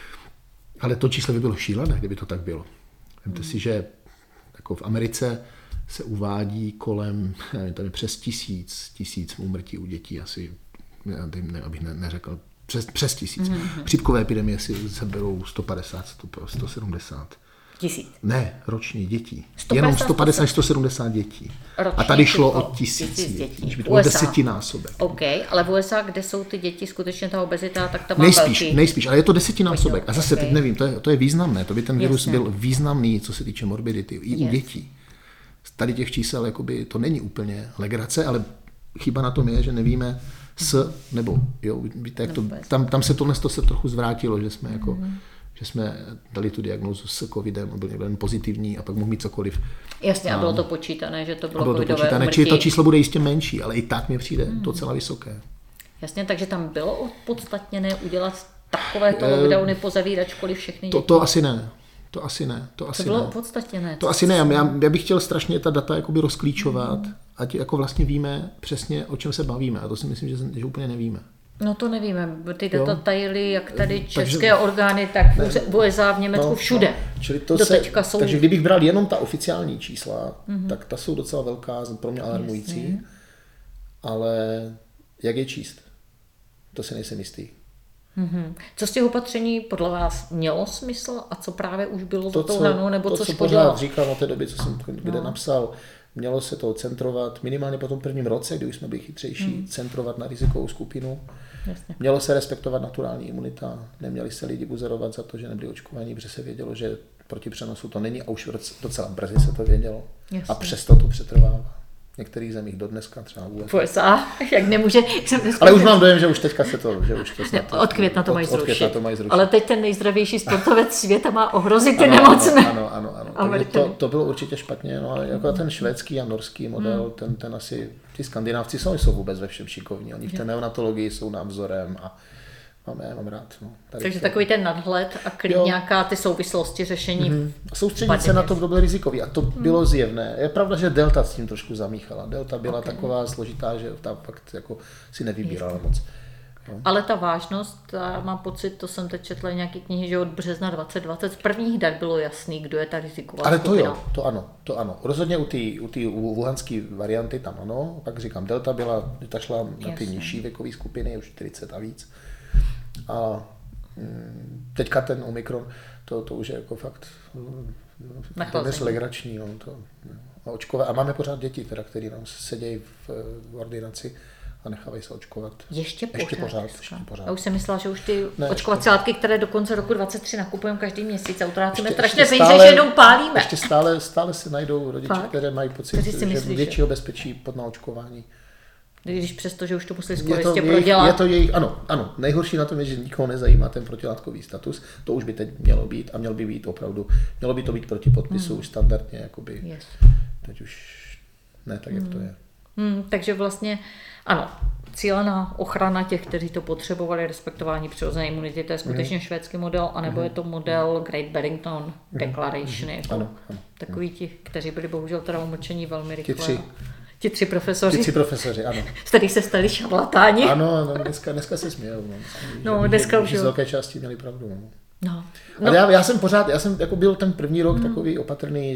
Ale to číslo by bylo šílené, kdyby to tak bylo. Vemte si, že jako v Americe se uvádí kolem, nevím, tam je přes tisíc úmrtí u dětí, asi, abych neřekl, přes 1000. Chřipkové epidemie si seberou 150, 170. Tisíc. Ne, roční dětí. 150, jenom 150, 170 dětí. Ročně a tady šlo o 1000 dětí. Když by to bylo desetinásobek. OK, ale v USA, kde jsou ty děti, skutečně ta obezita, tak to má Nejspíš, ale je to desetinásobek. A zase teď nevím, to je významné. To by ten virus byl významný, co se týče morbidity i u dětí. Tady těch čísel jakoby, to není úplně legrace, ale chyba na tom je, že nevíme nebo jo, víte, jak to, tam se tohle se trochu zvrátilo, že jsme jako že jsme dali tu diagnózu s covidem, byl jen pozitivní a pak mohl mít cokoliv. Jasně, a bylo to počítané, že to bylo covidové úmrtí. Čili to číslo bude jistě menší, ale i tak mi přijde docela vysoké. Jasně, takže tam bylo opodstatněné udělat takovéto lockdowny, pozavírat školy všechny děti? To asi ne. To bylo opodstatněné. To asi ne. Já bych chtěl strašně ta data jakoby rozklíčovat, ať jako vlastně víme přesně, o čem se bavíme. A to si myslím, že úplně nevíme. No to nevíme. Ty data tajily jak tady české orgány, tak v USA, v Německu, všude. Čili jsou... Takže kdybych bral jenom ta oficiální čísla, tak ta jsou docela velká, pro mě alarmující. Jasně. Ale jak je číst? To si nejsem jistý. Co z těch opatření podle vás mělo smysl a co právě už bylo za tou hranou, nebo co škodilo? To, co pořád říkám od té doby, co jsem kde napsal, mělo se to centrovat minimálně po tom prvním roce, kdy už jsme byli chytřejší, centrovat na rizikovou skupinu. Jasně. Mělo se respektovat naturální imunita, neměli se lidi buzerovat za to, že nebyli očkovaní, protože se vědělo, že proti přenosu to není a už docela brzy se to vědělo. Jasně. A přesto to přetrvává. V některých zemích do dneska třeba USA, jak nemůže. Ale už mám dojem, že už teďka se to, že už to snad... Od května to mají zrušit. Ale teď ten nejzdravější sportovec světa má ohrozit ty nemocné. Ano. To bylo určitě špatně, no, ale jako ten švédský a norský model, ten asi, ty skandinávci jsou vůbec ve všem šikovní, oni v té neonatologii jsou nám vzorem a mám rád. No, takže takový ten nadhled a nějaká ty souvislosti řešení. Soustředit se na to, kdo byl rizikový a to bylo zjevné. Je pravda, že Delta s tím trošku zamíchala. Delta byla taková složitá, že ta fakt jako si nevybírala moc. No. Ale ta vážnost, mám pocit, to jsem teď četla nějaké knihy, že od března 2020 z prvních dat bylo jasný, kdo je ta riziková skupina. Ale to ano. Rozhodně u té wuhanské varianty tam ano. Pak říkám, Delta ta šla na ty nižší věkové skupiny, už 40 a víc. A teďka ten Omikron, to už je jako fakt dnes legrační. No, a máme pořád děti, které nám sedějí v ordinaci a nechávají se očkovat. Ještě pořád. Já už jsem myslela, že už ty očkovací látky, které do konce roku 2023 nakupujeme každý měsíc a utrácíme strašné peníze, že jednou pálíme. Ještě stále se najdou rodiče, které mají pocit, že většího bezpečí pod naočkování. Když přesto, že už to museli skoro jistě prodělat. Je to jejich, ano. Nejhorší na tom je, že nikoho nezajímá ten protilátkový status. To už by teď mělo být a mělo by to být proti podpisu už standardně, jakoby. Yes. Teď už ne tak, jak to je. Takže vlastně, ano, cílená ochrana těch, kteří to potřebovali, respektování přirozené imunity, to je skutečně švédský model, anebo je to model Great Barrington Declaration, jako ano. Takový ti, kteří byli bohužel teda umlčení velmi rychle. Ti tři profesoři, ano. Z kterých se stali šarlatáni. Ano, dneska se smějou. Dneska už z velké části měli pravdu. No. Ale já jsem jako byl ten první rok takový opatrný,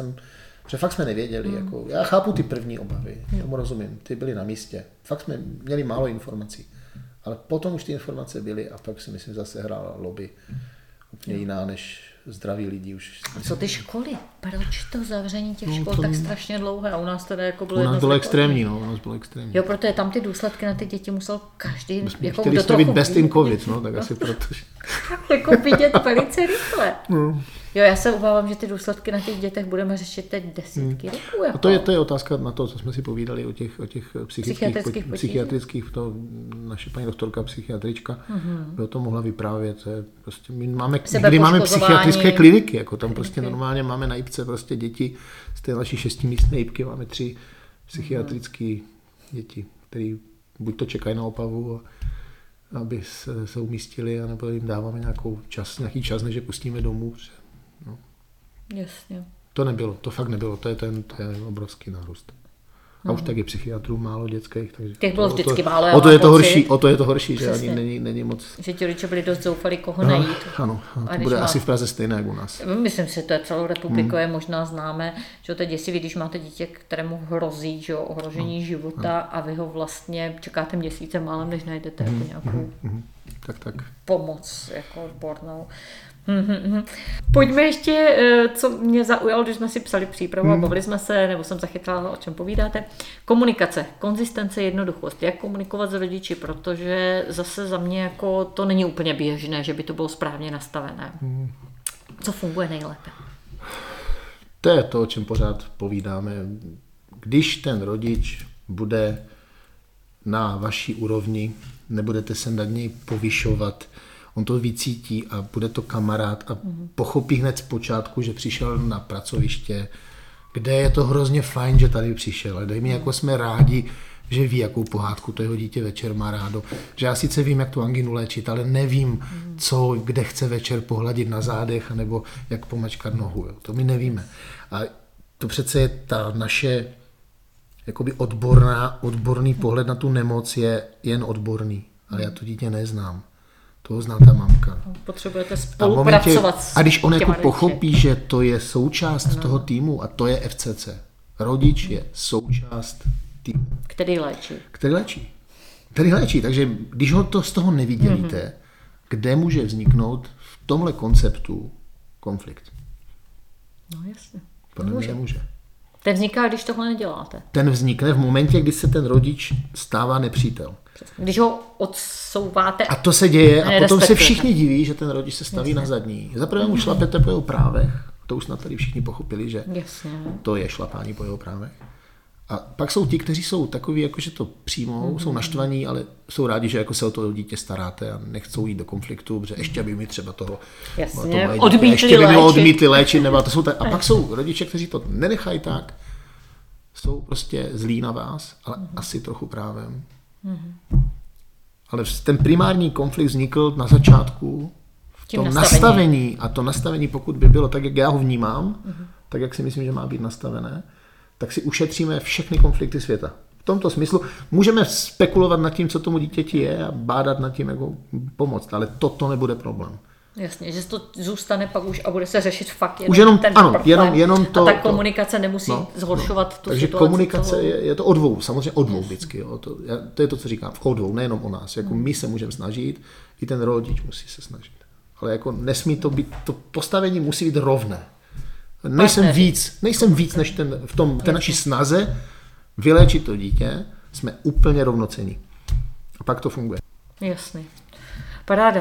že fakt jsme nevěděli. Jako, já chápu ty první obavy, tomu rozumím, ty byly na místě. Fakt jsme měli málo informací. Ale potom už ty informace byly a pak si myslím zase hrála lobby úplně jiná než zdraví lidí už. A co ty školy? Proč to zavření těch škol tak strašně dlouhé? A u nás teda jako bylo u nás bylo extrémní. Jo, protože tam ty důsledky na ty děti musel každý jako kdo trochu být best in covid, tak asi proto. Jako vidět velice rychle. Jo, já se obávám, že ty důsledky na těch dětech budeme řešit teď desítky roků. Jako. A to je otázka na to, co jsme si povídali o těch psychiatrických, to naše paní doktorka, psychiatrička, by o tom mohla vyprávět. Prostě my máme psychiatrické kliniky, jako tam prostě normálně máme na Jipce prostě děti z té naší 6místné Jipky, máme 3 psychiatrické děti, které buď to čekají na Opavu, aby se umístili, anebo jim dáváme nějaký čas, než je pustíme domů. No. Jasně. To fakt nebylo, to je obrovský nárůst. A už tak je psychiatrů málo dětských, takže těch bylo vždycky málo. O to je to horší, že ani není moc. Že ti rodiče byli dost zoufalí, koho najít. Ano, to bude asi v Praze stejné jak u nás. Myslím si, že to je celou republikou, je možná známé, že to je děsivý, když máte dítě, kterému hrozí, že ohrožení života a vy ho vlastně čekáte měsíce málem, než najdete jako nějakou pomoc jako odbornou. Pojďme ještě, co mě zaujalo, když jsme si psali přípravu a bavili jsme se, nebo jsem zachytala, o čem povídáte. Komunikace, konzistence, jednoduchost. Jak komunikovat s rodiči, protože zase za mě jako to není úplně běžné, že by to bylo správně nastavené. Co funguje nejlépe? To je to, o čem pořád povídáme. Když ten rodič bude na vaší úrovni, nebudete se nad něj povyšovat, on to vycítí a bude to kamarád a pochopí hned z počátku, že přišel na pracoviště, kde je to hrozně fajn, že tady přišel. Dej mi, jako jsme rádi, že ví, jakou pohádku to jeho dítě večer má rádo. Že já sice vím, jak tu anginu léčit, ale nevím, kde chce večer pohladit na zádech, nebo jak pomačkat nohu. Jo. To my nevíme. A to přece je ta naše jakoby odborný pohled na tu nemoc je jen odborný. Ale já to dítě neznám. To zná ta mamka. Potřebujete spolupracovat. A když on jako pochopí, že to je součást toho týmu a to je FCC. Rodič je součást týmu. Který léčí. Takže když ho to z toho nevydělíte, kde může vzniknout v tomhle konceptu konflikt? No jasně. Podle mě nemůže. Ten vzniká, když tohle neděláte. Ten vznikne v momentě, kdy se ten rodič stává nepřítel. Když ho odsouváte. A to se děje a potom se všichni diví, že ten rodič se staví na zadní. Zaprvé mu šlapete po jeho právech. To už snad tady všichni pochopili, že to je šlapání po jeho právech. A pak jsou ti, kteří jsou takoví, jakože to přijmou, jsou naštvaní, ale jsou rádi, že jako se o to dítě staráte a nechcou jít do konfliktu, protože ještě by mi třeba toho odmítli léčit. Nebo to jsou a pak jsou rodiče, kteří to nenechají tak, jsou prostě zlí na vás, ale asi trochu právem. Ale ten primární konflikt vznikl na začátku v tom nastavení. A to nastavení, pokud by bylo tak, jak já ho vnímám, tak jak si myslím, že má být nastavené, tak si ušetříme všechny konflikty světa. V tomto smyslu můžeme spekulovat nad tím, co tomu dítěti je a bádat nad tím, jako pomoct, ale toto nebude problém. Jasně, že to zůstane pak už a bude se řešit fakt jenom ten ano, problém. jenom to, a ta komunikace nemusí zhoršovat tu takže situaci. Takže komunikace je to o dvou, samozřejmě o dvou vždycky. Jo. To je to, co říkám, o dvou, nejenom o nás. Jako my se můžeme snažit, i ten rodič musí se snažit. Ale jako nesmí to být, to postavení musí být rovné. Nejsem víc než v té naší snaze vyléčit to dítě, jsme úplně rovnocenní. A pak to funguje. Jasný. Paráda.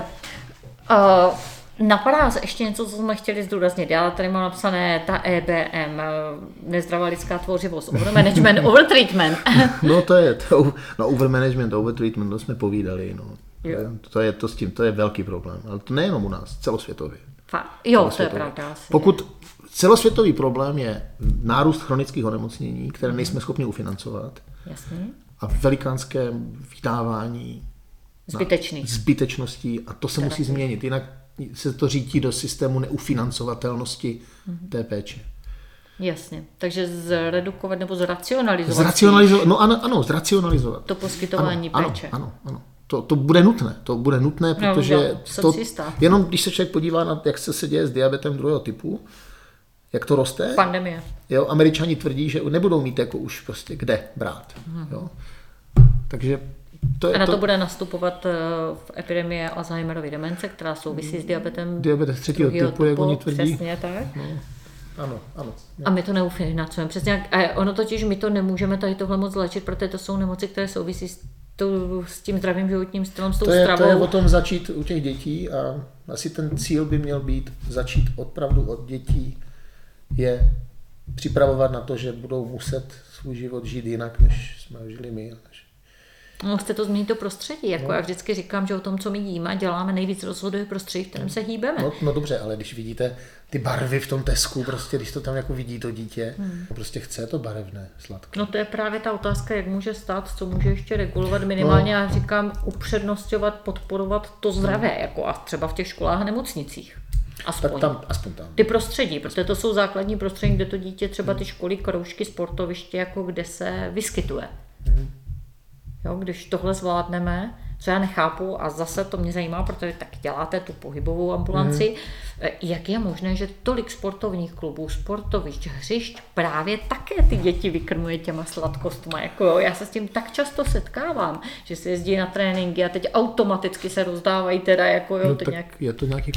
Napadá se ještě něco, co jsme chtěli zdůraznit. Já tady mám napsané ta EBM, nezdravá lidská tvořivost, overmanagement, overtreatment. No to je overmanagement, overtreatment, to jsme povídali. No. To je velký problém, ale to nejenom u nás, celosvětově. To je pravda. Pokud celosvětový problém je nárůst chronických onemocnění, které nejsme schopni ufinancovat. Jasně. A velikánské vydávání zbytečností a to se musí změnit, jinak se to řítí do systému neufinancovatelnosti té péče. Jasně, takže zredukovat nebo zracionalizovat. Zracionalizovat. To poskytování péče. Ano. To bude nutné, protože jenom když se člověk podívá na, jak se děje s diabetem druhého typu, jak to roste. Pandemie. Jo, Američani tvrdí, že nebudou mít jako už prostě kde brát. Jo. Takže to bude nastupovat v epidemii Alzheimerovy demence, která souvisí s diabetem. Diabetes třetího typu, jak oni tvrdí. Přesně tak. No. Ano. A my to neufinancujeme. Přesně jak, ono totiž my to nemůžeme tady tohle moc léčit, protože to jsou nemoci, které souvisí s tím zdravým životním stylem, s tou stravou. To je o tom začít u těch dětí a asi ten cíl by měl být začít opravdu od dětí, je připravovat na to, že budou muset svůj život žít jinak, než jsme žili my. Chce to změnit to prostředí, jako já vždycky říkám, že o tom, co my jíme, děláme nejvíc rozhoduje prostředí, v kterém se hýbeme. No dobře, ale když vidíte ty barvy v tom Tesku, prostě když to tam jako vidí to dítě, prostě chce to barevné, sladké. No to je právě ta otázka, jak může stát, co může ještě regulovat minimálně, já říkám upřednostňovat, podporovat to zdravé, jako a třeba v těch školách a nemocnicích. Aspoň tam. Ty prostředí, protože to jsou základní prostředí, kde to dítě třeba ty školy, kroužky, sportoviště, jako kde se vyskytuje. Jo, když tohle zvládneme, co já nechápu a zase to mě zajímá, protože tak děláte tu pohybovou ambulanci, jak je možné, že tolik sportovních klubů, sportovišť, hřišť právě také ty děti vykrmuje těma sladkostma. Jako jo, já se s tím tak často setkávám, že se jezdí na tréninky a teď automaticky se rozdávají teda jako jo. Tak nějak... Je to nějaký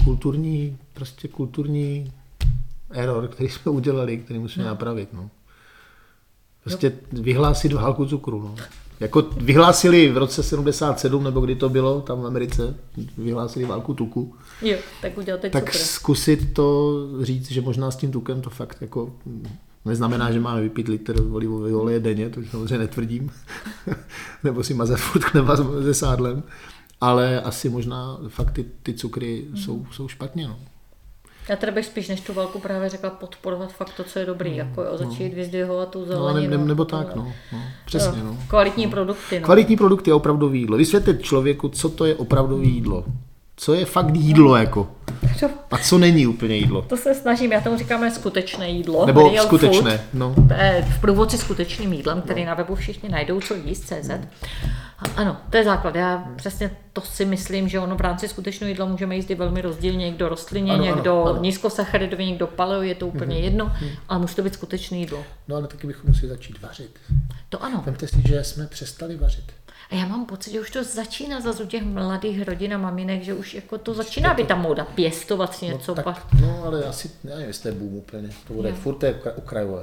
kulturní error, který jsme udělali, který musíme napravit. No. Prostě vyhlásit válku cukru. No. Jako vyhlásili v roce 77, nebo kdy to bylo, tam v Americe, vyhlásili válku tuku. Jo, tak uděláte tak cukr. Zkusit to říct, že možná s tím tukem to fakt jako neznamená, že máme vypít litr olivového oleje denně, to samozřejmě netvrdím, nebo si mazat furt chleba se sádlem, ale asi možná fakt ty cukry jsou špatně. No. Já teda bych spíš než tu válku právě řekla podporovat fakt to, co je dobrý, jako jo, začít vyzdvihovat tu zeleninu. Nebo tak, přesně. No. Kvalitní produkty. No. Kvalitní produkty a opravdové jídlo. Vysvětlit člověku, co to je opravdové jídlo. Co je fakt jídlo jako. A co není úplně jídlo. To se snažím, já tomu říkáme skutečné jídlo. Nebo skutečné. No. V průvodci skutečným jídlem, který na webu všichni najdou, co jíst.cz. Ano, to je základ. Já přesně to si myslím, že ono v rámci skutečného jídla můžeme jíst i velmi rozdílně. Někdo rostlině, někdo nízkosacharidově, někdo paleo, je to úplně jedno, ale musí to být skutečné jídlo. No ale taky bychom museli začít vařit. To ano. Vemte si, že jsme přestali vařit. A já mám pocit, že už to začíná zase u těch mladých rodin a maminek, že už jako to začíná být ta móda pěstovat si něco. No ale asi, nevím, jestli to je boom úplně. To bude furt okrajové.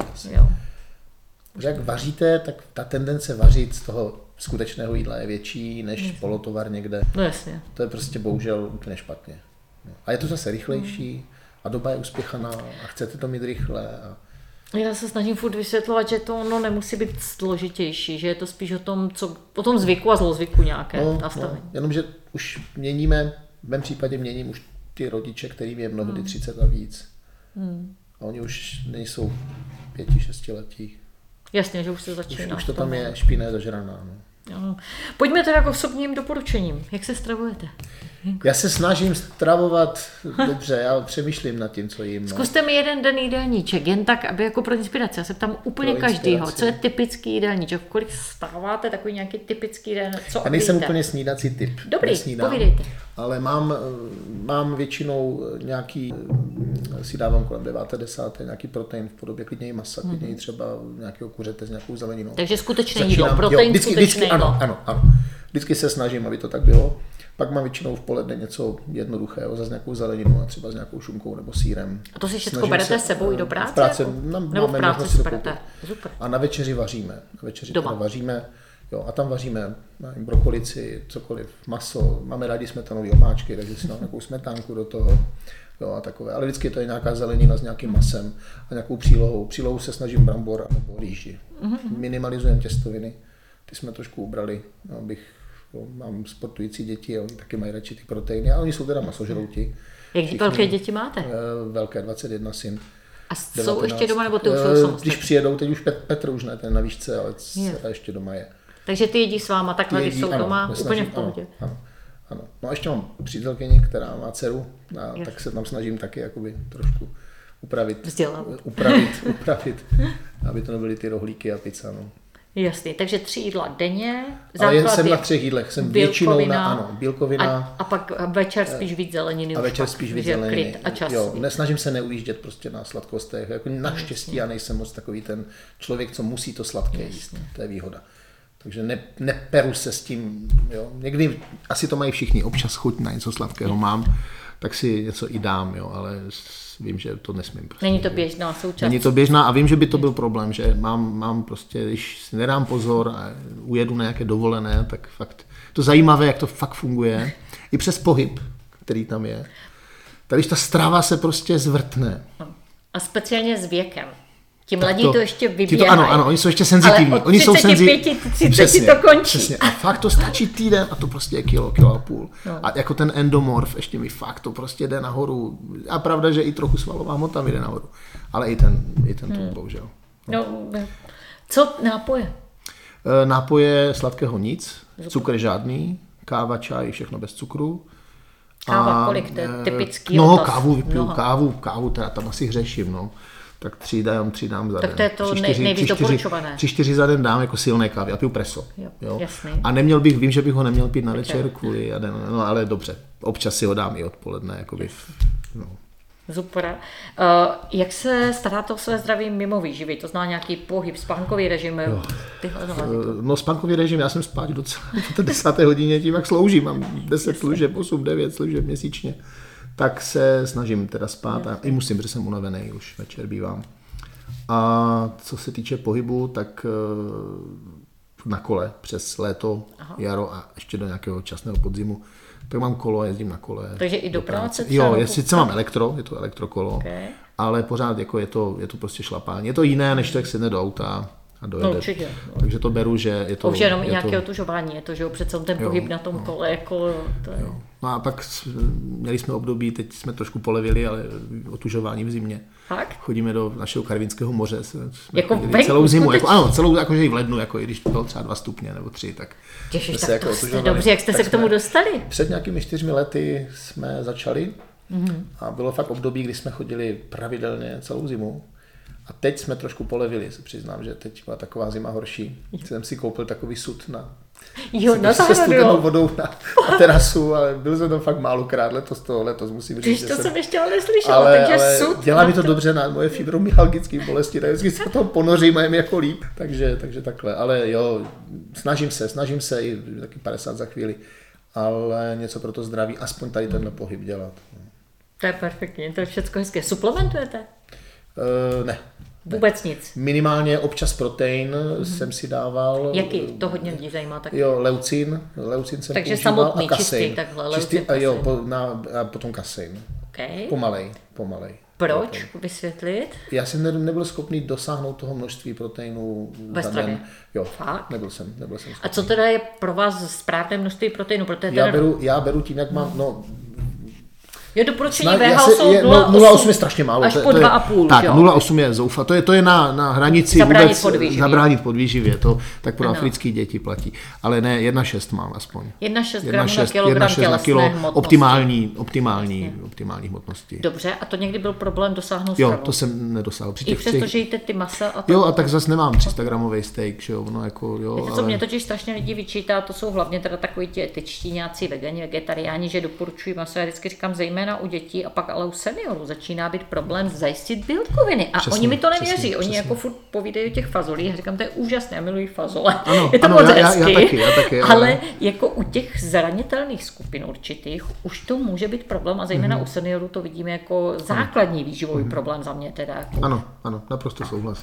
Jak vaříte, tak ta tendence vařit z toho skutečného jídla je větší než polotovar někde. No jasně. To je prostě bohužel úplně špatně. No. A je to zase rychlejší a doba je uspěchaná a chcete to mít rychle. Já se snažím furt vysvětlovat, že to nemusí být složitější, že je to spíš o tom zvyku a zlozvyku nějaké nastavení. Jenomže už měníme, v mém případě měním už ty rodiče, kterým je mnohdy 30 a víc. A oni už nejsou 5-6 letí. Jasně, že už se začíná. Už to tam je špíné zažraná. No. Pojďme teda k osobním doporučením. Jak se stravujete? Já se snažím stravovat dobře, já přemýšlím nad tím, co jim. No. Zkuste mi jeden den jídelníček, jen tak, aby jako pro inspiraci. Já se ptám úplně každýho, co je typický jídelníček, kolik stáváte, takový nějaký typický den, co Já nejsem úplně snídací typ. Dobrý, povídejte. Ale mám většinou nějaký, si dávám kolem 9. 10. nějaký protein v podobě klidně i masa, klidně i třeba nějakého kuřete s nějakou zeleninou. Takže skutečné jídlo, protein skutečné jídlo. Ano. Vždycky se snažím, aby to tak bylo. Pak mám většinou v poledne něco jednoduchého, zase nějakou zeleninu a třeba s nějakou šunkou nebo sýrem. A to si všechno berete s sebou i do práce? V práci, jako? Nebo v práci si berete? Super. A na večeři vaříme. Na večeři vaříme. Jo, a tam vaříme brokolici, cokoliv, maso, máme rádi smetanový omáčky, takže si dám nějakou smetánku do toho, jo, a takové. Ale vždycky to je nějaká zelenina s nějakým masem a nějakou přílohou. Přílohou se snažím brambor nebo rýži. Minimalizujeme těstoviny, ty jsme trošku ubrali, mám sportující děti a oni taky mají radši ty proteiny, a oni jsou teda masožrouti. Jak velké děti máte? Velké, 21 syn. A jsou ještě doma, nebo ty už jsou samostatní? Když přijedou, teď už Petr už ne, ten na výšce, ale ještě doma je. Takže ty jedí s váma takhle, když jsou doma, úplně v pohodě. Ano. No a ještě mám přítelkyni, která má dceru, tak se tam snažím taky jakoby trošku upravit, aby to nebyly ty rohlíky a pizza. No. Jasný, takže 3 jídla denně. Ale jen jsem na 3 jídlech, jsem většinou na bílkovina. A pak večer spíš víc zeleniny. A večer spíš víc zeleniny. A čas. Jo, nesnažím se neujíždět prostě na sladkostech. Jako naštěstí já nejsem moc takový ten člověk, co musí to sladké jíst. To je výhoda. Takže neperu se s tím. Jo. Někdy asi to mají všichni, občas chuť na něco sladkého mám, tak si něco i dám, jo, ale vím, že to nesmím. Prostě. Není to běžná součást. Není to běžná a vím, že by to byl problém, že mám prostě, když si nedám pozor a ujedu na nějaké dovolené, tak fakt to zajímavé, jak to fakt funguje, i přes pohyb, který tam je. Tady ta strava se prostě zvrtne. A speciálně s věkem. Ti mladí to ještě vybíhají. Ano, oni jsou ještě senzitivní. Ale od 35 to končí. Přesně. A fakt to stačí týden a to prostě je kilo a půl. No. A jako ten endomorf ještě mi fakt to prostě jde nahoru. A pravda, že i trochu svalová hmota mi jde nahoru. Ale i ten tuk, bohužel. No, co nápoje? Nápoje sladkého nic, cukr žádný, káva, čaj, všechno bez cukru. Káva, kolik to je typický? No, kávu vypiju, kávu teda tam asi hřeším, no. Tak 3 dám za den. Tak to je to nejvíc doporučované. 3-4 za den dám jako silné kávy a piju preso. Jo. Jasný. A vím, že bych ho neměl pít na večer kvůli no ale dobře. Občas si ho dám i odpoledne. Jakoby, no. Super. Jak se staráte o své zdraví mimo výživy? To znamená nějaký pohyb, spánkový režim? No spánkový režim, já jsem spát docela do 10. hodině tím, jak sloužím. Mám 10 služeb, 8-9 služeb měsíčně. Tak se snažím teda spát a i musím, protože jsem unavený, už večer bývám. A co se týče pohybu, tak na kole přes léto, jaro a ještě do nějakého časného podzimu, tak mám kolo a jezdím na kole. Takže i do práce? Jo, sice mám je to elektrokolo, ale pořád jako je to prostě šlapání. Je to jiné, než tak sedne do auta a dojede. No, určitě. Takže to beru, že je to... Ovšem jenom i nějaké otužování, je to, že přece ten pohyb na tom kole, jako... To je... No a pak měli jsme období, teď jsme trošku polevili, ale otužování v zimě. Fakt? Chodíme do našeho Karvinského moře. Jako celou zimu, celou, jakože i v lednu, jako i když to bylo třeba 2 stupně nebo 3, tak... Ježiš, tak to jste dobře, jak jste se k tomu dostali? Před nějakými 4 lety jsme začali a bylo fakt období, kdy jsme chodili pravidelně celou zimu. A teď jsme trošku polevili, se přiznám, že teď byla taková zima horší. Jsem si koupil takový sud se studenou vodou na terasu, ale byl jsem tam fakt málokrát, letos musím říct. To jsem ještě ale neslyšela, takže sud. Dělá mi to dobře na moje fibromyalgické bolesti, tak vždycky se toho ponořím a je mi jako líp. Takže takhle, ale jo, snažím se i taky 50 za chvíli, ale něco pro to zdraví, aspoň tady tenhle pohyb dělat. To je perfektní, to je všechno hezké. Suplementujete? Ne. Vůbec nic. Minimálně občas protein jsem si dával. Jaký? To hodně lidí zajímá. Tak... Jo, leucin jsem takže používal samotný, a kasein. čistý takhle, čistý, a potom kasein. Okay. Pomalej. Proč? Vysvětlit? Já jsem nebyl schopný dosáhnout toho množství proteinů za den. Jo, fakt? Nebyl jsem schopný. A co teda je pro vás správné množství proteinu? Já beru tím, jak mám, Je doporučení VHO jsou 0,8 je strašně málo. Až po 2,5. Tak, 0,8 je zoufal. To je na hranici zabránit podvýživě. To tak pro africké děti platí. Ale ne, 1,6 mám aspoň. 1,6 gramů na kilogram tělesné hmotnosti. Optimální hmotnosti. Dobře, a to někdy byl problém dosáhnout Jo, to jsem nedosáhl. I přesto, že jíte ty masa a jo, a tak zase nemám 300 gramový steak, že jo, ono jako, jo. Víte, co mě totiž strašně lidi vyčítá, to jsou hlavně teda takový ti etičtí nějací vegani, vegetariáni, že doporučují maso, já vždycky říkám zejména u dětí a pak ale u seniorů začíná být problém zajistit bílkoviny a oni mi to nevěří, oni jako furt povídají o těch fazolích, já říkám, to je úžasné, já miluji fazole, ano, je to moc hezky, já taky, ale jako u těch zranitelných skupin určitých už to může být problém a zejména u seniorů to vidíme jako základní výživový problém za mě teda. Jako. Ano, naprosto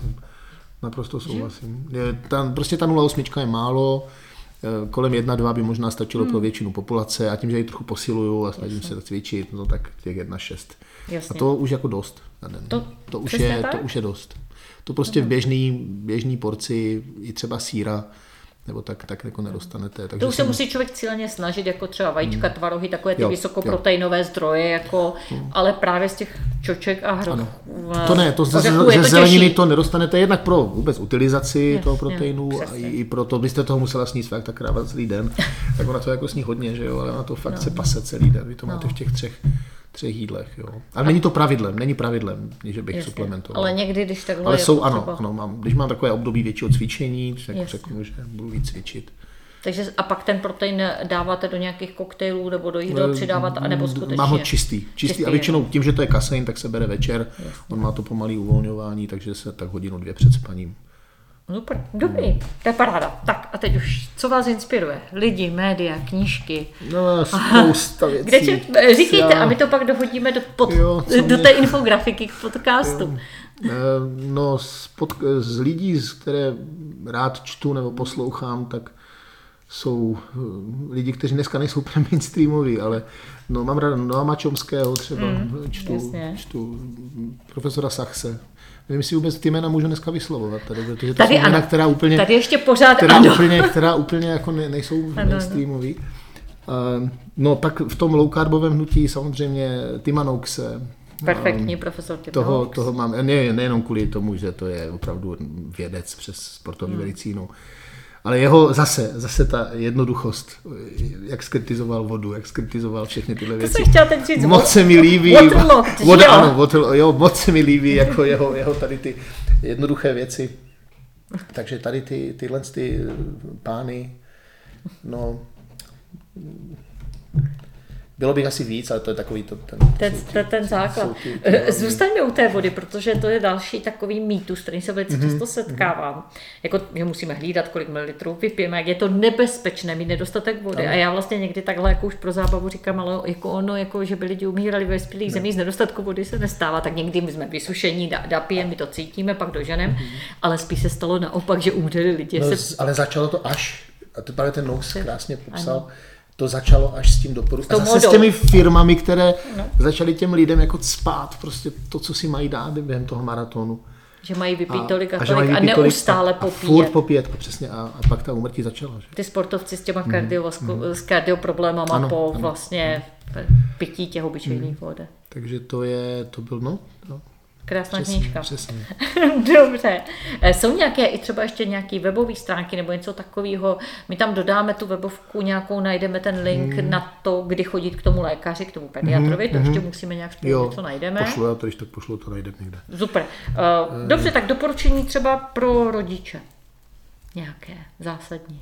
souhlasím. Prostě ta 0,8 je málo, kolem 1,2 by možná stačilo pro většinu populace a tím, že ji trochu posiluju a snažím se cvičit, no tak těch 1,6. A to už jako dost. To už je dost. To prostě v běžný porci i třeba sýra nebo tak jako nedostanete. Takže to už se musí člověk cíleně snažit, jako třeba vajíčka, tvarohy, takové ty vysokoproteinové zdroje, jako, ale právě z těch čoček a hrochů. To ne, to ze zeleniny to nedostanete jednak pro vůbec utilizaci toho proteinu a i pro to, byste toho musela sníst fakt tak kráva celý den, tak ona to jako sní hodně, že jo, ale ona to fakt se pase celý den, vy to máte v těch třech jídlech, jo. Ale není pravidlem, že bych suplementoval. Ale někdy, když takhle ale jsou, ano, když mám takové období většího cvičení, tak řeknu, že budu víc cvičit. Takže a pak ten protein dáváte do nějakých koktejlů nebo do jídla přidávat, anebo skutečně? Mám ho čistý a většinou tím, že to je kasein, tak se bere večer, on má to pomalý uvolňování, takže se tak 1-2 před spaním. Super, dobrý, to je paráda. Tak a teď už, co vás inspiruje? Lidi, média, knížky? No, spousta věcí. Říkejte a my to pak dohodíme do té infografiky k podcastu. No, z lidí, které rád čtu nebo poslouchám, tak jsou lidi, kteří dneska nejsou úplně mainstreamoví, ale mám rád Noama Chomského třeba, čtu profesora Sachse. Nevím, jestli vůbec ty jména můžu dneska vyslovovat tady, protože to jsou jména, která úplně, tady ještě pořád která úplně jako nejsou mainstreamový. No pak v tom low carbovém hnutí samozřejmě Tima Noakse. Perfektní profesor Tim Noakes. Toho mám, nejenom kvůli tomu, že to je opravdu vědec přes sportovní medicínu, ale jeho zase ta jednoduchost, jak skritizoval vodu, jak skritizoval všechny tyhle věci. To jsem chtěla teď říct. Moc se mi líbí. Moc se mi líbí jako jeho tady ty jednoduché věci. Takže tady tyhle pány, no, bylo bych asi víc, ale to je takový ten základ. Zůstaňme u té vody, protože to je další takový mýtus, který se velice často setkávám. Jako, že musíme hlídat, kolik mililitrů vypijeme, jak je to nebezpečné mít nedostatek vody. A já vlastně někdy takhle jako už pro zábavu říkám, ale jako že by lidi umírali ve vyspělých zemích z nedostatku vody se nestává, tak někdy my jsme vysušení, napijeme, my to cítíme, pak doženem, ale spíš se stalo naopak, že umřeli lidi. Ale začalo to až, a to právě ten Noakes krásně popsal, ano. To začalo až s tím doporučením. A zase s těmi firmami, které začaly těm lidem jako cpát prostě to, co si mají dát během toho maratonu. Že mají vypít tolik a neustále popíjet. A furt popíjet, přesně. A pak ta úmrtí začala. Že? Ty sportovci s těma s kardioproblémama vlastně pití těch obyčejných vody. Takže to byl, no. Krásná knížka. Přesně. Dobře. Jsou nějaké i třeba ještě nějaké webové stránky nebo něco takového? My tam dodáme tu webovku nějakou, najdeme ten link na to, kdy chodit k tomu lékaři, k tomu pediatrovi, to ještě musíme nějak spolu něco najdeme. Pošlu, to najdeme někde. Super. Dobře, tak doporučení třeba pro rodiče. Nějaké zásadní.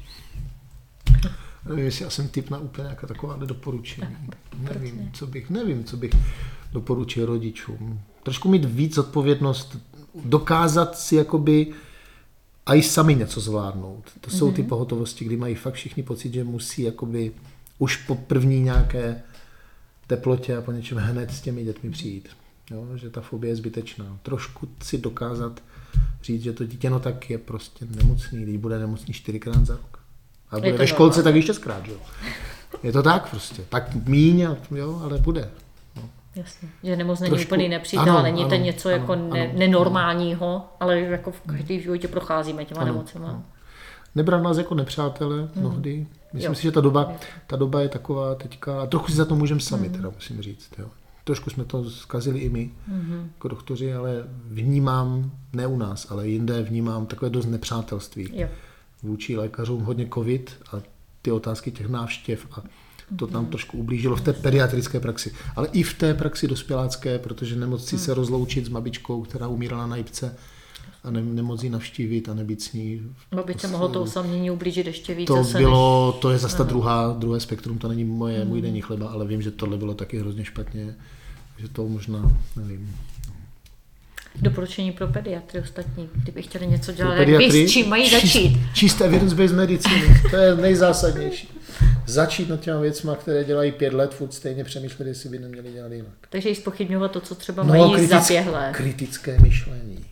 Nevím, jestli já jsem typ na úplně nějaká taková doporučení. Nevím, co bych doporučil rodičům. Trošku mít víc odpovědnost, dokázat si jakoby a i sami něco zvládnout. To jsou ty pohotovosti, kdy mají fakt všichni pocit, že musí jakoby už po první nějaké teplotě a po něčem hned s těmi dětmi přijít. Jo? Že ta fobie je zbytečná. Trošku si dokázat říct, že to dítě tak je prostě nemocný, když bude nemocný 4krát za rok. A bude ve školce tak i 6krát, jo. Je to tak prostě. Tak míň, jo, ale bude. Jasně, že nemoc není úplný nepřítel, není to něco jako nenormálního, ale jako v každém životě procházíme těma nemocema. Nebrat nás jako nepřátele mnohdy. Myslím si, že ta doba je taková teďka, a trochu si za to můžeme sami, teda musím říct. Jo. Trošku jsme to zkazili i my, jako doktoři, ale vnímám, ne u nás, ale jinde vnímám takové dost nepřátelství vůči lékařům, hodně covid a ty otázky těch návštěv a to tam trošku ublížilo v té pediatrické praxi. Ale i v té praxi dospělácké, protože nemoci se rozloučit s babičkou, která umírala na jipce a nemoci navštívit a nebýt s ní. Babičce mohlo to osamění ublížit ještě více. To je zase druhé spektrum, to není můj denní chleba, ale vím, že tohle bylo taky hrozně špatně, že to možná, nevím. Doporučení pro pediatry ostatní, kdyby chtěli něco dělat, jak víš, s čím mají začít. Čisté evidence-based medicine, to je nejzásadnější. Začít nad těma věcma, které dělají 5 let, furt stejně přemýšlet, jestli by neměli dělat jinak. Takže i zpochybňovat to, co třeba mají zaběhlé. Kritické myšlení.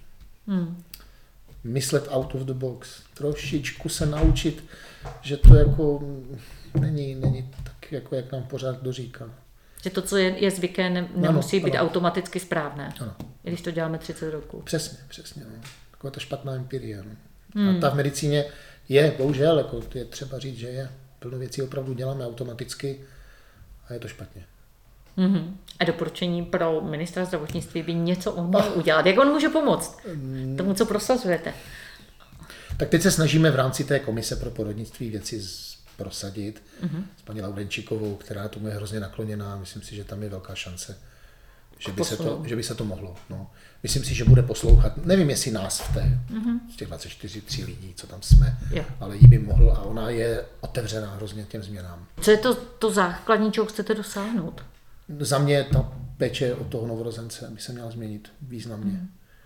Myslet out of the box. Trošičku se naučit, že to jako není tak, jako jak nám pořád doříká. Že to, co je zvyké, nemusí být automaticky správné. Ano. I když to děláme 30 roků. Přesně. No. Taková ta špatná empirie. No. A ta v medicíně je, bohužel, jako je třeba říct, že je. Plno věcí opravdu děláme automaticky a je to špatně. A doporučení pro ministra zdravotnictví by něco on měl udělat. Jak on může pomoct tomu, co prosazujete? Tak teď se snažíme v rámci té komise pro porodnictví věci prosadit s paní Laurenčíkovou, která tomu je hrozně nakloněná. Myslím si, že tam je velká šance, že by se to mohlo. No. Myslím si, že bude poslouchat. Nevím, jestli nás z těch 24 lidí, co tam jsme, ale jí by mohl a ona je otevřená hrozně těm změnám. Co je to základní, čeho chcete dosáhnout? Za mě ta péče od toho novorozence by se měla změnit významně.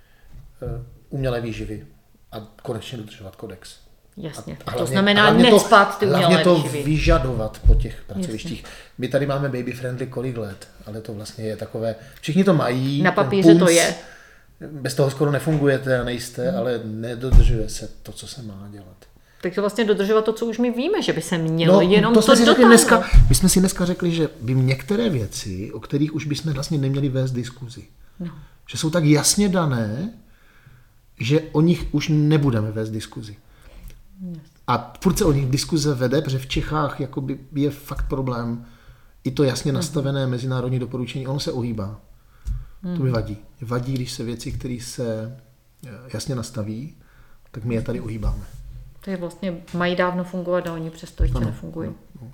Umělé výživy a konečně dodržovat kodex. Jasně, to znamená necpat ty umělé výživy. Hlavně to vyžadovat po těch pracovištích. My tady máme baby friendly kolik let, ale to vlastně je takové, všichni to mají. Na papíře to je. Bez toho skoro nefungujete a nejste, ale nedodržuje se to, co se má dělat. Tak to vlastně dodržovat to, co už my víme, že by se mělo, jenom to my jsme si dneska řekli, že by některé věci, o kterých už bychom vlastně neměli vést diskuzi. Že jsou tak jasně dané, že o nich už nebudeme vést diskuzi. A furt se o nich diskuze vede, protože v Čechách jakoby je fakt problém i to jasně nastavené mezinárodní doporučení, ono se ohýbá. To mi vadí. Vadí, když se věci, které se jasně nastaví, tak my je tady ohýbáme. To je vlastně, mají dávno fungovat a oni přesto ještě nefungují. No.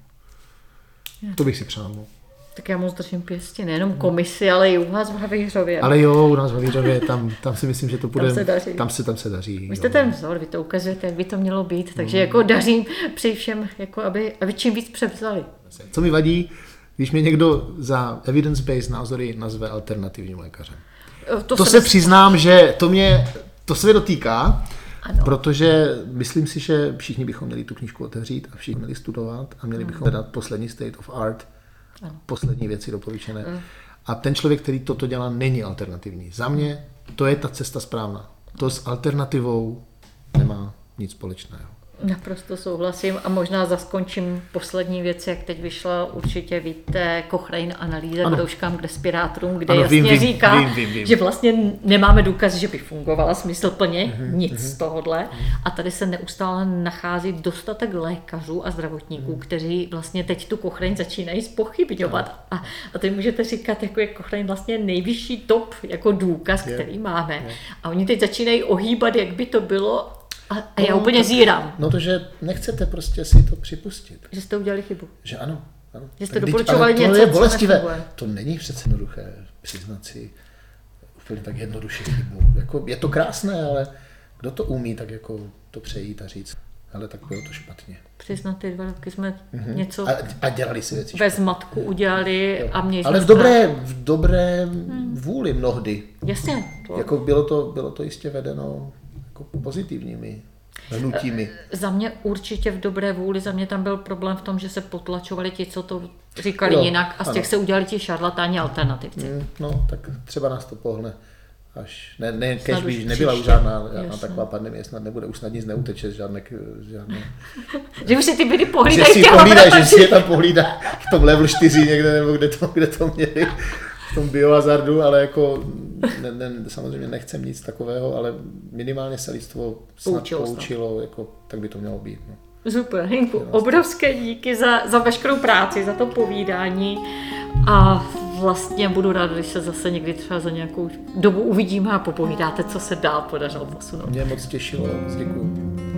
To bych si přál. No. Tak já moc držím pěstí, nejenom komisi, ale i u vás v Havířově. Ale jo, u nás v Havířově, tam si myslím, že to bude, tam se daří. Vy jste ten vzor, vy to ukazujete, jak by to mělo být, takže jako dařím přeji všem, jako aby čím víc převzali. Co mi vadí, když mě někdo za evidence-based názory nazve alternativním lékařem. To se přiznám, že to se mě dotýká, ano. Protože myslím si, že všichni bychom měli tu knížku otevřít a všichni měli studovat a měli bychom dát poslední state of art, poslední věci doporučené. A ten člověk, který toto dělá, není alternativní. Za mě to je ta cesta správná. To s alternativou nemá nic společného. Naprosto souhlasím a možná zaskončím poslední věc, jak teď vyšla, určitě víte, Cochrane analýza k douškám, k respirátorům, kde jasně říká, že vlastně nemáme důkaz, že by fungovala smysluplně, nic z tohohle. A tady se neustále nachází dostatek lékařů a zdravotníků, kteří vlastně teď tu Cochrane začínají zpochybňovat. A teď můžete říkat, jako je Cochrane vlastně nejvyšší top jako důkaz, který máme. A oni teď začínají ohýbat, jak by to bylo. A já úplně zírám. No to, že nechcete prostě si to připustit. Že jste udělali chybu. Že ano. Že jste doporučovali něco, je bolestivé. Co nefunguje. To není přece jednoduché přiznat si úplně tak jednoduše chybu. Jako, je to krásné, ale kdo to umí, tak jako to přejít a říct, ale tak bylo to špatně. Přiznat, ty 2 roky jsme něco a dělali si věci bez matku udělali a měli ale v dobré vůli mnohdy. Jasně. Jako bylo to jistě vedeno pozitivními hnutími. Za mě určitě v dobré vůli, za mě tam byl problém v tom, že se potlačovali ti, co to říkali jinak a z těch se udělali ti šarlatáni alternativci. No, tak třeba nás to pohne až, kež by nebyla už žádná taková pandemie, snad nebude, už snad nic neuteče, žádné. Že už si ty byly pohlídají. Že si je tam pohlídá v tom level 4 někde, nebo kde to měli. V tom biohazardu, ale jako samozřejmě nechcem nic takového, ale minimálně se lidstvo snad poučilo, jako, tak by to mělo být. No. Super, Hynku, obrovské díky za veškerou práci, za to povídání a vlastně budu rád, když se zase někdy třeba za nějakou dobu uvidíme a popovídáte, co se dál podařilo posunout. Mě moc těšilo, děkuji.